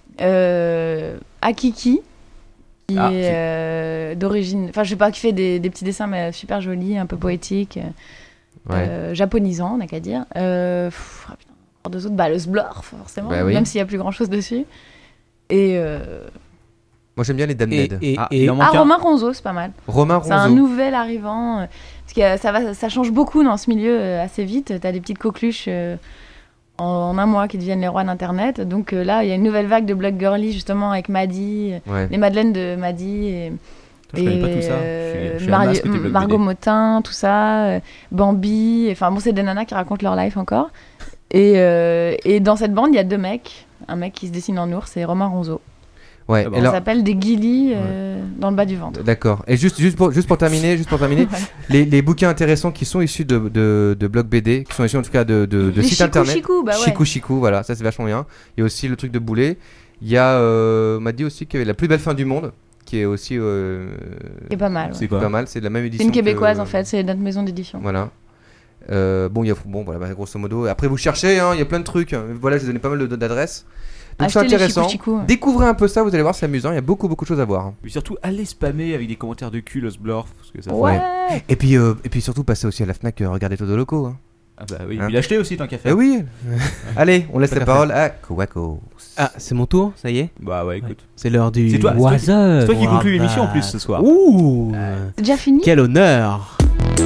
S6: Euh, Akiki, qui
S4: Ah,
S6: est
S4: c'est-
S6: euh, d'origine... Enfin, je sais pas, qui fait des, des petits dessins, mais super jolis, un peu poétiques. euh,
S3: Ouais.
S6: euh, japonisants, on n'a qu'à dire. Euh, pff, ah, putain, encore deux autres. Bah, le Sblorf, forcément,
S3: Bah oui.
S6: même s'il y a plus grand-chose dessus. Et... euh,
S3: Moi j'aime bien les dames
S5: Et,
S3: Ned.
S5: et,
S4: Ah,
S5: et-
S4: il en
S6: Ah,
S4: manque un.
S6: Romain Ronzo, c'est pas mal.
S3: Romain
S6: C'est un
S3: Ronzo.
S6: nouvel arrivant. euh, Parce que euh, ça, va, ça change beaucoup dans ce milieu euh, assez vite. T'as des petites coqueluches euh, en, en un mois qui deviennent les rois d'Internet. Donc euh, là, il y a une nouvelle vague de blog girly justement avec Maddy, euh,
S3: Ouais.
S6: les Madeleines de Maddy et,
S4: Je connais pas tout ça.
S6: euh,
S4: Je suis- je suis
S6: Mario-
S4: un masque, tes blogs
S6: Margot
S4: B D.
S6: Motin, tout ça, euh, Bambi. Enfin bon, c'est des nanas qui racontent leur life encore. Et, euh, et dans cette bande, il y a deux mecs. Un mec qui se dessine en ours et Romain Ronzo.
S3: Ouais.
S4: Ah bon.
S3: et
S6: Ça
S3: alors-
S6: s'appelle des guilis euh, dans le bas du ventre.
S3: D'accord. Et juste, juste, pour, juste pour terminer, juste pour terminer,
S6: Voilà.
S3: les, les bouquins intéressants qui sont issus de, de, de blogs B D, qui sont issus en tout cas de, de, de
S6: Les
S3: sites
S6: Chicou
S3: internet.
S6: Chicou, bah ouais.
S3: Chicou Chicou, voilà, ça c'est vachement bien. Il y a aussi le truc de Boulet. Il y a, euh, on m'a dit aussi qu'il y avait La plus belle fin du monde, qui est aussi euh,
S6: C'est pas mal. ouais.
S4: C'est quoi
S3: pas mal. C'est de la même
S6: C'est
S3: édition.
S6: une québécoise
S3: que-
S6: en fait, c'est notre maison d'édition.
S3: Voilà. Euh, bon, il y a, bon, voilà, bah, grosso modo. Après, vous cherchez, hein, il y a plein de trucs. Voilà, je vous ai donné pas mal de- d'adresses. Donc c'est
S6: Achetez les
S3: intéressant.
S6: Chicou Chicou, ouais.
S3: Découvrez un peu ça, vous allez voir, c'est amusant. Il y a beaucoup, beaucoup de choses à voir.
S4: Puis surtout, allez spammer avec des commentaires de cul, le Sblorf, parce que ça fait-
S6: Ouais.
S3: Et puis, euh, et puis surtout, passez aussi à la Fnac, euh, regardez Todo Loco. Hein.
S4: Ah bah oui,
S3: Hein.
S4: puis l'acheter aussi tant qu'à
S3: Eh
S4: faire.
S3: oui. Allez, on laisse
S5: Tant
S3: la
S5: qu'à
S3: parole à Kowako.
S5: Ah, c'est mon tour, ça y est.
S4: Bah ouais, écoute.
S5: C'est l'heure du.
S4: C'est toi, c'est toi qui-
S7: Oiseau.
S4: c'est toi qui
S5: Ouah,
S4: conclut l'émission en
S5: bah.
S4: plus ce soir.
S5: Ouh.
S6: C'est déjà fini?
S5: Quel honneur.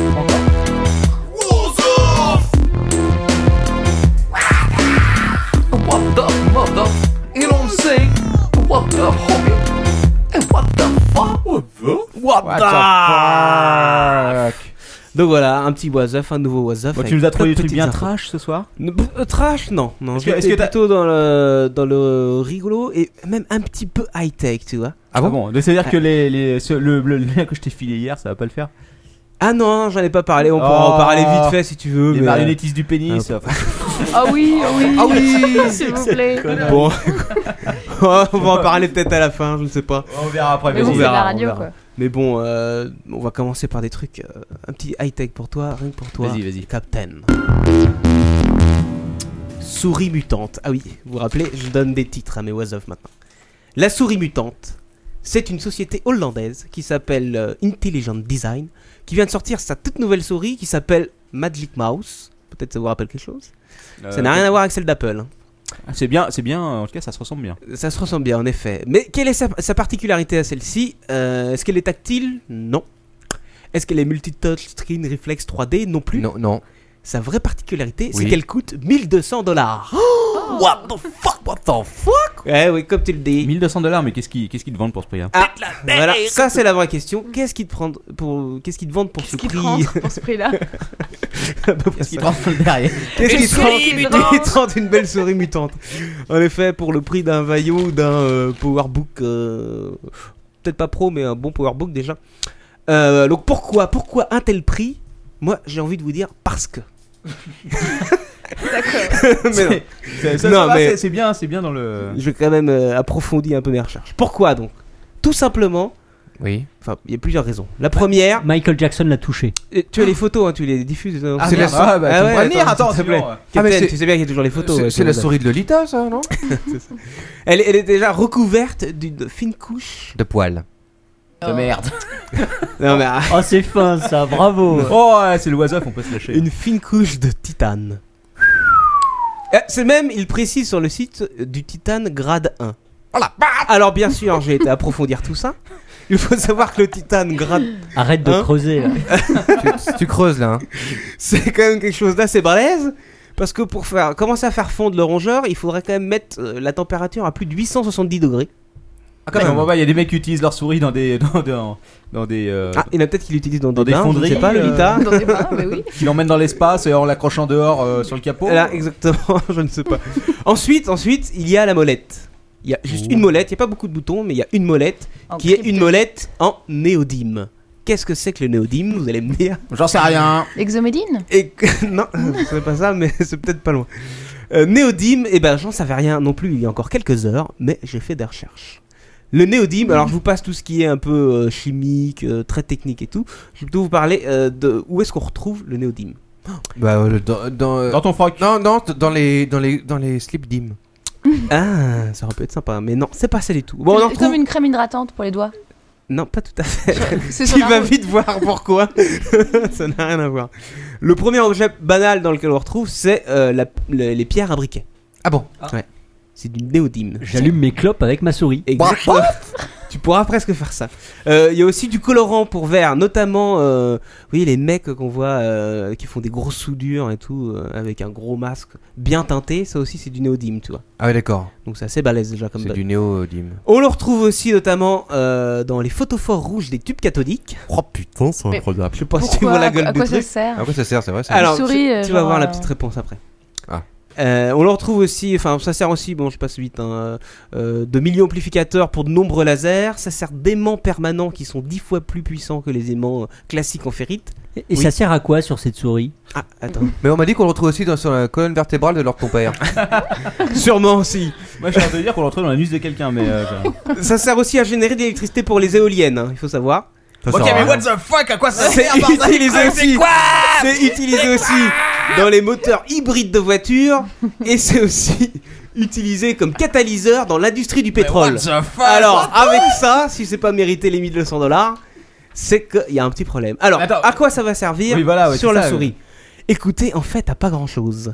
S2: What the mother? You don't say what the homie? And what the fuck? What the?
S5: What, the fuck. Donc voilà, un petit was-up, un nouveau was-up.
S4: Bon,
S5: avec
S4: tu nous as trouvé
S5: plein
S4: des
S5: de
S4: trucs
S5: petites
S4: bien
S5: infos.
S4: trash ce soir.
S5: Ne- euh, Trash, non. non
S4: Est-ce que-
S5: j'étais
S4: est-ce que t'as-
S5: plutôt dans le, dans le rigolo et même un petit peu high-tech, tu vois.
S4: Ah bon, Donc, c'est-à-dire que les, les, ce- le, le lien que je t'ai filé hier, ça va pas le faire.
S5: Ah non, j'en ai pas parlé, on pourra
S4: Oh.
S5: en parler vite fait si tu veux.
S4: Les
S5: mais,
S4: marionnettistes du pénis.
S5: Ah,
S6: Ah oui, ah oui,
S5: Ah oui.
S6: s'il vous plaît.
S5: Bon, on va en parler peut-être à la fin, je ne sais pas.
S4: On verra après.
S6: Mais
S5: On
S6: bon, c'est de
S5: verra,
S6: la
S5: on
S6: radio
S5: verra.
S6: quoi.
S5: Mais bon, euh, on va commencer par des trucs, euh, un petit high-tech pour toi, rien que pour toi.
S4: Vas-y, vas-y.
S5: Captain. souris mutante. Ah oui, vous vous rappelez, je donne des titres à mes was of maintenant. La souris mutante, c'est une société hollandaise qui s'appelle euh, Intelligent Design, qui vient de sortir sa toute nouvelle souris qui s'appelle Magic Mouse. Peut-être ça vous rappelle quelque chose.
S4: Euh,
S5: Ça n'a rien à voir avec celle d'Apple. Hein.
S4: C'est bien, c'est bien. En tout cas, ça se ressemble bien.
S5: Ça se ressemble bien, en effet. Mais quelle est sa, sa particularité à celle-ci? euh, Est-ce qu'elle est tactile? Non. Est-ce qu'elle est multi-touch, screen, reflex trois D? Non plus.
S3: Non, non.
S5: Sa vraie particularité,
S3: Oui.
S5: c'est qu'elle coûte mille deux cents dollars. What the fuck? What the fuck? Ouais, oui, comme tu le dis.
S4: mille deux cents dollars, mais qu'est-ce qu'ils qu'est-ce qu'ils te vendent pour ce prix-là?
S5: Ah, voilà, ça c'est la vraie question. Qu'est-ce qu'ils te prennent pour, qu'est-ce qu'ils te vendent pour ce
S6: Qu'est-ce qui te
S5: prix?
S6: rentre pour ce prix-là?
S4: Qu'est-ce qu'ils te vendent derrière?
S5: Qu'est-ce
S6: Une
S5: qu'ils te
S6: souris
S5: rendent?
S6: mutante.
S5: Ils te rendent une belle souris mutante. En effet, pour le prix d'un Vaio ou d'un euh, Powerbook, euh, peut-être pas pro, mais un bon Powerbook déjà. Euh, donc pourquoi, pourquoi un tel prix? Moi, j'ai envie de vous dire parce que.
S6: D'accord.
S5: Mais non.
S4: C'est- ça,
S5: Non,
S4: ça va,
S5: mais-
S4: c'est- c'est bien, c'est bien dans le.
S5: Je vais quand même euh, approfondir un peu mes recherches. Pourquoi donc? Tout simplement.
S3: Oui.
S5: Enfin, il y a plusieurs raisons. La première.
S7: Michael Jackson l'a touché.
S5: Et tu as les photos, hein, tu les diffuses. euh,
S4: Ah,
S5: c'est
S4: merde.
S5: la
S4: Ah, bah, tu me prévenir, attends,
S5: s'il te plaît.
S4: sinon, euh.
S5: Captain,
S3: Ah, mais c'est-
S5: tu sais bien qu'il y a toujours les photos.
S3: C'est
S5: ouais,
S3: c'est la
S5: sur-
S3: souris de Lolita, ça, non?
S5: Elle, elle est déjà recouverte d'une fine couche
S3: De poils.
S4: De merde.
S5: Non, mais, ah,
S7: Oh, c'est fin ça, bravo.
S4: Oh, ouais, c'est le was of, on peut se lâcher.
S5: une fine couche de titane. Euh, C'est même, il précise sur le site, euh, du titane grade un. Voilà. Alors bien sûr, j'ai été approfondir tout ça. Il faut savoir que le titane grade
S7: Arrête de
S5: Hein
S7: creuser là.
S3: tu, tu creuses là. Hein.
S5: c'est quand même quelque chose d'assez balèze. Parce que pour faire, commencer à faire fondre le rongeur, il faudrait quand même mettre euh, la température à plus de huit cent soixante-dix degrés.
S4: Ah, quand même, bon, bah, il y a des mecs qui utilisent leur souris dans des. Dans, dans, dans des euh,
S5: Ah, il y en a peut-être qui l'utilisent dans,
S4: dans
S5: des,
S4: des
S5: bains,
S4: fonderies,
S5: je sais pas,
S4: euh,
S5: Lolita.
S6: Dans des bains, mais oui.
S4: qui l'emmènent dans l'espace et en l'accrochant dehors euh, sur le capot.
S5: Là, exactement, je ne sais pas. ensuite, ensuite, il y a la molette. Il y a juste une molette, il n'y a pas beaucoup de boutons, mais il y a une molette
S6: En
S5: qui est
S6: crypto.
S5: une molette en néodyme. Qu'est-ce que c'est que le néodyme? Vous allez me dire.
S4: J'en sais rien.
S6: Exomédine?
S5: Et que- non, c'est pas ça, mais c'est peut-être pas loin. Euh, néodyme, eh ben, j'en savais rien non plus il y a encore quelques heures, mais j'ai fait des recherches. Le néodyme, alors je vous passe tout ce qui est un peu euh, chimique, euh, très technique et tout. Je vais plutôt vous parler euh, de où est-ce qu'on retrouve le néodyme.
S3: Bah, euh, dans, dans, euh,
S4: Dans ton froc.
S3: non, non, dans les, dans les, dans les slip dim.
S5: Ah, ça aurait pu être sympa, mais non, c'est pas ça du tout. Bon, on en
S6: C'est
S5: retrouve.
S6: comme une crème hydratante pour les doigts.
S5: Non, pas tout à fait.
S6: C'est
S5: Tu
S6: sur la
S5: vas
S6: route.
S5: vite voir pourquoi. Ça n'a rien à voir. Le premier objet banal dans lequel on retrouve, c'est euh, la- le- les pierres à briquet.
S3: Ah bon?
S5: Ouais. C'est du néodyme.
S7: J'allume mes clopes avec ma souris.
S5: Exactement. Tu pourras presque faire ça. Euh, Il y a aussi du colorant pour verre, notamment, euh, vous voyez les mecs qu'on voit euh, qui font des grosses soudures et tout, euh, avec un gros masque bien teinté. Ça aussi, c'est du néodyme, tu vois.
S3: Ah ouais, d'accord.
S5: Donc c'est assez balèze déjà comme
S3: C'est
S5: date.
S3: du néo-dim.
S5: On le retrouve aussi notamment euh, dans les photophores rouges des tubes cathodiques.
S14: Oh putain, c'est
S6: Mais-
S14: incroyable.
S5: Je sais pas si tu
S6: Pourquoi?
S5: vois la
S6: À
S5: gueule
S6: quoi- à
S5: du
S6: quoi ça
S5: truc.
S6: sert?
S3: À quoi ça sert, c'est vrai ça?
S5: Alors,
S6: souris,
S5: tu,
S6: euh,
S5: tu vas
S6: genre,
S5: voir la
S6: euh,
S5: petite réponse après.
S3: Ah.
S5: Euh, on le retrouve aussi, enfin ça sert aussi, bon je passe vite, hein, euh, de milliamplificateurs pour de nombreux lasers. Ça sert d'aimants permanents qui sont dix fois plus puissants que les aimants euh, classiques en ferrite.
S7: Et
S5: Oui.
S7: ça sert à quoi sur cette souris?
S5: Ah, attends.
S3: Mais on m'a dit qu'on le retrouve aussi dans sur la colonne vertébrale de leur ton père.
S5: Sûrement aussi.
S4: Moi, je suis en train de dire qu'on le retrouve dans la nuit de quelqu'un, mais. Euh, je-
S5: Ça sert aussi à générer de l'électricité pour les éoliennes, hein, il faut savoir.
S3: Ça
S4: Ok,
S3: sert à
S4: mais
S3: rien.
S4: what the fuck, à quoi ça
S5: C'est
S4: sert, bordel?
S5: utilisé
S4: Ah,
S5: aussi.
S4: C'est quoi?
S5: C'est utilisé aussi dans les moteurs hybrides de voitures et c'est aussi utilisé comme catalyseur dans l'industrie du pétrole.
S4: What the fuck?
S5: Alors, avec ça, si c'est pas mérité les mille deux cents dollars, c'est qu'il y a un petit problème. Alors,
S4: Attends.
S5: à quoi ça va servir
S4: Oui, voilà, ouais,
S5: sur
S4: c'est
S5: la
S4: ça,
S5: souris? Écoutez, en fait, à pas grand chose.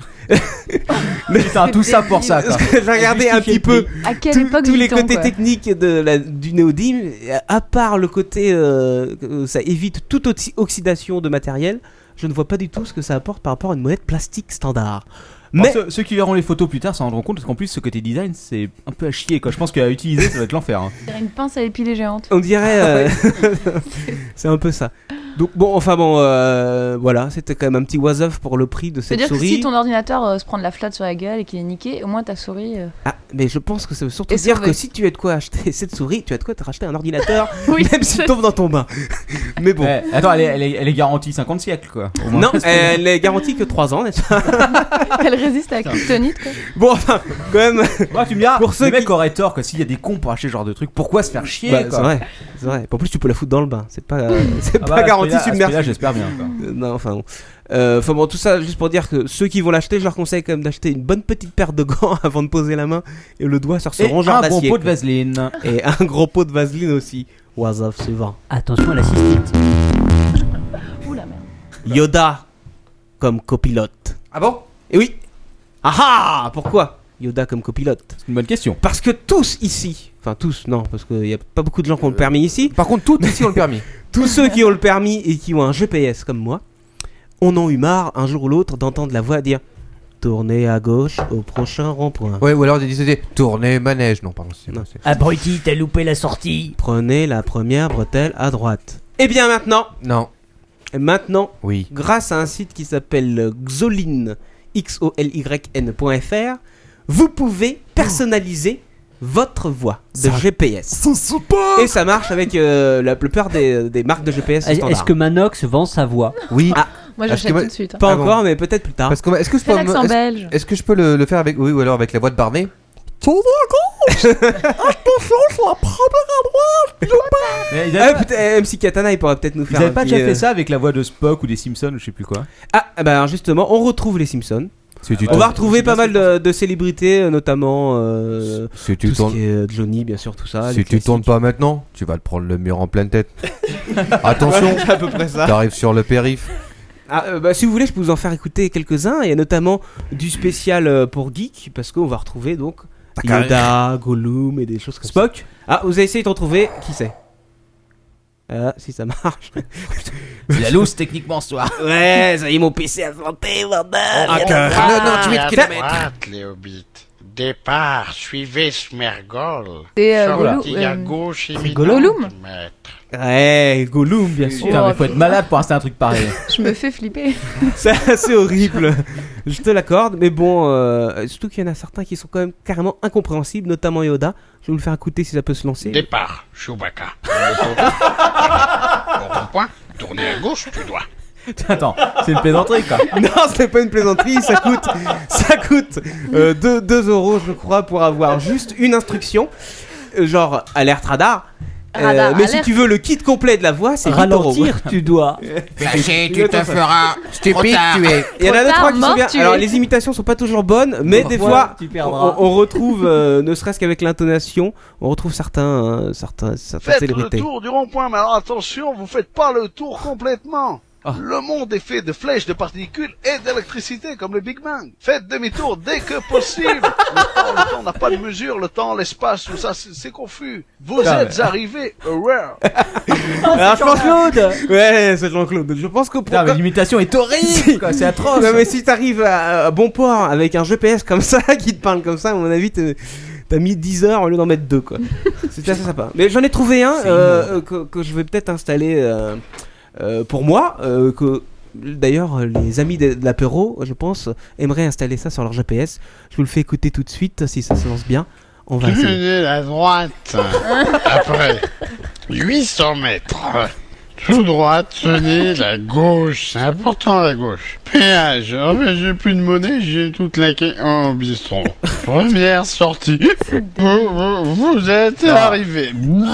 S4: Putain, tout ça pour ça, quoi.
S5: Parce que j'ai regardé un petit peu
S6: À quelle
S5: tous-
S6: époque
S5: tous les
S6: vit-on,
S5: côtés
S6: quoi
S5: techniques de la- du néodyme, à part le côté euh, euh, ça évite toute oxy- oxydation de matériel, je ne vois pas du tout ce que ça apporte par rapport à une monnaie plastique standard.
S4: Mais
S5: Mais
S4: ceux, ceux qui verront les photos plus tard s'en rendront compte parce qu'en plus ce côté design c'est un peu à chier quoi. Je pense qu'à utiliser ça va être l'enfer. Hein.
S6: On dirait une pince à épiler géante.
S5: on dirait, euh, c'est un peu ça. Donc bon, enfin bon, euh, voilà, c'était quand même un petit was-off pour le prix de cette
S6: C'est-à-dire que
S5: souris.
S6: si ton ordinateur euh, se prend de la flotte sur la gueule et qu'il est niqué, au moins ta souris. euh,
S5: Ah, mais je pense que ça veut surtout
S6: Et
S5: dire
S6: sauver.
S5: que si tu as de quoi acheter cette souris, tu as de quoi te racheter un ordinateur,
S6: Oui,
S5: même s'il tombe dans ton bain. Mais bon.
S4: Eh, attends, elle est, elle, est, elle est garantie cinquante siècles quoi. Au moins.
S5: Non, elle est garantie que trois ans, n'est-ce pas?
S6: Elle résiste à la kryptonite, quoi.
S5: Bon, enfin, quand même.
S4: Ouais, tu me diras,
S5: Pour ceux
S4: les mecs
S5: qui-
S4: auraient tort que s'il y a des cons pour acheter ce genre de truc, pourquoi se faire chier
S5: Bah,
S4: quoi.
S5: c'est vrai, c'est vrai. En plus, tu peux la foutre dans le bain. C'est pas, euh, c'est
S4: Ah
S5: pas
S4: bah,
S5: garanti anti-submersion.
S4: Là, j'espère bien. Quoi.
S5: Euh, non, enfin bon. Euh, Enfin bon, tout ça juste pour dire que ceux qui vont l'acheter, je leur conseille quand même d'acheter une bonne petite paire de gants avant de poser la main et le doigt sur ce
S4: Et
S5: rongeur
S4: un
S5: d'acier.
S4: bon pot de
S5: quoi.
S4: vaseline.
S5: Et un gros pot de vaseline aussi. Wazaf suivant.
S7: Attention à la cystite.
S6: Ouh la merde.
S5: Yoda comme copilote.
S3: Ah bon?
S5: Et oui. Ah ah. Pourquoi Yoda comme copilote?
S4: C'est une bonne question.
S5: Parce que tous ici, enfin tous, non, parce qu'il n'y a pas beaucoup de gens qui ont le permis ici.
S3: Par contre, tous ici ont le permis.
S5: Tous ceux qui ont le permis et qui ont un G P S comme moi, on en a eu marre un jour ou l'autre d'entendre la voix dire tournez à gauche au prochain rond-point.
S3: Ouais, ou alors ils disaient tournez manège. Non, pardon. C'est,
S5: Non.
S3: c'est...
S7: Abruti, t'as loupé la sortie.
S5: Prenez la première bretelle à droite. Et bien maintenant,
S3: Non.
S5: maintenant,
S3: Oui.
S5: grâce à un site qui s'appelle Xolyn, X O L Y N point F R, vous pouvez personnaliser votre voix de
S14: Ça-
S5: G P S.
S14: C'est super.
S5: Et ça marche avec euh, la plupart des, des marques de G P S standard.
S7: Est-ce que Manox vend sa voix?
S3: Oui.
S5: Ah,
S6: Moi
S3: Parce
S6: j'achète
S3: que
S6: tout de suite. hein.
S5: pas
S3: Ah bon.
S5: encore, mais peut-être plus tard.
S3: Parce que est-ce que je
S6: Fais
S3: peux
S6: l'accent
S3: est-ce,
S6: belge.
S3: est-ce que je peux le, le faire avec oui ou alors avec la voix de Barney?
S14: Tournez à gauche. Attention, je la première à droite.
S4: Mais ils
S5: Ah,
S4: avaient,
S5: peut-être- M C Katana, il pourrait peut-être nous
S4: ils
S5: faire.
S4: avaient
S5: un
S4: pas
S5: petit,
S4: déjà
S5: euh,
S4: fait ça avec la voix de Spock ou des Simpsons ou je sais plus quoi.
S5: Ah, bah alors justement, on retrouve les Simpsons.
S3: Si tu
S5: On va
S3: tournes,
S5: retrouver pas mal de, de célébrités, euh, notamment euh,
S3: si tu
S5: tout ce
S3: tournes,
S5: qui est euh, Johnny, bien sûr, tout ça.
S3: si
S5: les
S3: tu
S5: classiques.
S3: tournes pas maintenant, tu vas te prendre le mur en pleine tête. Attention,
S5: C'est à peu près ça.
S3: t'arrives sur le périph'.
S5: Ah, euh, bah, si vous voulez, je peux vous en faire écouter quelques-uns. Il y a notamment du spécial euh, pour geek, parce qu'on va retrouver donc Yoda, Gollum et des choses comme
S4: Spock.
S5: ça. Ah, vous avez essayé de retrouver qui c'est? Ah, si ça marche.
S4: C'est la loose techniquement ce soir.
S5: Ouais, ça y est, mon P C a planté, bordel.
S3: Ah, quatre-vingt-dix-huit kilomètres.
S15: droite, les hobbits. Départ, suivez Smergol.
S6: C'est euh,
S15: Sortie
S6: Gollum,
S15: à
S6: euh,
S15: gauche
S6: c'est Gollum.
S15: maître.
S5: Ouais, Gollum, bien sûr.
S4: Putain, mais faut être malade pour installer un truc pareil.
S6: Je me fais flipper.
S5: C'est assez horrible, je te l'accorde, mais bon, euh, surtout qu'il y en a certains qui sont quand même carrément incompréhensibles, notamment Yoda. Je vais vous le faire écouter si ça peut se lancer.
S15: Départ, Chewbacca. Au rond-point, tournez à gauche, tu dois.
S4: Attends, c'est une plaisanterie quoi.
S5: Non, ce n'est pas une plaisanterie, ça coûte, ça coûte euh, deux euros, je crois, pour avoir juste une instruction, euh, genre alerte radar. Euh,
S6: Radar,
S5: mais si
S6: alerte.
S5: tu veux le kit complet de la voix, c'est huit euros.
S7: Ralentir, tu dois.
S15: Fâché,
S5: tu te
S15: feras
S3: Stupide, tu es.
S5: Il y en a
S6: Trop
S5: deux trois
S6: tard,
S5: qui sont
S6: mort,
S5: bien.
S6: tu
S5: Alors
S6: es.
S5: les imitations sont pas toujours bonnes, mais des
S7: Parfois,
S5: fois
S7: tu
S5: on,
S7: perdras.
S5: on retrouve, euh, ne serait-ce qu'avec l'intonation, on retrouve certains, euh, certains, certaines
S15: Faites le
S5: célébrités.
S15: tour du rond-point, mais alors attention, vous faites pas le tour complètement. Le monde est fait de flèches, de particules et d'électricité, comme le Big Bang. Faites demi-tour dès que possible. Le temps, le temps n'a pas de mesure, le temps, l'espace, tout ça, c'est c'est confus. Vous
S4: Ah,
S15: êtes arrivé, aware.
S5: Alors, Jean-Claude. Ouais, c'est Jean-Claude. Je pense que pour
S4: Putain, mais l'imitation est horrible quoi, c'est atroce.
S5: non mais si t'arrives à, à bon port avec un G P S comme ça qui te parle comme ça, à mon avis t'es- t'as mis dix heures au lieu d'en mettre deux quoi. C'était assez sympa. Mais j'en ai trouvé un euh, euh, que, que je vais peut-être installer euh, euh, pour moi, euh, que d'ailleurs les amis de, de l'apéro, je pense, aimeraient installer ça sur leur G P S. Je vous le fais écouter tout de suite si ça se lance bien. On va essayer.
S15: Tenez la droite. Après, huit cents mètres. Tout droit, tenez la gauche. C'est important la gauche. Péage. Oh, mais j'ai plus de monnaie, j'ai tout claqué en bistrot. Première sortie. Vous, vous, vous êtes
S3: Ah.
S15: arrivé.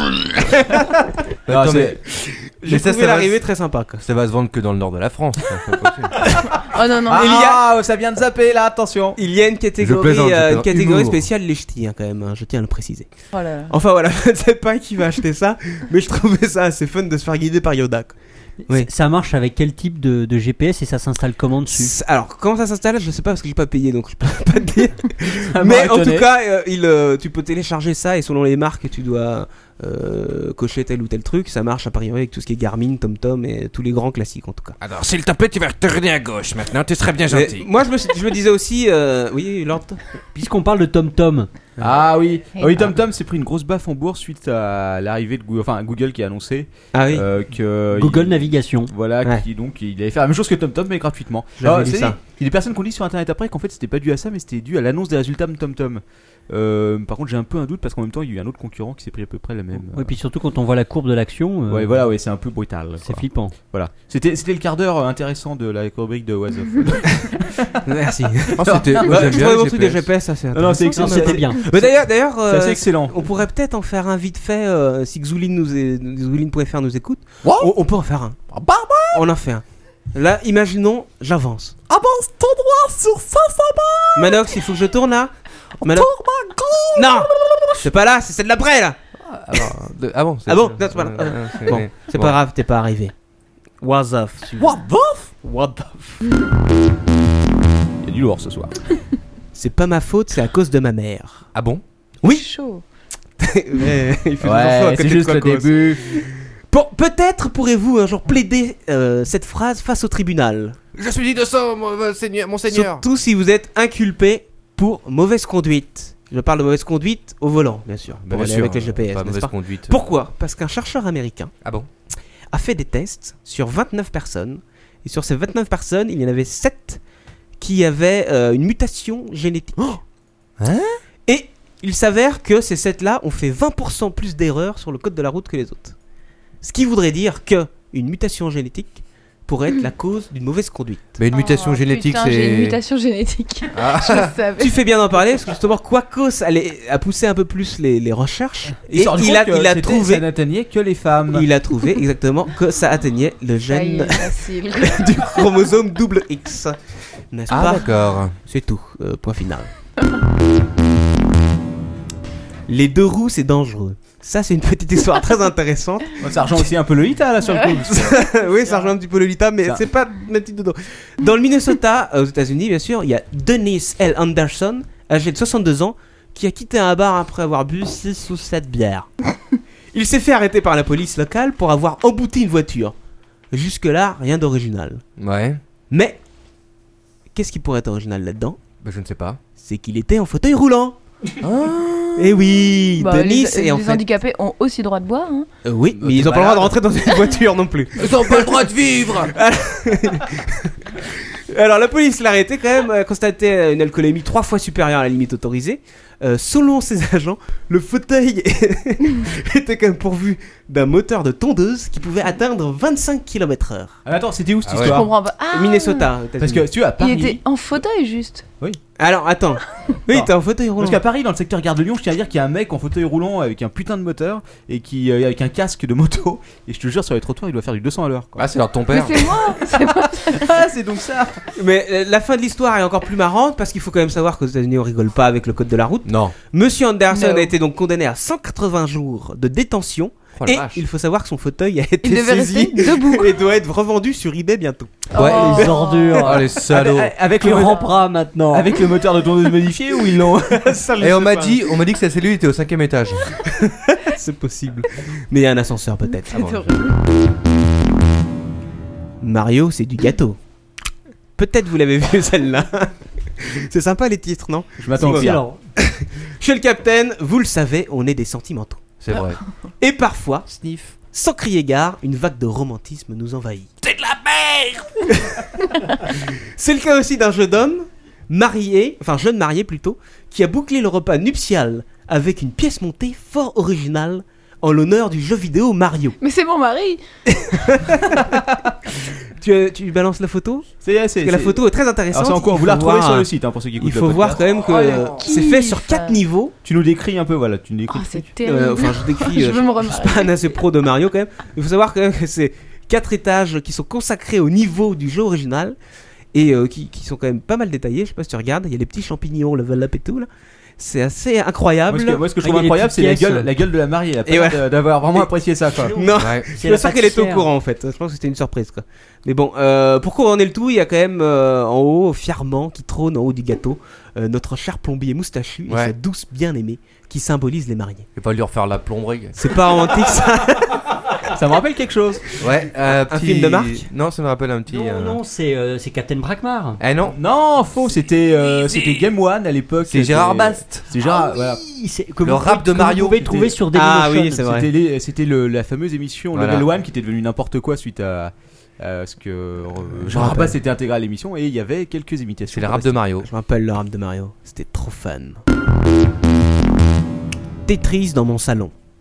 S3: Attends, mais
S5: J'ai
S3: mais ça,
S5: trouvé
S3: ça va
S5: l'arrivée
S3: se-
S5: très sympa quoi.
S3: ça va se vendre que dans le nord de la France. ça, c'est pas possible.
S6: Oh non, non.
S4: Ah,
S5: Il y a-
S4: ça vient de zapper là, attention.
S5: Il y a une
S3: Je
S5: catégorie,
S3: plaisante, je
S5: euh, une
S3: plaisante.
S5: catégorie
S3: Humour.
S5: spéciale les ch'tis hein, quand même, hein, je tiens à le préciser.
S6: Oh là là.
S5: Enfin voilà, je ne sais pas qui va acheter ça, mais je trouvais ça assez fun de se faire guider par Yoda. quoi. Oui.
S7: Ça marche avec quel type de, de G P S et ça s'installe comment dessus?
S5: C'est- Alors, comment ça s'installe? Je sais pas parce que j'ai pas payé donc je peux pas te dire.
S4: Ça
S5: Mais
S4: m'aurait
S5: en
S4: étonné.
S5: tout cas, euh, il, euh, tu peux télécharger ça et selon les marques, tu dois euh, cocher tel ou tel truc. Ça marche a priori avec tout ce qui est Garmin, TomTom et tous les grands classiques en tout cas.
S3: Alors, s'il te plaît, tu vas tourner à gauche maintenant, tu serais bien
S5: Mais
S3: gentil.
S5: moi, je me, suis- je me disais aussi, euh, oui, Lord.
S7: Puisqu'on parle de TomTom,
S4: Ah oui,
S6: Hey.
S4: ah oui, TomTom s'est pris une grosse baffe en bourse suite à l'arrivée de Google, enfin Google qui a annoncé
S5: Ah oui.
S4: euh, que
S7: Google
S4: il-
S7: Navigation.
S4: Voilà,
S5: Ouais.
S4: qui donc il avait fait la même chose que TomTom mais gratuitement.
S5: J'avais
S4: Alors,
S5: lu
S4: c'est-
S5: ça.
S4: Il y a des personnes qui ont dit sur internet après qu'en fait c'était pas dû à ça mais c'était dû à l'annonce des résultats de TomTom. Euh, par contre j'ai un peu un doute parce qu'en même temps il y a eu un autre concurrent qui s'est pris à peu près la même même.
S7: Oui, puis surtout quand on voit la courbe de l'action. euh,
S4: Ouais, voilà, ouais, c'est un peu brutal.
S7: C'est
S4: quoi.
S7: flippant.
S4: Voilà. C'était, c'était le quart d'heure euh, intéressant de la rubrique de Was Off.
S5: Merci.
S3: Oh, c'était-
S5: Ouais,
S3: moi, j'aime
S5: je
S3: bien
S5: trouvais
S3: les
S5: mon truc de
S3: G P S.
S5: G P S assez
S4: Non, non, c'est
S5: intéressant.
S4: excellent.
S7: C'était bien.
S5: Mais d'ailleurs, d'ailleurs,
S4: C'est assez excellent.
S5: On pourrait peut-être en faire un vite fait euh, si Xouline nous est, Xouline point F R nous écoute. On, on peut en faire un. On en fait un. Là, imaginons, j'avance.
S14: Avance ton droit sur cinq cents balles.
S5: Manox, il faut que je tourne là. Manox. Non, c'est pas là, c'est celle d'après là.
S3: Ah bon, de- ah bon, c'est-
S5: Ah bon, non, c'est pas là.
S3: Euh, c'est-
S5: Bon, c'est
S3: bon.
S5: pas grave, t'es pas arrivé. Was off.
S14: What the f-
S5: What the f-
S4: Il y a du lourd ce soir.
S5: C'est pas ma faute, c'est à cause de ma mère.
S3: Ah bon?
S5: Oui.
S6: Chaud.
S5: Mais il fait des enfants à
S4: Ouais,
S5: côté
S4: c'est
S5: de
S4: juste le
S5: Quacos.
S4: début.
S5: Bon, peut-être pourrez-vous un jour plaider euh, cette phrase face au tribunal.
S3: Je suis innocent, mon seigneur. Mon seigneur.
S5: Surtout si vous êtes inculpé pour mauvaise conduite. Je parle de mauvaise conduite au volant, bien sûr,
S3: Bah,
S5: pour
S3: bien
S5: aller
S3: sûr,
S5: avec les G P S,
S3: pas
S5: n'est-ce
S3: mauvaise
S5: pas
S3: conduite.
S5: Pourquoi? Parce qu'un chercheur américain
S3: Ah bon?
S5: a fait des tests sur vingt-neuf personnes. Et sur ces vingt-neuf personnes, il y en avait sept qui avaient euh, une mutation génétique.
S3: Hein?
S5: Et il s'avère que ces sept-là ont fait vingt pour cent plus d'erreurs sur le code de la route que les autres. Ce qui voudrait dire que une mutation génétique pourrait être la cause d'une mauvaise conduite.
S3: Mais une mutation
S6: Oh,
S3: génétique,
S6: putain,
S3: c'est.
S6: J'ai une mutation génétique.
S3: Ah.
S6: Je savais.
S5: Tu fais bien d'en parler parce que justement Quacos allait- a poussé un peu plus les, les recherches
S4: Il
S5: et
S4: s'est rendu
S5: il
S4: compte
S5: a,
S4: que
S5: il a
S4: c'était-
S5: trouvé
S4: ça n'atteignait que les femmes.
S5: il a trouvé exactement que ça atteignait le
S6: Ça y
S5: gène
S6: est, facile.
S5: du chromosome double X. N'est-ce
S3: Ah
S5: pas?
S3: d'accord.
S5: C'est tout. Euh, point final. Les deux roues, c'est dangereux. Ça, c'est une petite histoire très intéressante.
S4: Bon, ça rejoint aussi un peu le Lolita là sur le coup.
S5: Oui, ça rejoint un petit peu Lolita, mais
S4: Ça-
S5: c'est pas même type de dos. Dans le Minnesota, euh, aux États-Unis, bien sûr, il y a Dennis L. Anderson, âgé de soixante-deux ans, qui a quitté un bar après avoir bu six ou sept bières. Il s'est fait arrêter par la police locale pour avoir embouti une voiture. Jusque-là, rien d'original.
S3: Ouais.
S5: Mais, qu'est-ce qui pourrait être original là-dedans?
S3: Bah, je ne sais pas.
S5: C'est qu'il était en fauteuil roulant. Et oui,
S6: Bah,
S5: Denis
S6: les,
S5: est en
S6: les
S5: fait.
S6: handicapés ont aussi droit de boire. Hein.
S5: Euh, oui, mais
S3: t'es
S5: ils ont pas le droit
S3: malade.
S5: de rentrer dans une voiture non plus.
S3: Ils ont pas le droit de vivre.
S5: Alors la police l'a arrêté quand même, a constaté une alcoolémie trois fois supérieure à la limite autorisée. Euh, selon ses agents, le fauteuil était quand même pourvu d'un moteur de tondeuse qui pouvait atteindre vingt-cinq kilomètres heure.
S4: Ah, attends, c'était où cette
S3: Ah ouais.
S6: Je
S4: histoire?
S6: comprends pas. Ah,
S5: Minnesota.
S4: Parce que tu vois, à
S6: il
S4: Paris.
S6: était en fauteuil juste.
S5: Alors attends, oui,
S4: Non.
S5: t'es en fauteuil roulant.
S4: Parce qu'à Paris, dans le secteur Gare de Lyon, je tiens à dire qu'il y a un mec en fauteuil roulant avec un putain de moteur et qui euh, avec un casque de moto. Et je te jure, sur les trottoirs, il doit faire du deux cents à l'heure. quoi.
S3: Ah, c'est alors ton
S6: Mais
S3: père.
S6: c'est moi, c'est moi.
S4: Ah, c'est donc ça.
S5: Mais euh, la fin de l'histoire est encore plus marrante parce qu'il faut quand même savoir qu'aux États-Unis on rigole pas avec le code de la route.
S3: Non.
S5: Monsieur Anderson
S6: No.
S5: a été donc condamné à cent quatre-vingts jours de détention.
S3: Oh la
S5: Et
S3: vache.
S5: il faut savoir que son fauteuil a été
S6: Il devait
S5: saisi
S6: rester debout.
S5: et doit être revendu sur eBay bientôt.
S3: Ouais.
S6: Oh.
S7: Les ordures.
S3: Oh les salauds.
S4: Avec, avec
S7: Qui
S4: le
S7: rampera maintenant.
S4: avec le moteur de tondeuse modifié ou ils l'ont. Ça, je
S3: Et
S4: sais
S3: on m'a
S4: pas.
S3: dit, on m'a dit que sa cellule était au cinquième étage.
S5: C'est possible. Mais il y a un ascenseur peut-être.
S3: Ah bon.
S6: C'est horrible.
S5: Mario, c'est du gâteau. Peut-être vous l'avez vu celle-là. C'est sympa les titres, non?
S4: Je m'attends au pire.
S7: Excellent.
S5: Chez le Capitaine, vous le savez, on est des sentimentaux.
S3: C'est vrai.
S5: Et parfois,
S3: Sniff.
S5: sans crier gare, une vague de romantisme nous envahit. C'est de la merde. C'est le cas aussi d'un jeune homme marié, enfin jeune marié plutôt, qui a bouclé le repas nuptial avec une pièce montée fort originale en l'honneur du jeu vidéo Mario.
S6: Mais c'est mon mari.
S5: Tu, euh, tu balances la photo?
S4: C'est, c'est,
S5: Parce que la
S4: c'est-
S5: photo est très intéressante.
S4: Alors c'est en cours,
S5: Il
S4: vous la
S5: faut
S4: retrouvez
S5: voir,
S4: sur
S5: euh,
S4: le site hein, pour ceux qui écoutent
S5: Il
S4: le
S5: faut
S4: podcast.
S5: voir quand même que
S6: Oh, le
S5: euh, c'est fait sur
S6: kiff.
S5: quatre niveaux.
S4: Tu nous décris un peu, voilà, tu nous décris.
S6: Oh, c'est
S5: Euh,
S6: terrible.
S5: enfin, je décris.
S6: Je
S5: euh,
S6: veux me
S5: je, je suis pas un assez pro de Mario quand même. Il faut savoir quand même que c'est quatre étages qui sont consacrés au niveau du jeu original et euh, qui, qui sont quand même pas mal détaillés. Je sais pas si tu regardes, il y a les petits champignons, level up et tout là. C'est assez incroyable.
S4: Moi, ce que, moi, ce que je
S7: Ah, il y
S4: trouve
S7: a les
S4: incroyable,
S7: petites
S4: c'est la
S7: pièces.
S4: gueule, la gueule de la mariée. Elle a pas
S5: Et
S4: l'air
S5: ouais.
S4: de- d'avoir vraiment apprécié ça, quoi.
S5: Non,
S3: Ouais.
S5: je suis pas sûr qu'elle était au
S7: pâtissière.
S5: courant en fait. Je pense que c'était une surprise quoi. Mais bon, euh, pour couronner le tout, il y a quand même euh, en haut, fièrement, qui trône en haut du gâteau, euh, notre cher plombier moustachu et
S3: Ouais.
S5: sa douce bien-aimée qui symbolise les mariés.
S3: Je vais pas lui refaire la plomberie.
S5: C'est pas romantique ça?
S4: Ça me rappelle quelque chose.
S3: Ouais. euh,
S5: Un
S3: petit-
S5: film de Marc?
S3: Non, ça me rappelle un petit.
S7: Non,
S3: euh,
S7: non, c'est euh, c'est Captain Brackmar.
S3: Eh non.
S4: Non, faux, c'était euh, c'était Game One à l'époque.
S3: C'est Gérard Bast.
S4: C'est Gérard, voilà.
S7: Oui, c'est- que
S3: Le
S7: vous
S3: rap
S7: pouvez-
S3: de
S7: que
S3: Mario,
S7: Vous pouvez
S3: c'était-
S7: trouver sur
S5: Ah
S7: Dailymotion.
S5: oui, c'est vrai.
S4: C'était les- c'était le- la fameuse émission
S3: Voilà.
S4: Level One qui était devenue n'importe quoi suite à, à ce que euh, Gérard
S5: rappelle.
S4: Bast était intégré à l'émission et il y avait quelques imitations.
S3: C'est le rap de Mario.
S5: Je me rappelle le rap de Mario, c'était trop fun. Tetris dans mon salon.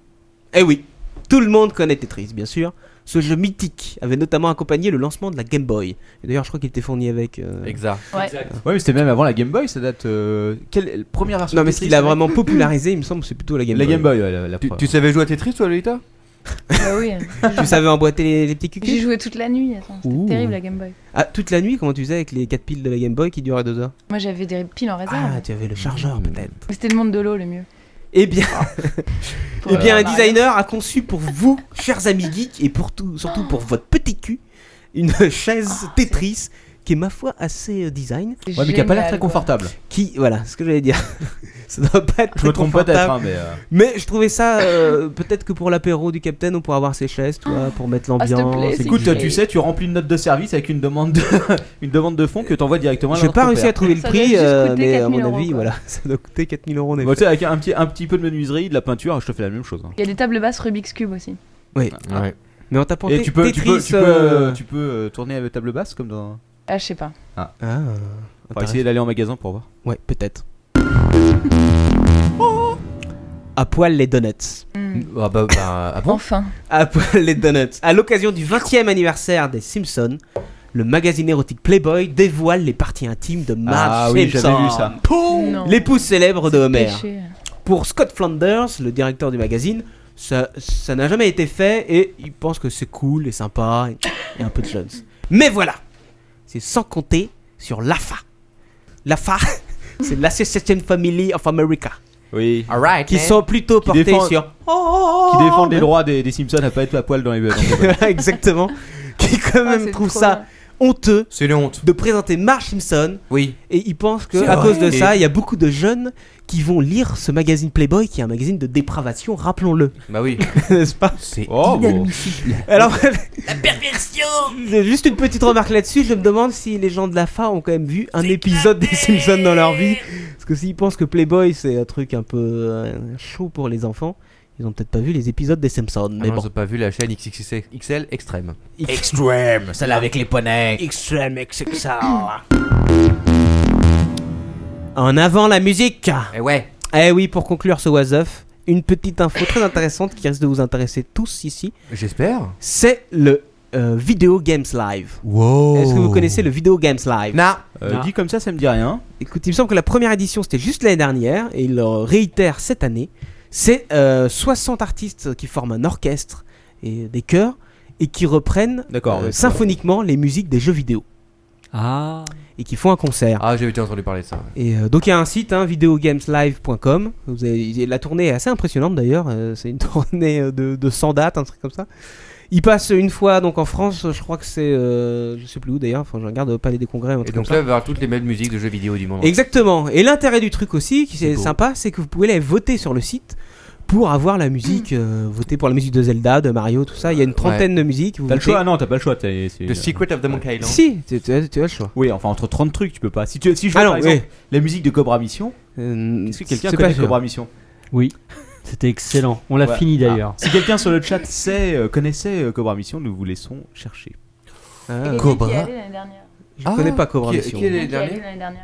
S5: Eh oui, tout le monde connaît Tetris, bien sûr. Ce jeu mythique avait notamment accompagné le lancement de la Game Boy. Et d'ailleurs, je crois qu'il était fourni avec. Euh...
S3: Exact.
S6: Ouais.
S4: Ouais, mais c'était même avant la Game Boy, ça date. Euh... Quelle première version
S5: Non,
S4: de
S5: mais
S4: Tetris,
S5: ce qu'il a
S4: ça va
S5: vraiment popularisé, il me semble, c'est plutôt la Game
S4: La
S5: Boy.
S4: Game Boy, ouais, la, la
S3: Tu,
S4: première.
S3: tu savais jouer à Tetris, toi, Lolita?
S6: Bah oui.
S5: Tu savais emboîter les, les petits culs?
S6: J'ai joué toute la nuit. Attends, c'était
S5: Ouh.
S6: terrible la Game Boy.
S5: Ah, toute la nuit, comment tu faisais avec les quatre piles de la Game Boy qui duraient deux heures?
S6: Moi j'avais des piles en réserve.
S5: Ah, tu avais le chargeur peut-être.
S6: C'était le monde de l'eau le mieux.
S5: Eh bien,
S6: Pour
S5: eh bien,
S6: le
S5: un
S6: Mario.
S5: designer a conçu pour vous, chers amis geeks, et pour tout, surtout pour votre petit cul, une chaise Tetris qui est ma foi assez euh, design.
S4: Ouais, mais qui a pas l'air très confortable.
S5: Qui, voilà, ce que j'allais dire. Ça doit pas être
S4: Je
S5: très
S4: me trompe
S5: confortable.
S4: peut-être, hein, mais, euh,
S5: Mais je trouvais ça, euh, peut-être que pour l'apéro du Capitaine, on pourrait avoir ces chaises, tu vois, pour mettre
S6: Ah, s'il te
S5: l'ambiance.
S6: plaît,
S5: et
S6: c'est
S5: tout.
S4: Écoute, tu sais, tu remplis une note de service avec une demande de, une demande de fonds que tu envoies directement à
S5: J'ai pas réussi à trouver le
S6: Ça doit
S5: prix,
S6: juste
S5: euh,
S6: coûter
S5: mais à
S6: quatre
S5: mon
S6: mille euros,
S5: avis,
S6: quoi.
S5: voilà, ça doit coûter quatre mille euros en effet.
S4: Bah, tu sais, avec un petit, un petit peu de menuiserie, de la peinture, je te fais la même chose. hein.
S6: Il y a des tables basses Rubik's Cube aussi.
S5: Oui.
S3: Ouais.
S5: Mais en tapant
S4: Et
S5: T-
S4: tu peux, tu peux,
S5: Tetris,
S4: tu peux,
S5: euh,
S4: euh, tu peux euh, tourner avec table basse comme dans.
S6: Ah, je sais pas.
S4: Ah.
S5: Ah.
S4: On va
S5: intéressant.
S4: essayer d'aller en magasin pour voir.
S5: Ouais, peut-être. À poil les donuts.
S6: Hmm.
S3: Ah bah, bah, ah bon
S6: Enfin.
S5: À poil les donuts. À l'occasion du vingtième anniversaire des Simpsons, le magazine érotique Playboy dévoile les parties intimes de Marge
S4: Ah
S5: Simpson.
S4: oui, j'avais vu ça.
S6: Non.
S5: L'épouse célèbre de Homer.
S6: Péché.
S5: Pour Scott Flanders, le directeur du magazine, ça ça n'a jamais été fait et il pense que c'est cool et sympa et, et un peu de jeunes. Mais voilà, c'est sans compter sur l'A F A. L'A F A, c'est l'Association Family of America,
S4: Oui.
S3: Alright.
S5: qui sont plutôt
S4: Qui
S5: portés
S4: défend-
S5: sur...
S4: Qui défendent les droits des, des Simpsons à pas être à poil dans les dans les boîtes.
S5: Exactement. Qui quand
S6: Ah,
S5: même
S6: c'est
S5: trouve
S6: trop
S5: ça
S6: bien.
S5: honteux
S3: C'est une honte.
S5: de présenter Marge Simpson.
S3: Oui.
S5: Et ils pensent que
S3: C'est
S5: à
S3: vrai.
S5: cause de
S3: Et-
S5: ça, il y a beaucoup de jeunes qui vont lire ce magazine Playboy, qui est un magazine de dépravation, rappelons-le.
S3: Bah oui.
S5: N'est-ce pas?
S3: C'est
S4: Oh, bon.
S3: inadmissible.
S5: Alors, la perversion. Juste une petite remarque là-dessus. Je me demande si les gens de la F A ont quand même vu un épisode des Simpsons dans leur vie, parce que s'ils pensent que Playboy c'est un truc un peu euh, chaud pour les enfants, ils ont peut-être pas vu les épisodes des Simpsons.
S3: Ah
S5: Mais
S3: non,
S5: bon.
S3: ils ont pas vu la chaîne X X L extrême.
S5: Extreme,
S3: celle avec les poneys.
S5: Extreme X X L. En avant la musique.
S3: Eh ouais.
S5: Eh oui, pour conclure ce was Up, une petite info très intéressante qui risque de vous intéresser tous ici.
S3: J'espère.
S5: C'est le euh, Video Games Live.
S3: Wow.
S5: Est-ce que vous connaissez le Video Games Live?
S3: Non.
S4: Euh,
S7: Non.
S4: dit comme ça, ça me dit rien.
S5: Écoute, il me semble que la première édition c'était juste l'année dernière et il le réitère cette année. C'est euh, soixante artistes qui forment un orchestre et des chœurs et qui reprennent
S4: D'accord,
S5: euh,
S4: ouais,
S5: symphoniquement les musiques des jeux vidéo
S7: Ah.
S5: et qui font un concert.
S3: Ah, j'ai déjà entendu parler de ça. ouais.
S5: Et euh, donc il y a un site, hein, videogameslive point com. Vous avez, la tournée est assez impressionnante d'ailleurs. euh, c'est une tournée euh, de, de cent dates, un truc comme ça. Il passe une fois donc en France, je crois que c'est, euh, je sais plus où d'ailleurs. Enfin, je regarde au Palais des Congrès. un
S3: Et
S5: truc
S3: donc
S5: comme
S3: là,
S5: ça.
S3: il va y avoir toutes les mêmes musiques de jeux vidéo du monde.
S5: Exactement. Et l'intérêt du truc aussi, qui
S3: C'est
S5: est
S3: beau.
S5: sympa, c'est que vous pouvez aller voter sur le site pour avoir la musique, euh, voter pour la musique de Zelda, de Mario, tout ça. Il y a une trentaine de musiques. Vous
S4: T'as le
S5: votez.
S4: choix? Ah non, t'as pas le choix. t'as- c'est-
S3: The Secret of the Monkey Island.
S5: Si, tu, tu as, tu as le choix.
S4: Oui, enfin entre trente trucs, tu peux pas. Si, tu, si je
S5: Ah
S4: vois
S5: non,
S4: par exemple
S5: oui.
S4: la musique de Cobra Mission,
S5: Euh,
S4: est-ce que quelqu'un
S5: c'est
S4: connaît
S5: pas sûr.
S4: Cobra Mission?
S7: Oui. C'était excellent. On l'a
S4: Ouais.
S7: fini d'ailleurs.
S4: Ah. Si quelqu'un sur le chat sait, euh, connaissait euh, Cobra Mission, nous vous laissons chercher.
S5: Ah.
S6: Et quelqu'un
S3: Cobra.
S6: qui est allé l'année dernière.
S5: Je connais pas Cobra
S3: qui,
S5: Mission.
S3: Qui est
S6: Quelqu'un
S3: les
S6: qui est allé
S3: derniers
S6: l'année dernière.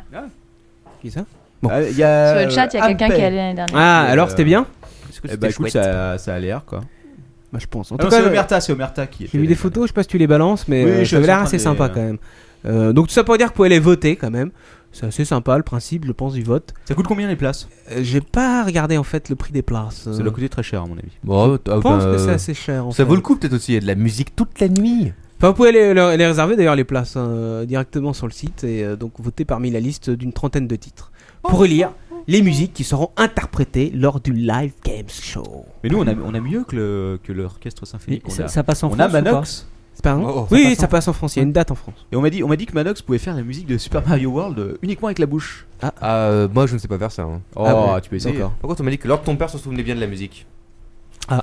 S5: Qui ça Bon.
S4: Euh, y a,
S6: Sur le chat, il y a
S4: euh,
S6: quelqu'un qui
S4: Ampé.
S6: est allé l'année dernière.
S5: Ah,
S4: Euh,
S5: alors c'était bien.
S3: Est-ce que
S4: Eh
S3: c'était
S4: bah écoute,
S3: chouette
S4: ça, ça a l'air quoi.
S5: Bah, je pense. En
S4: Ah
S5: tout
S4: non,
S5: cas,
S4: c'est
S5: le-
S4: Omerta, c'est Omerta qui.
S5: j'ai vu des photos, je sais pas si tu les balances, mais
S4: Oui,
S5: euh,
S4: je
S5: ça avait
S4: suis
S5: l'air
S4: en train
S5: assez
S4: de les-
S5: sympa quand même. Euh, donc tout ça pour dire que vous pouvez aller voter quand même. C'est assez sympa le principe, je pense, du vote.
S4: Ça coûte combien les places?
S5: Euh, J'ai pas regardé en fait le prix des places.
S4: Ça doit coûter très cher à mon avis.
S3: Bon,
S5: Je
S3: ah,
S5: pense
S3: bah,
S5: que c'est assez cher. En
S3: Ça
S5: fait.
S3: vaut le coup peut-être aussi. Il y a de la musique toute la nuit.
S5: Enfin, vous pouvez les, les- les réserver d'ailleurs les places hein, directement sur le site et euh, donc voter parmi la liste d'une trentaine de titres pour élire les musiques qui seront interprétées lors du Live Games Show.
S4: Mais nous, on a, on a mieux que le que l'orchestre symphonique.
S7: Et
S4: On
S7: ça-
S4: a,
S7: ça passe en
S4: on
S7: France
S4: a
S7: ou pas
S4: Manox.
S5: C'est pas un-
S3: Oh, oh,
S5: Oui,
S7: ça
S5: oui,
S7: passe
S5: ça
S7: en-
S5: passe en France. Il y a une date en France.
S4: Et on m'a dit, on m'a dit que Manox pouvait faire la musique de Super Mario World euh, uniquement avec la bouche.
S3: Ah, euh, moi je ne sais pas faire ça. hein.
S4: Oh,
S5: Ah ouais,
S4: tu peux essayer.
S5: d'accord.
S3: Par contre, on m'a dit que lors de ton père se souvenait bien de la musique.
S4: Ah,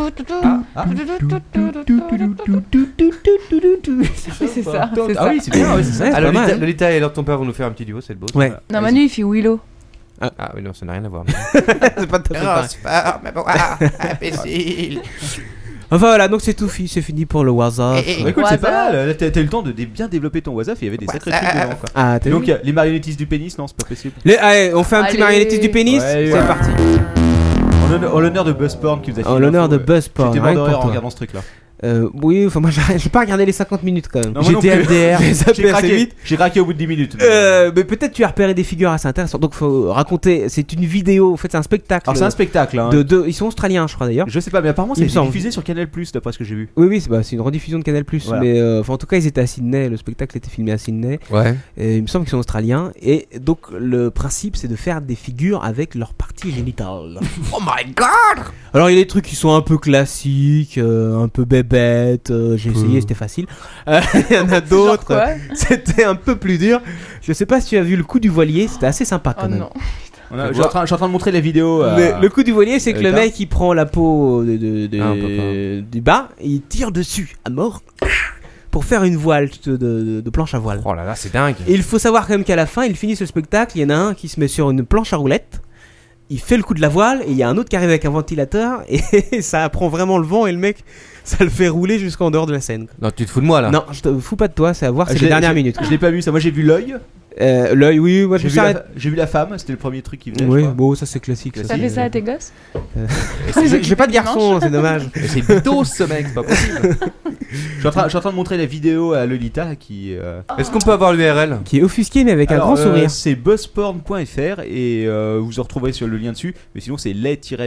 S6: C'est ça, c'est
S4: Ah
S6: ça.
S4: oui, c'est bien. ouais, c'est ça.
S5: Ouais, c'est
S3: Alors,
S5: pas mal,
S3: Lolita,
S5: hein.
S3: Lolita et lors de ton père vont nous faire un petit duo, c'est beau. ça.
S5: Ouais.
S6: Non, Manu, il fait Willow.
S3: Ah oui, non, ça n'a rien à voir.
S5: C'est pas tout à fait pareil.
S3: Grosse mais bon, ah, imbécile.
S5: Enfin voilà, donc c'est tout, fi- c'est fini pour le WhatsApp.
S3: Et- et-
S4: Bah, écoute, c'est pas
S6: What's up
S4: mal. Là, T'as t'as eu le temps de dé- bien développer ton WhatsApp. Il y avait des sacrés
S3: What's
S4: trucs
S3: up
S4: dedans. Quoi.
S5: Ah, t'as
S4: Et donc,
S5: vu
S4: il y a les marionnettistes du pénis, non, c'est pas possible.
S5: Les- allez, on fait un petit
S6: Allez.
S5: marionnettisme du pénis.
S4: Ouais,
S5: C'est
S4: ouais.
S5: parti.
S4: En l'honneur- En l'honneur de Buzzporn qui vous a fait
S5: En
S4: une
S5: l'honneur
S4: info,
S5: de Buzzporn,
S4: J'étais
S5: rien
S4: mort
S5: que
S4: de
S5: pour
S4: rire en
S5: toi.
S4: regardant ce truc-là.
S5: Euh, oui, enfin moi j'ai j'ai pas regardé les cinquante minutes quand même.
S4: Non, moi non
S5: J'étais
S4: plus.
S5: M D R, j'ai
S4: J'ai
S5: zappé assez
S4: craqué.
S5: vite.
S4: J'ai craqué au bout de dix minutes.
S5: Euh, mais peut-être tu as repéré des figures assez intéressantes. Donc faut raconter, c'est une vidéo, en fait c'est un spectacle.
S4: Alors c'est un spectacle. Hein.
S5: De, de- ils sont australiens je crois d'ailleurs.
S4: Je sais pas, mais apparemment
S5: Il
S4: c'est
S5: me semble.
S4: diffusé sur Canal Plus d'après ce que j'ai vu.
S5: Oui oui, c'est bah, c'est une rediffusion de Canal+.
S4: Voilà.
S5: Mais euh, enfin, en tout cas ils étaient à Sydney, le spectacle était filmé à Sydney.
S3: Ouais.
S5: Et il me semble qu'ils sont australiens. Et donc le principe c'est de faire des figures avec leur partie génitale.
S3: Oh my god!
S5: Alors il y a des trucs qui sont un peu classiques, euh, un peu bébêtes, euh, j'ai essayé, c'était facile. Euh, Il y en a d'autres,
S6: quoi
S5: c'était un peu plus dur. Je sais pas si tu as vu le coup du voilier, c'était assez sympa quand
S6: Oh
S5: même.
S6: non.
S4: On a- je, suis en train, je suis en train de montrer les vidéos. euh,
S5: Le, le coup du voilier, c'est que
S4: euh,
S5: le
S4: Lolita.
S5: mec il prend la peau de, de- de-
S3: Ah, on peut
S5: du bas et il tire dessus à mort pour faire une voile de, de- de planche à voile.
S3: Oh là là, c'est dingue.
S5: Et il faut savoir quand même qu'à la fin, il finit ce spectacle, il y en a un qui se met sur une planche à roulettes, il fait le coup de la voile et il y a un autre qui arrive avec un ventilateur et ça prend vraiment le vent et le mec, ça le fait rouler jusqu'en dehors de la scène.
S3: Non, tu te fous de moi là.
S5: Non, je te fous pas de toi, c'est à voir,
S4: Ah,
S5: c'est
S4: je
S5: les
S4: l'ai-
S5: dernières
S4: je-
S5: minutes.
S4: Je l'ai pas vu ça. Moi j'ai vu l'œil.
S5: Euh, L'œil, oui, moi je
S4: J'ai
S5: me
S4: vu,
S5: suis
S4: la... j'ai vu la femme. C'était le premier truc qui venait.
S5: Oui,
S4: je crois.
S5: bon, ça c'est classique. ça.
S6: T'as fait ça à tes gosses
S5: J'ai j'ai pas de garçon,
S6: Dimanche.
S5: c'est dommage.
S3: Mais c'est bitos ce mec, c'est pas possible.
S4: Je suis, en train, je suis en train de montrer la vidéo à Lolita qui. euh,
S3: Est-ce qu'on peut avoir l'U R L?
S5: Qui est offusqué mais avec un
S4: Alors,
S5: grand
S4: euh,
S5: sourire.
S4: c'est buzzporn point f r et euh, vous en retrouverez sur le lien dessus. Mais sinon, c'est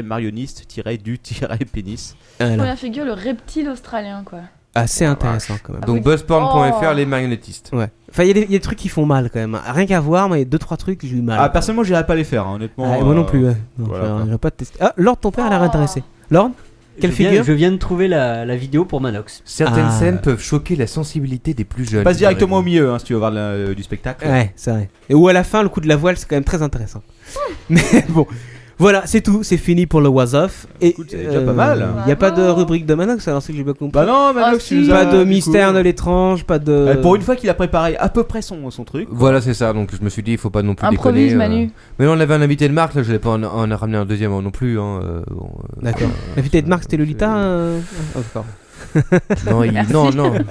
S4: les-marionnistes-du-pénis.
S5: Voilà.
S6: Première figure, le reptile australien, quoi.
S5: Assez intéressant quand même.
S6: Ah
S3: Donc
S6: oui.
S3: buzzporn point f r,
S6: Oh.
S3: les marionnettistes.
S5: Ouais. Enfin, il y, a des- il y a des trucs qui font mal quand même. Rien qu'à voir, mais il y a deux trois trucs, j'ai eu mal.
S4: Ah, personnellement, j'irais pas les faire, hein, honnêtement.
S5: Ah, moi non
S4: euh,
S5: plus, ouais. Non,
S4: voilà,
S5: je-
S4: quoi.
S5: je vais pas te tester. Ah, Lord, ton père a l'air intéressé. Lord, quelle
S7: je viens,
S5: figure
S7: je viens de trouver la, la vidéo pour Manox.
S3: Certaines
S5: Ah.
S3: scènes peuvent choquer la sensibilité des plus jeunes.
S4: Passe directement au milieu hein, si tu veux voir la- euh, du spectacle.
S5: Ouais, c'est vrai. Et où à la fin, le coup de la voile, c'est quand même très intéressant. Mais bon, voilà, c'est tout, c'est fini pour le Was Off. Et
S4: Écoute, c'est déjà pas mal.
S5: Il n'y a pas de rubrique de Manox, alors c'est que j'ai pas compris.
S4: Bah non, Manox,
S6: Oh,
S4: tu nous
S6: si.
S4: as-
S5: Pas de
S4: du
S5: mystère
S4: coup-
S5: de l'étrange, pas de.
S4: Euh, pour une fois qu'il a préparé à peu près son, son truc.
S3: Voilà, c'est ça. Donc je me suis dit, il faut pas non plus
S6: Improvise,
S3: déconner. euh.
S6: Manu.
S3: Mais là, on avait un invité de marque, là, je l'ai pas en, en a ramené un deuxième non plus. Hein, euh, bon, euh,
S5: D'accord. L'invité de Marc, c'était Lolita euh... oh, d'accord.
S3: Non, il,
S6: Merci.
S3: non, non.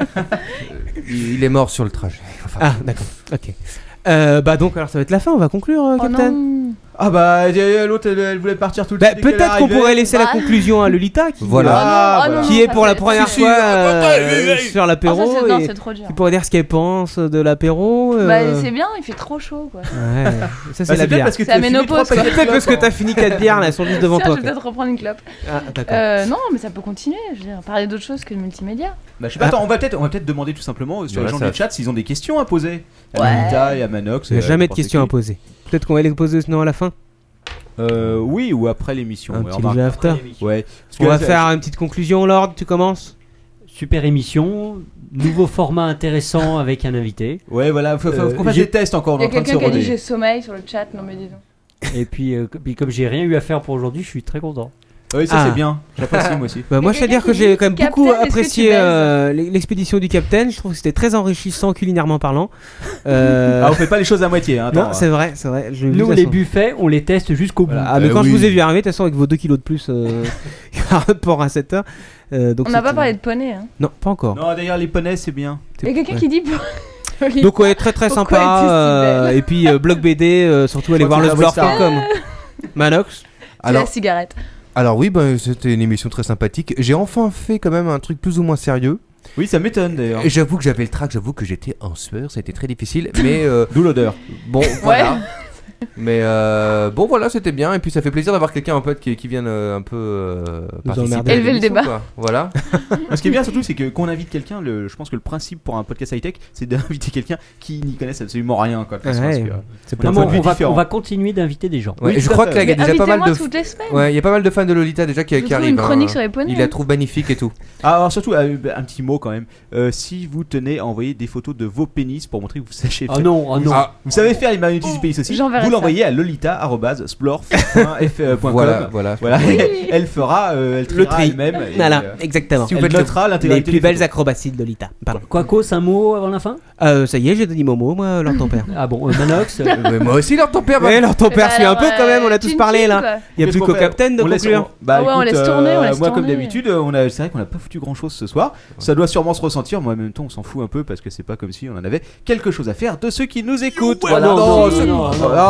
S3: il, il est mort sur le trajet. Enfin,
S5: Ah, d'accord. Ok. Euh, bah donc, alors ça va être la fin, on va conclure, euh,
S6: Oh
S5: Captain.
S6: non.
S4: Ah bah euh, l'autre elle, elle voulait partir tout de
S5: Bah,
S4: suite. dès qu'elle
S5: peut-être qu'on
S4: arrivait.
S5: pourrait laisser la
S6: Bah.
S5: conclusion à Lolita qui,
S3: Voilà.
S4: Ah,
S6: Oh non,
S4: voilà.
S6: oh non,
S5: qui est
S6: ça
S5: pour la
S6: fait-
S5: première
S6: ça
S5: fois
S6: fait-
S5: euh, sur l'apéro
S6: Oh, ça, c'est- non,
S5: et
S6: c'est trop dur.
S5: qui pourrait dire ce qu'elle pense de l'apéro. euh,
S6: Bah, c'est bien, il fait trop chaud, quoi.
S5: Ouais, ça
S4: Bah,
S5: c'est
S4: c'est
S5: la
S4: bien
S5: bière.
S4: parce que
S6: C'est la
S4: t'as fumé
S6: ménopause,
S4: trois
S6: quoi.
S4: paquets de
S5: Peut-être parce que
S4: clopes.
S5: t'as fini quatre bières là, elles sont juste devant
S6: Tiens,
S5: toi.
S6: je vais
S5: quoi.
S6: peut-être reprendre une clope.
S5: Ah, d'accord.
S6: Euh, non, mais ça peut continuer. Je veux dire, parler d'autre chose que le multimédia.
S4: Bah, je sais pas, attends, on va peut-être on va peut-être demander tout simplement sur
S3: Ouais,
S4: les gens
S3: ça-
S4: du chat s'ils ont des questions à poser à
S6: Ouais.
S4: Lolita et à Manox.
S5: Il n'y a
S4: et à
S5: jamais de
S4: n'importe
S5: questions à
S4: qui.
S5: poser. Peut-être qu'on va les poser sinon à la fin.
S4: Euh, oui, ou après l'émission.
S5: Un
S4: ouais,
S5: petit
S4: remarque.
S5: léger after.
S4: Ouais. Parce
S5: On
S4: que
S5: va
S4: là,
S5: faire une petite conclusion, Lord. Tu commences.
S7: Super émission, nouveau format intéressant avec un invité.
S4: Ouais, voilà, faut, faut
S7: Euh,
S4: qu'on fasse
S7: j'ai-
S4: des tests encore. On
S6: Il
S4: est
S6: y
S4: en
S6: a
S4: train de se
S6: quelqu'un qui a dit
S4: roder.
S6: j'ai sommeil sur le chat. Non, mais dis donc.
S7: Et puis, euh, puis comme j'ai rien eu à faire pour aujourd'hui, je suis très content.
S4: Oui, ça
S5: Ah.
S4: c'est bien. J'apprécie moi aussi.
S5: Bah, moi,
S6: Il y
S5: je
S6: a
S5: vais dire
S6: quelqu'un
S5: que
S6: qui
S5: j'ai
S6: dit,
S5: quand même
S6: Captain,
S5: beaucoup
S6: est-ce que tu
S5: apprécié
S6: baises
S5: euh, l'expédition du Capitaine. Je trouve que c'était très enrichissant culinairement parlant. Euh,
S4: Ah, on fait pas les choses à moitié. Hein,
S5: non,
S4: attends,
S5: c'est vrai, c'est vrai. Je l'ai vu,
S7: Nous,
S5: de toute
S7: les
S5: façon.
S7: buffets, on les teste jusqu'au bout.
S5: Voilà. Ah, mais
S4: Euh,
S5: quand je
S4: oui.
S5: vous ai vu arriver, de toute façon, avec vos deux kilos de plus euh, par rapport à cette heure. euh, donc
S6: On n'a pas
S5: c'était-
S6: parlé de poney. Hein.
S5: Non, pas encore.
S4: Non, d'ailleurs, les poneys c'est bien.
S6: Il y a quelqu'un
S5: Ouais.
S6: qui dit.
S5: Donc ouais, très très
S6: Pourquoi
S5: sympa.
S6: es-tu si
S5: euh,
S6: belle
S5: et puis euh, blog B D, euh, surtout allez
S4: Je crois
S5: voir le
S4: que c'est la
S5: sblurf point com. Manox.
S6: C'est
S3: Alors,
S6: la cigarette.
S3: alors oui, ben, c'était une émission très sympathique. J'ai enfin fait quand même un truc plus ou moins sérieux.
S4: Oui, ça m'étonne d'ailleurs.
S3: Et j'avoue que j'avais le trac, j'avoue que j'étais en sueur, ça a été très difficile. Mais euh,
S4: D'où l'odeur.
S3: bon, voilà. Mais euh, bon, voilà, c'était bien. Et puis ça fait plaisir d'avoir quelqu'un en fait qui, qui vienne euh, un peu euh, participer
S5: emmerder.
S3: à
S6: Élever le
S3: l'émission,
S6: débat.
S3: quoi. Voilà.
S4: Ce qui est bien surtout, c'est que quand on invite quelqu'un, le, je pense que le principe pour un podcast high-tech, c'est d'inviter quelqu'un qui n'y connaisse absolument rien. Quoi, de toute façon,
S5: Ouais,
S4: parce que,
S5: c'est
S4: on a un
S7: Non,
S4: point
S7: mais
S4: de vue
S7: on, va,
S4: différent.
S7: on va continuer d'inviter des gens.
S3: Ouais,
S4: Oui,
S3: et je
S4: tout à
S3: crois
S4: fait.
S3: qu'il y a
S6: Mais
S3: déjà pas mal
S6: invitez-moi
S3: de.
S6: toutes les semaines.
S3: Ouais, il y a pas mal de fans de Lolita déjà qui,
S6: Je
S3: qui
S6: trouve
S3: arrivent.
S6: une chronique
S3: hein.
S6: sur les poneys.
S3: Il la trouve magnifique et tout.
S4: Ah, alors surtout, euh, un petit mot quand même. Euh, si vous tenez à envoyer des photos de vos pénis pour montrer que vous sachez
S7: Oh
S4: faire.
S7: non, oh non.
S3: Ah,
S4: Vous savez faire les marionnettes du pénis aussi.
S6: J'enverrai
S4: Vous
S6: ça.
S4: l'envoyez à lolita arobase sblorf point f point com.
S3: voilà, voilà.
S4: Voilà,
S6: Oui.
S4: elle fera, euh, elle
S5: Le
S4: triera
S5: tri.
S4: elle-même. et,
S5: Voilà,
S4: euh,
S5: exactement.
S3: Si vous
S4: elle
S3: faites le-
S4: notera
S5: Les
S4: l'intégralité
S5: plus
S4: des
S5: belles
S4: photos.
S5: acrobaties de Lolita. Pardon.
S7: Quacos, un mot avant la fin
S5: Euh, ça y est, j'ai donné mon mot, moi, Lord ton père.
S7: Ah bon, euh, Manox. euh,
S3: Mais moi aussi, leur ton père.
S5: Ouais, Lord ton
S6: Eh
S5: père
S6: ben
S5: suit un
S6: alors,
S5: peu quand même, on a
S6: euh,
S5: tous
S6: chin
S5: parlé
S6: chin,
S5: là.
S6: quoi.
S5: Il y a
S4: Qu'est-ce
S5: plus
S4: qu'on
S5: qu'au
S4: fait
S5: Captain de
S4: On laisse-
S5: conclure.
S4: Bah,
S6: Ah ouais, on
S4: écoute,
S6: laisse tourner, on
S4: euh,
S6: laisse
S4: moi, comme
S6: tourner.
S4: d'habitude, on a, c'est vrai qu'on n'a pas foutu grand chose ce soir. Ça doit sûrement se ressentir. Moi, en même temps, on s'en fout un peu parce que c'est pas comme si on en avait quelque chose à faire de ceux qui nous écoutent.
S7: Voilà.
S4: non,
S7: non,
S4: c'est-
S7: non, non,
S4: Oh,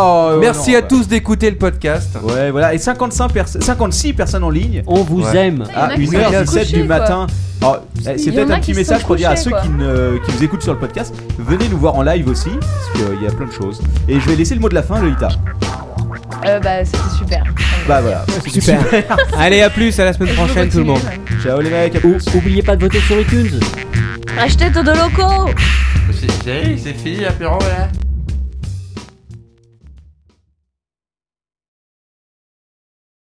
S4: Oh,
S3: Merci
S4: non,
S3: à
S4: bah.
S3: tous d'écouter le podcast.
S4: Ouais, voilà. Et cinquante-cinq pers- cinquante-six personnes en ligne.
S7: On vous
S3: Ouais.
S7: aime.
S4: À
S6: Il y en a qui
S4: une heure
S6: sont
S4: dix-sept
S6: couchés,
S4: du
S6: quoi.
S4: matin. Alors, eh, c'est
S6: Il y
S4: peut-être
S6: en a
S4: un petit
S6: qui
S4: message
S6: sont
S4: pour dire à
S6: couchés,
S4: ceux
S6: quoi.
S4: qui, ne, qui nous écoutent sur le podcast, venez nous voir en live aussi, parce qu'il y a plein de choses. Et je vais laisser le mot de la fin, Lolita.
S6: Euh, bah, c'était super.
S4: Bah voilà, c'était
S5: Super. Allez, à plus, à la semaine prochaine, tout le monde.
S4: Ciao les mecs, à
S7: Ou-
S4: plus.
S7: oubliez pas de voter sur iTunes.
S6: Achetez Todo Loco.
S3: C'est fini l'apéro là.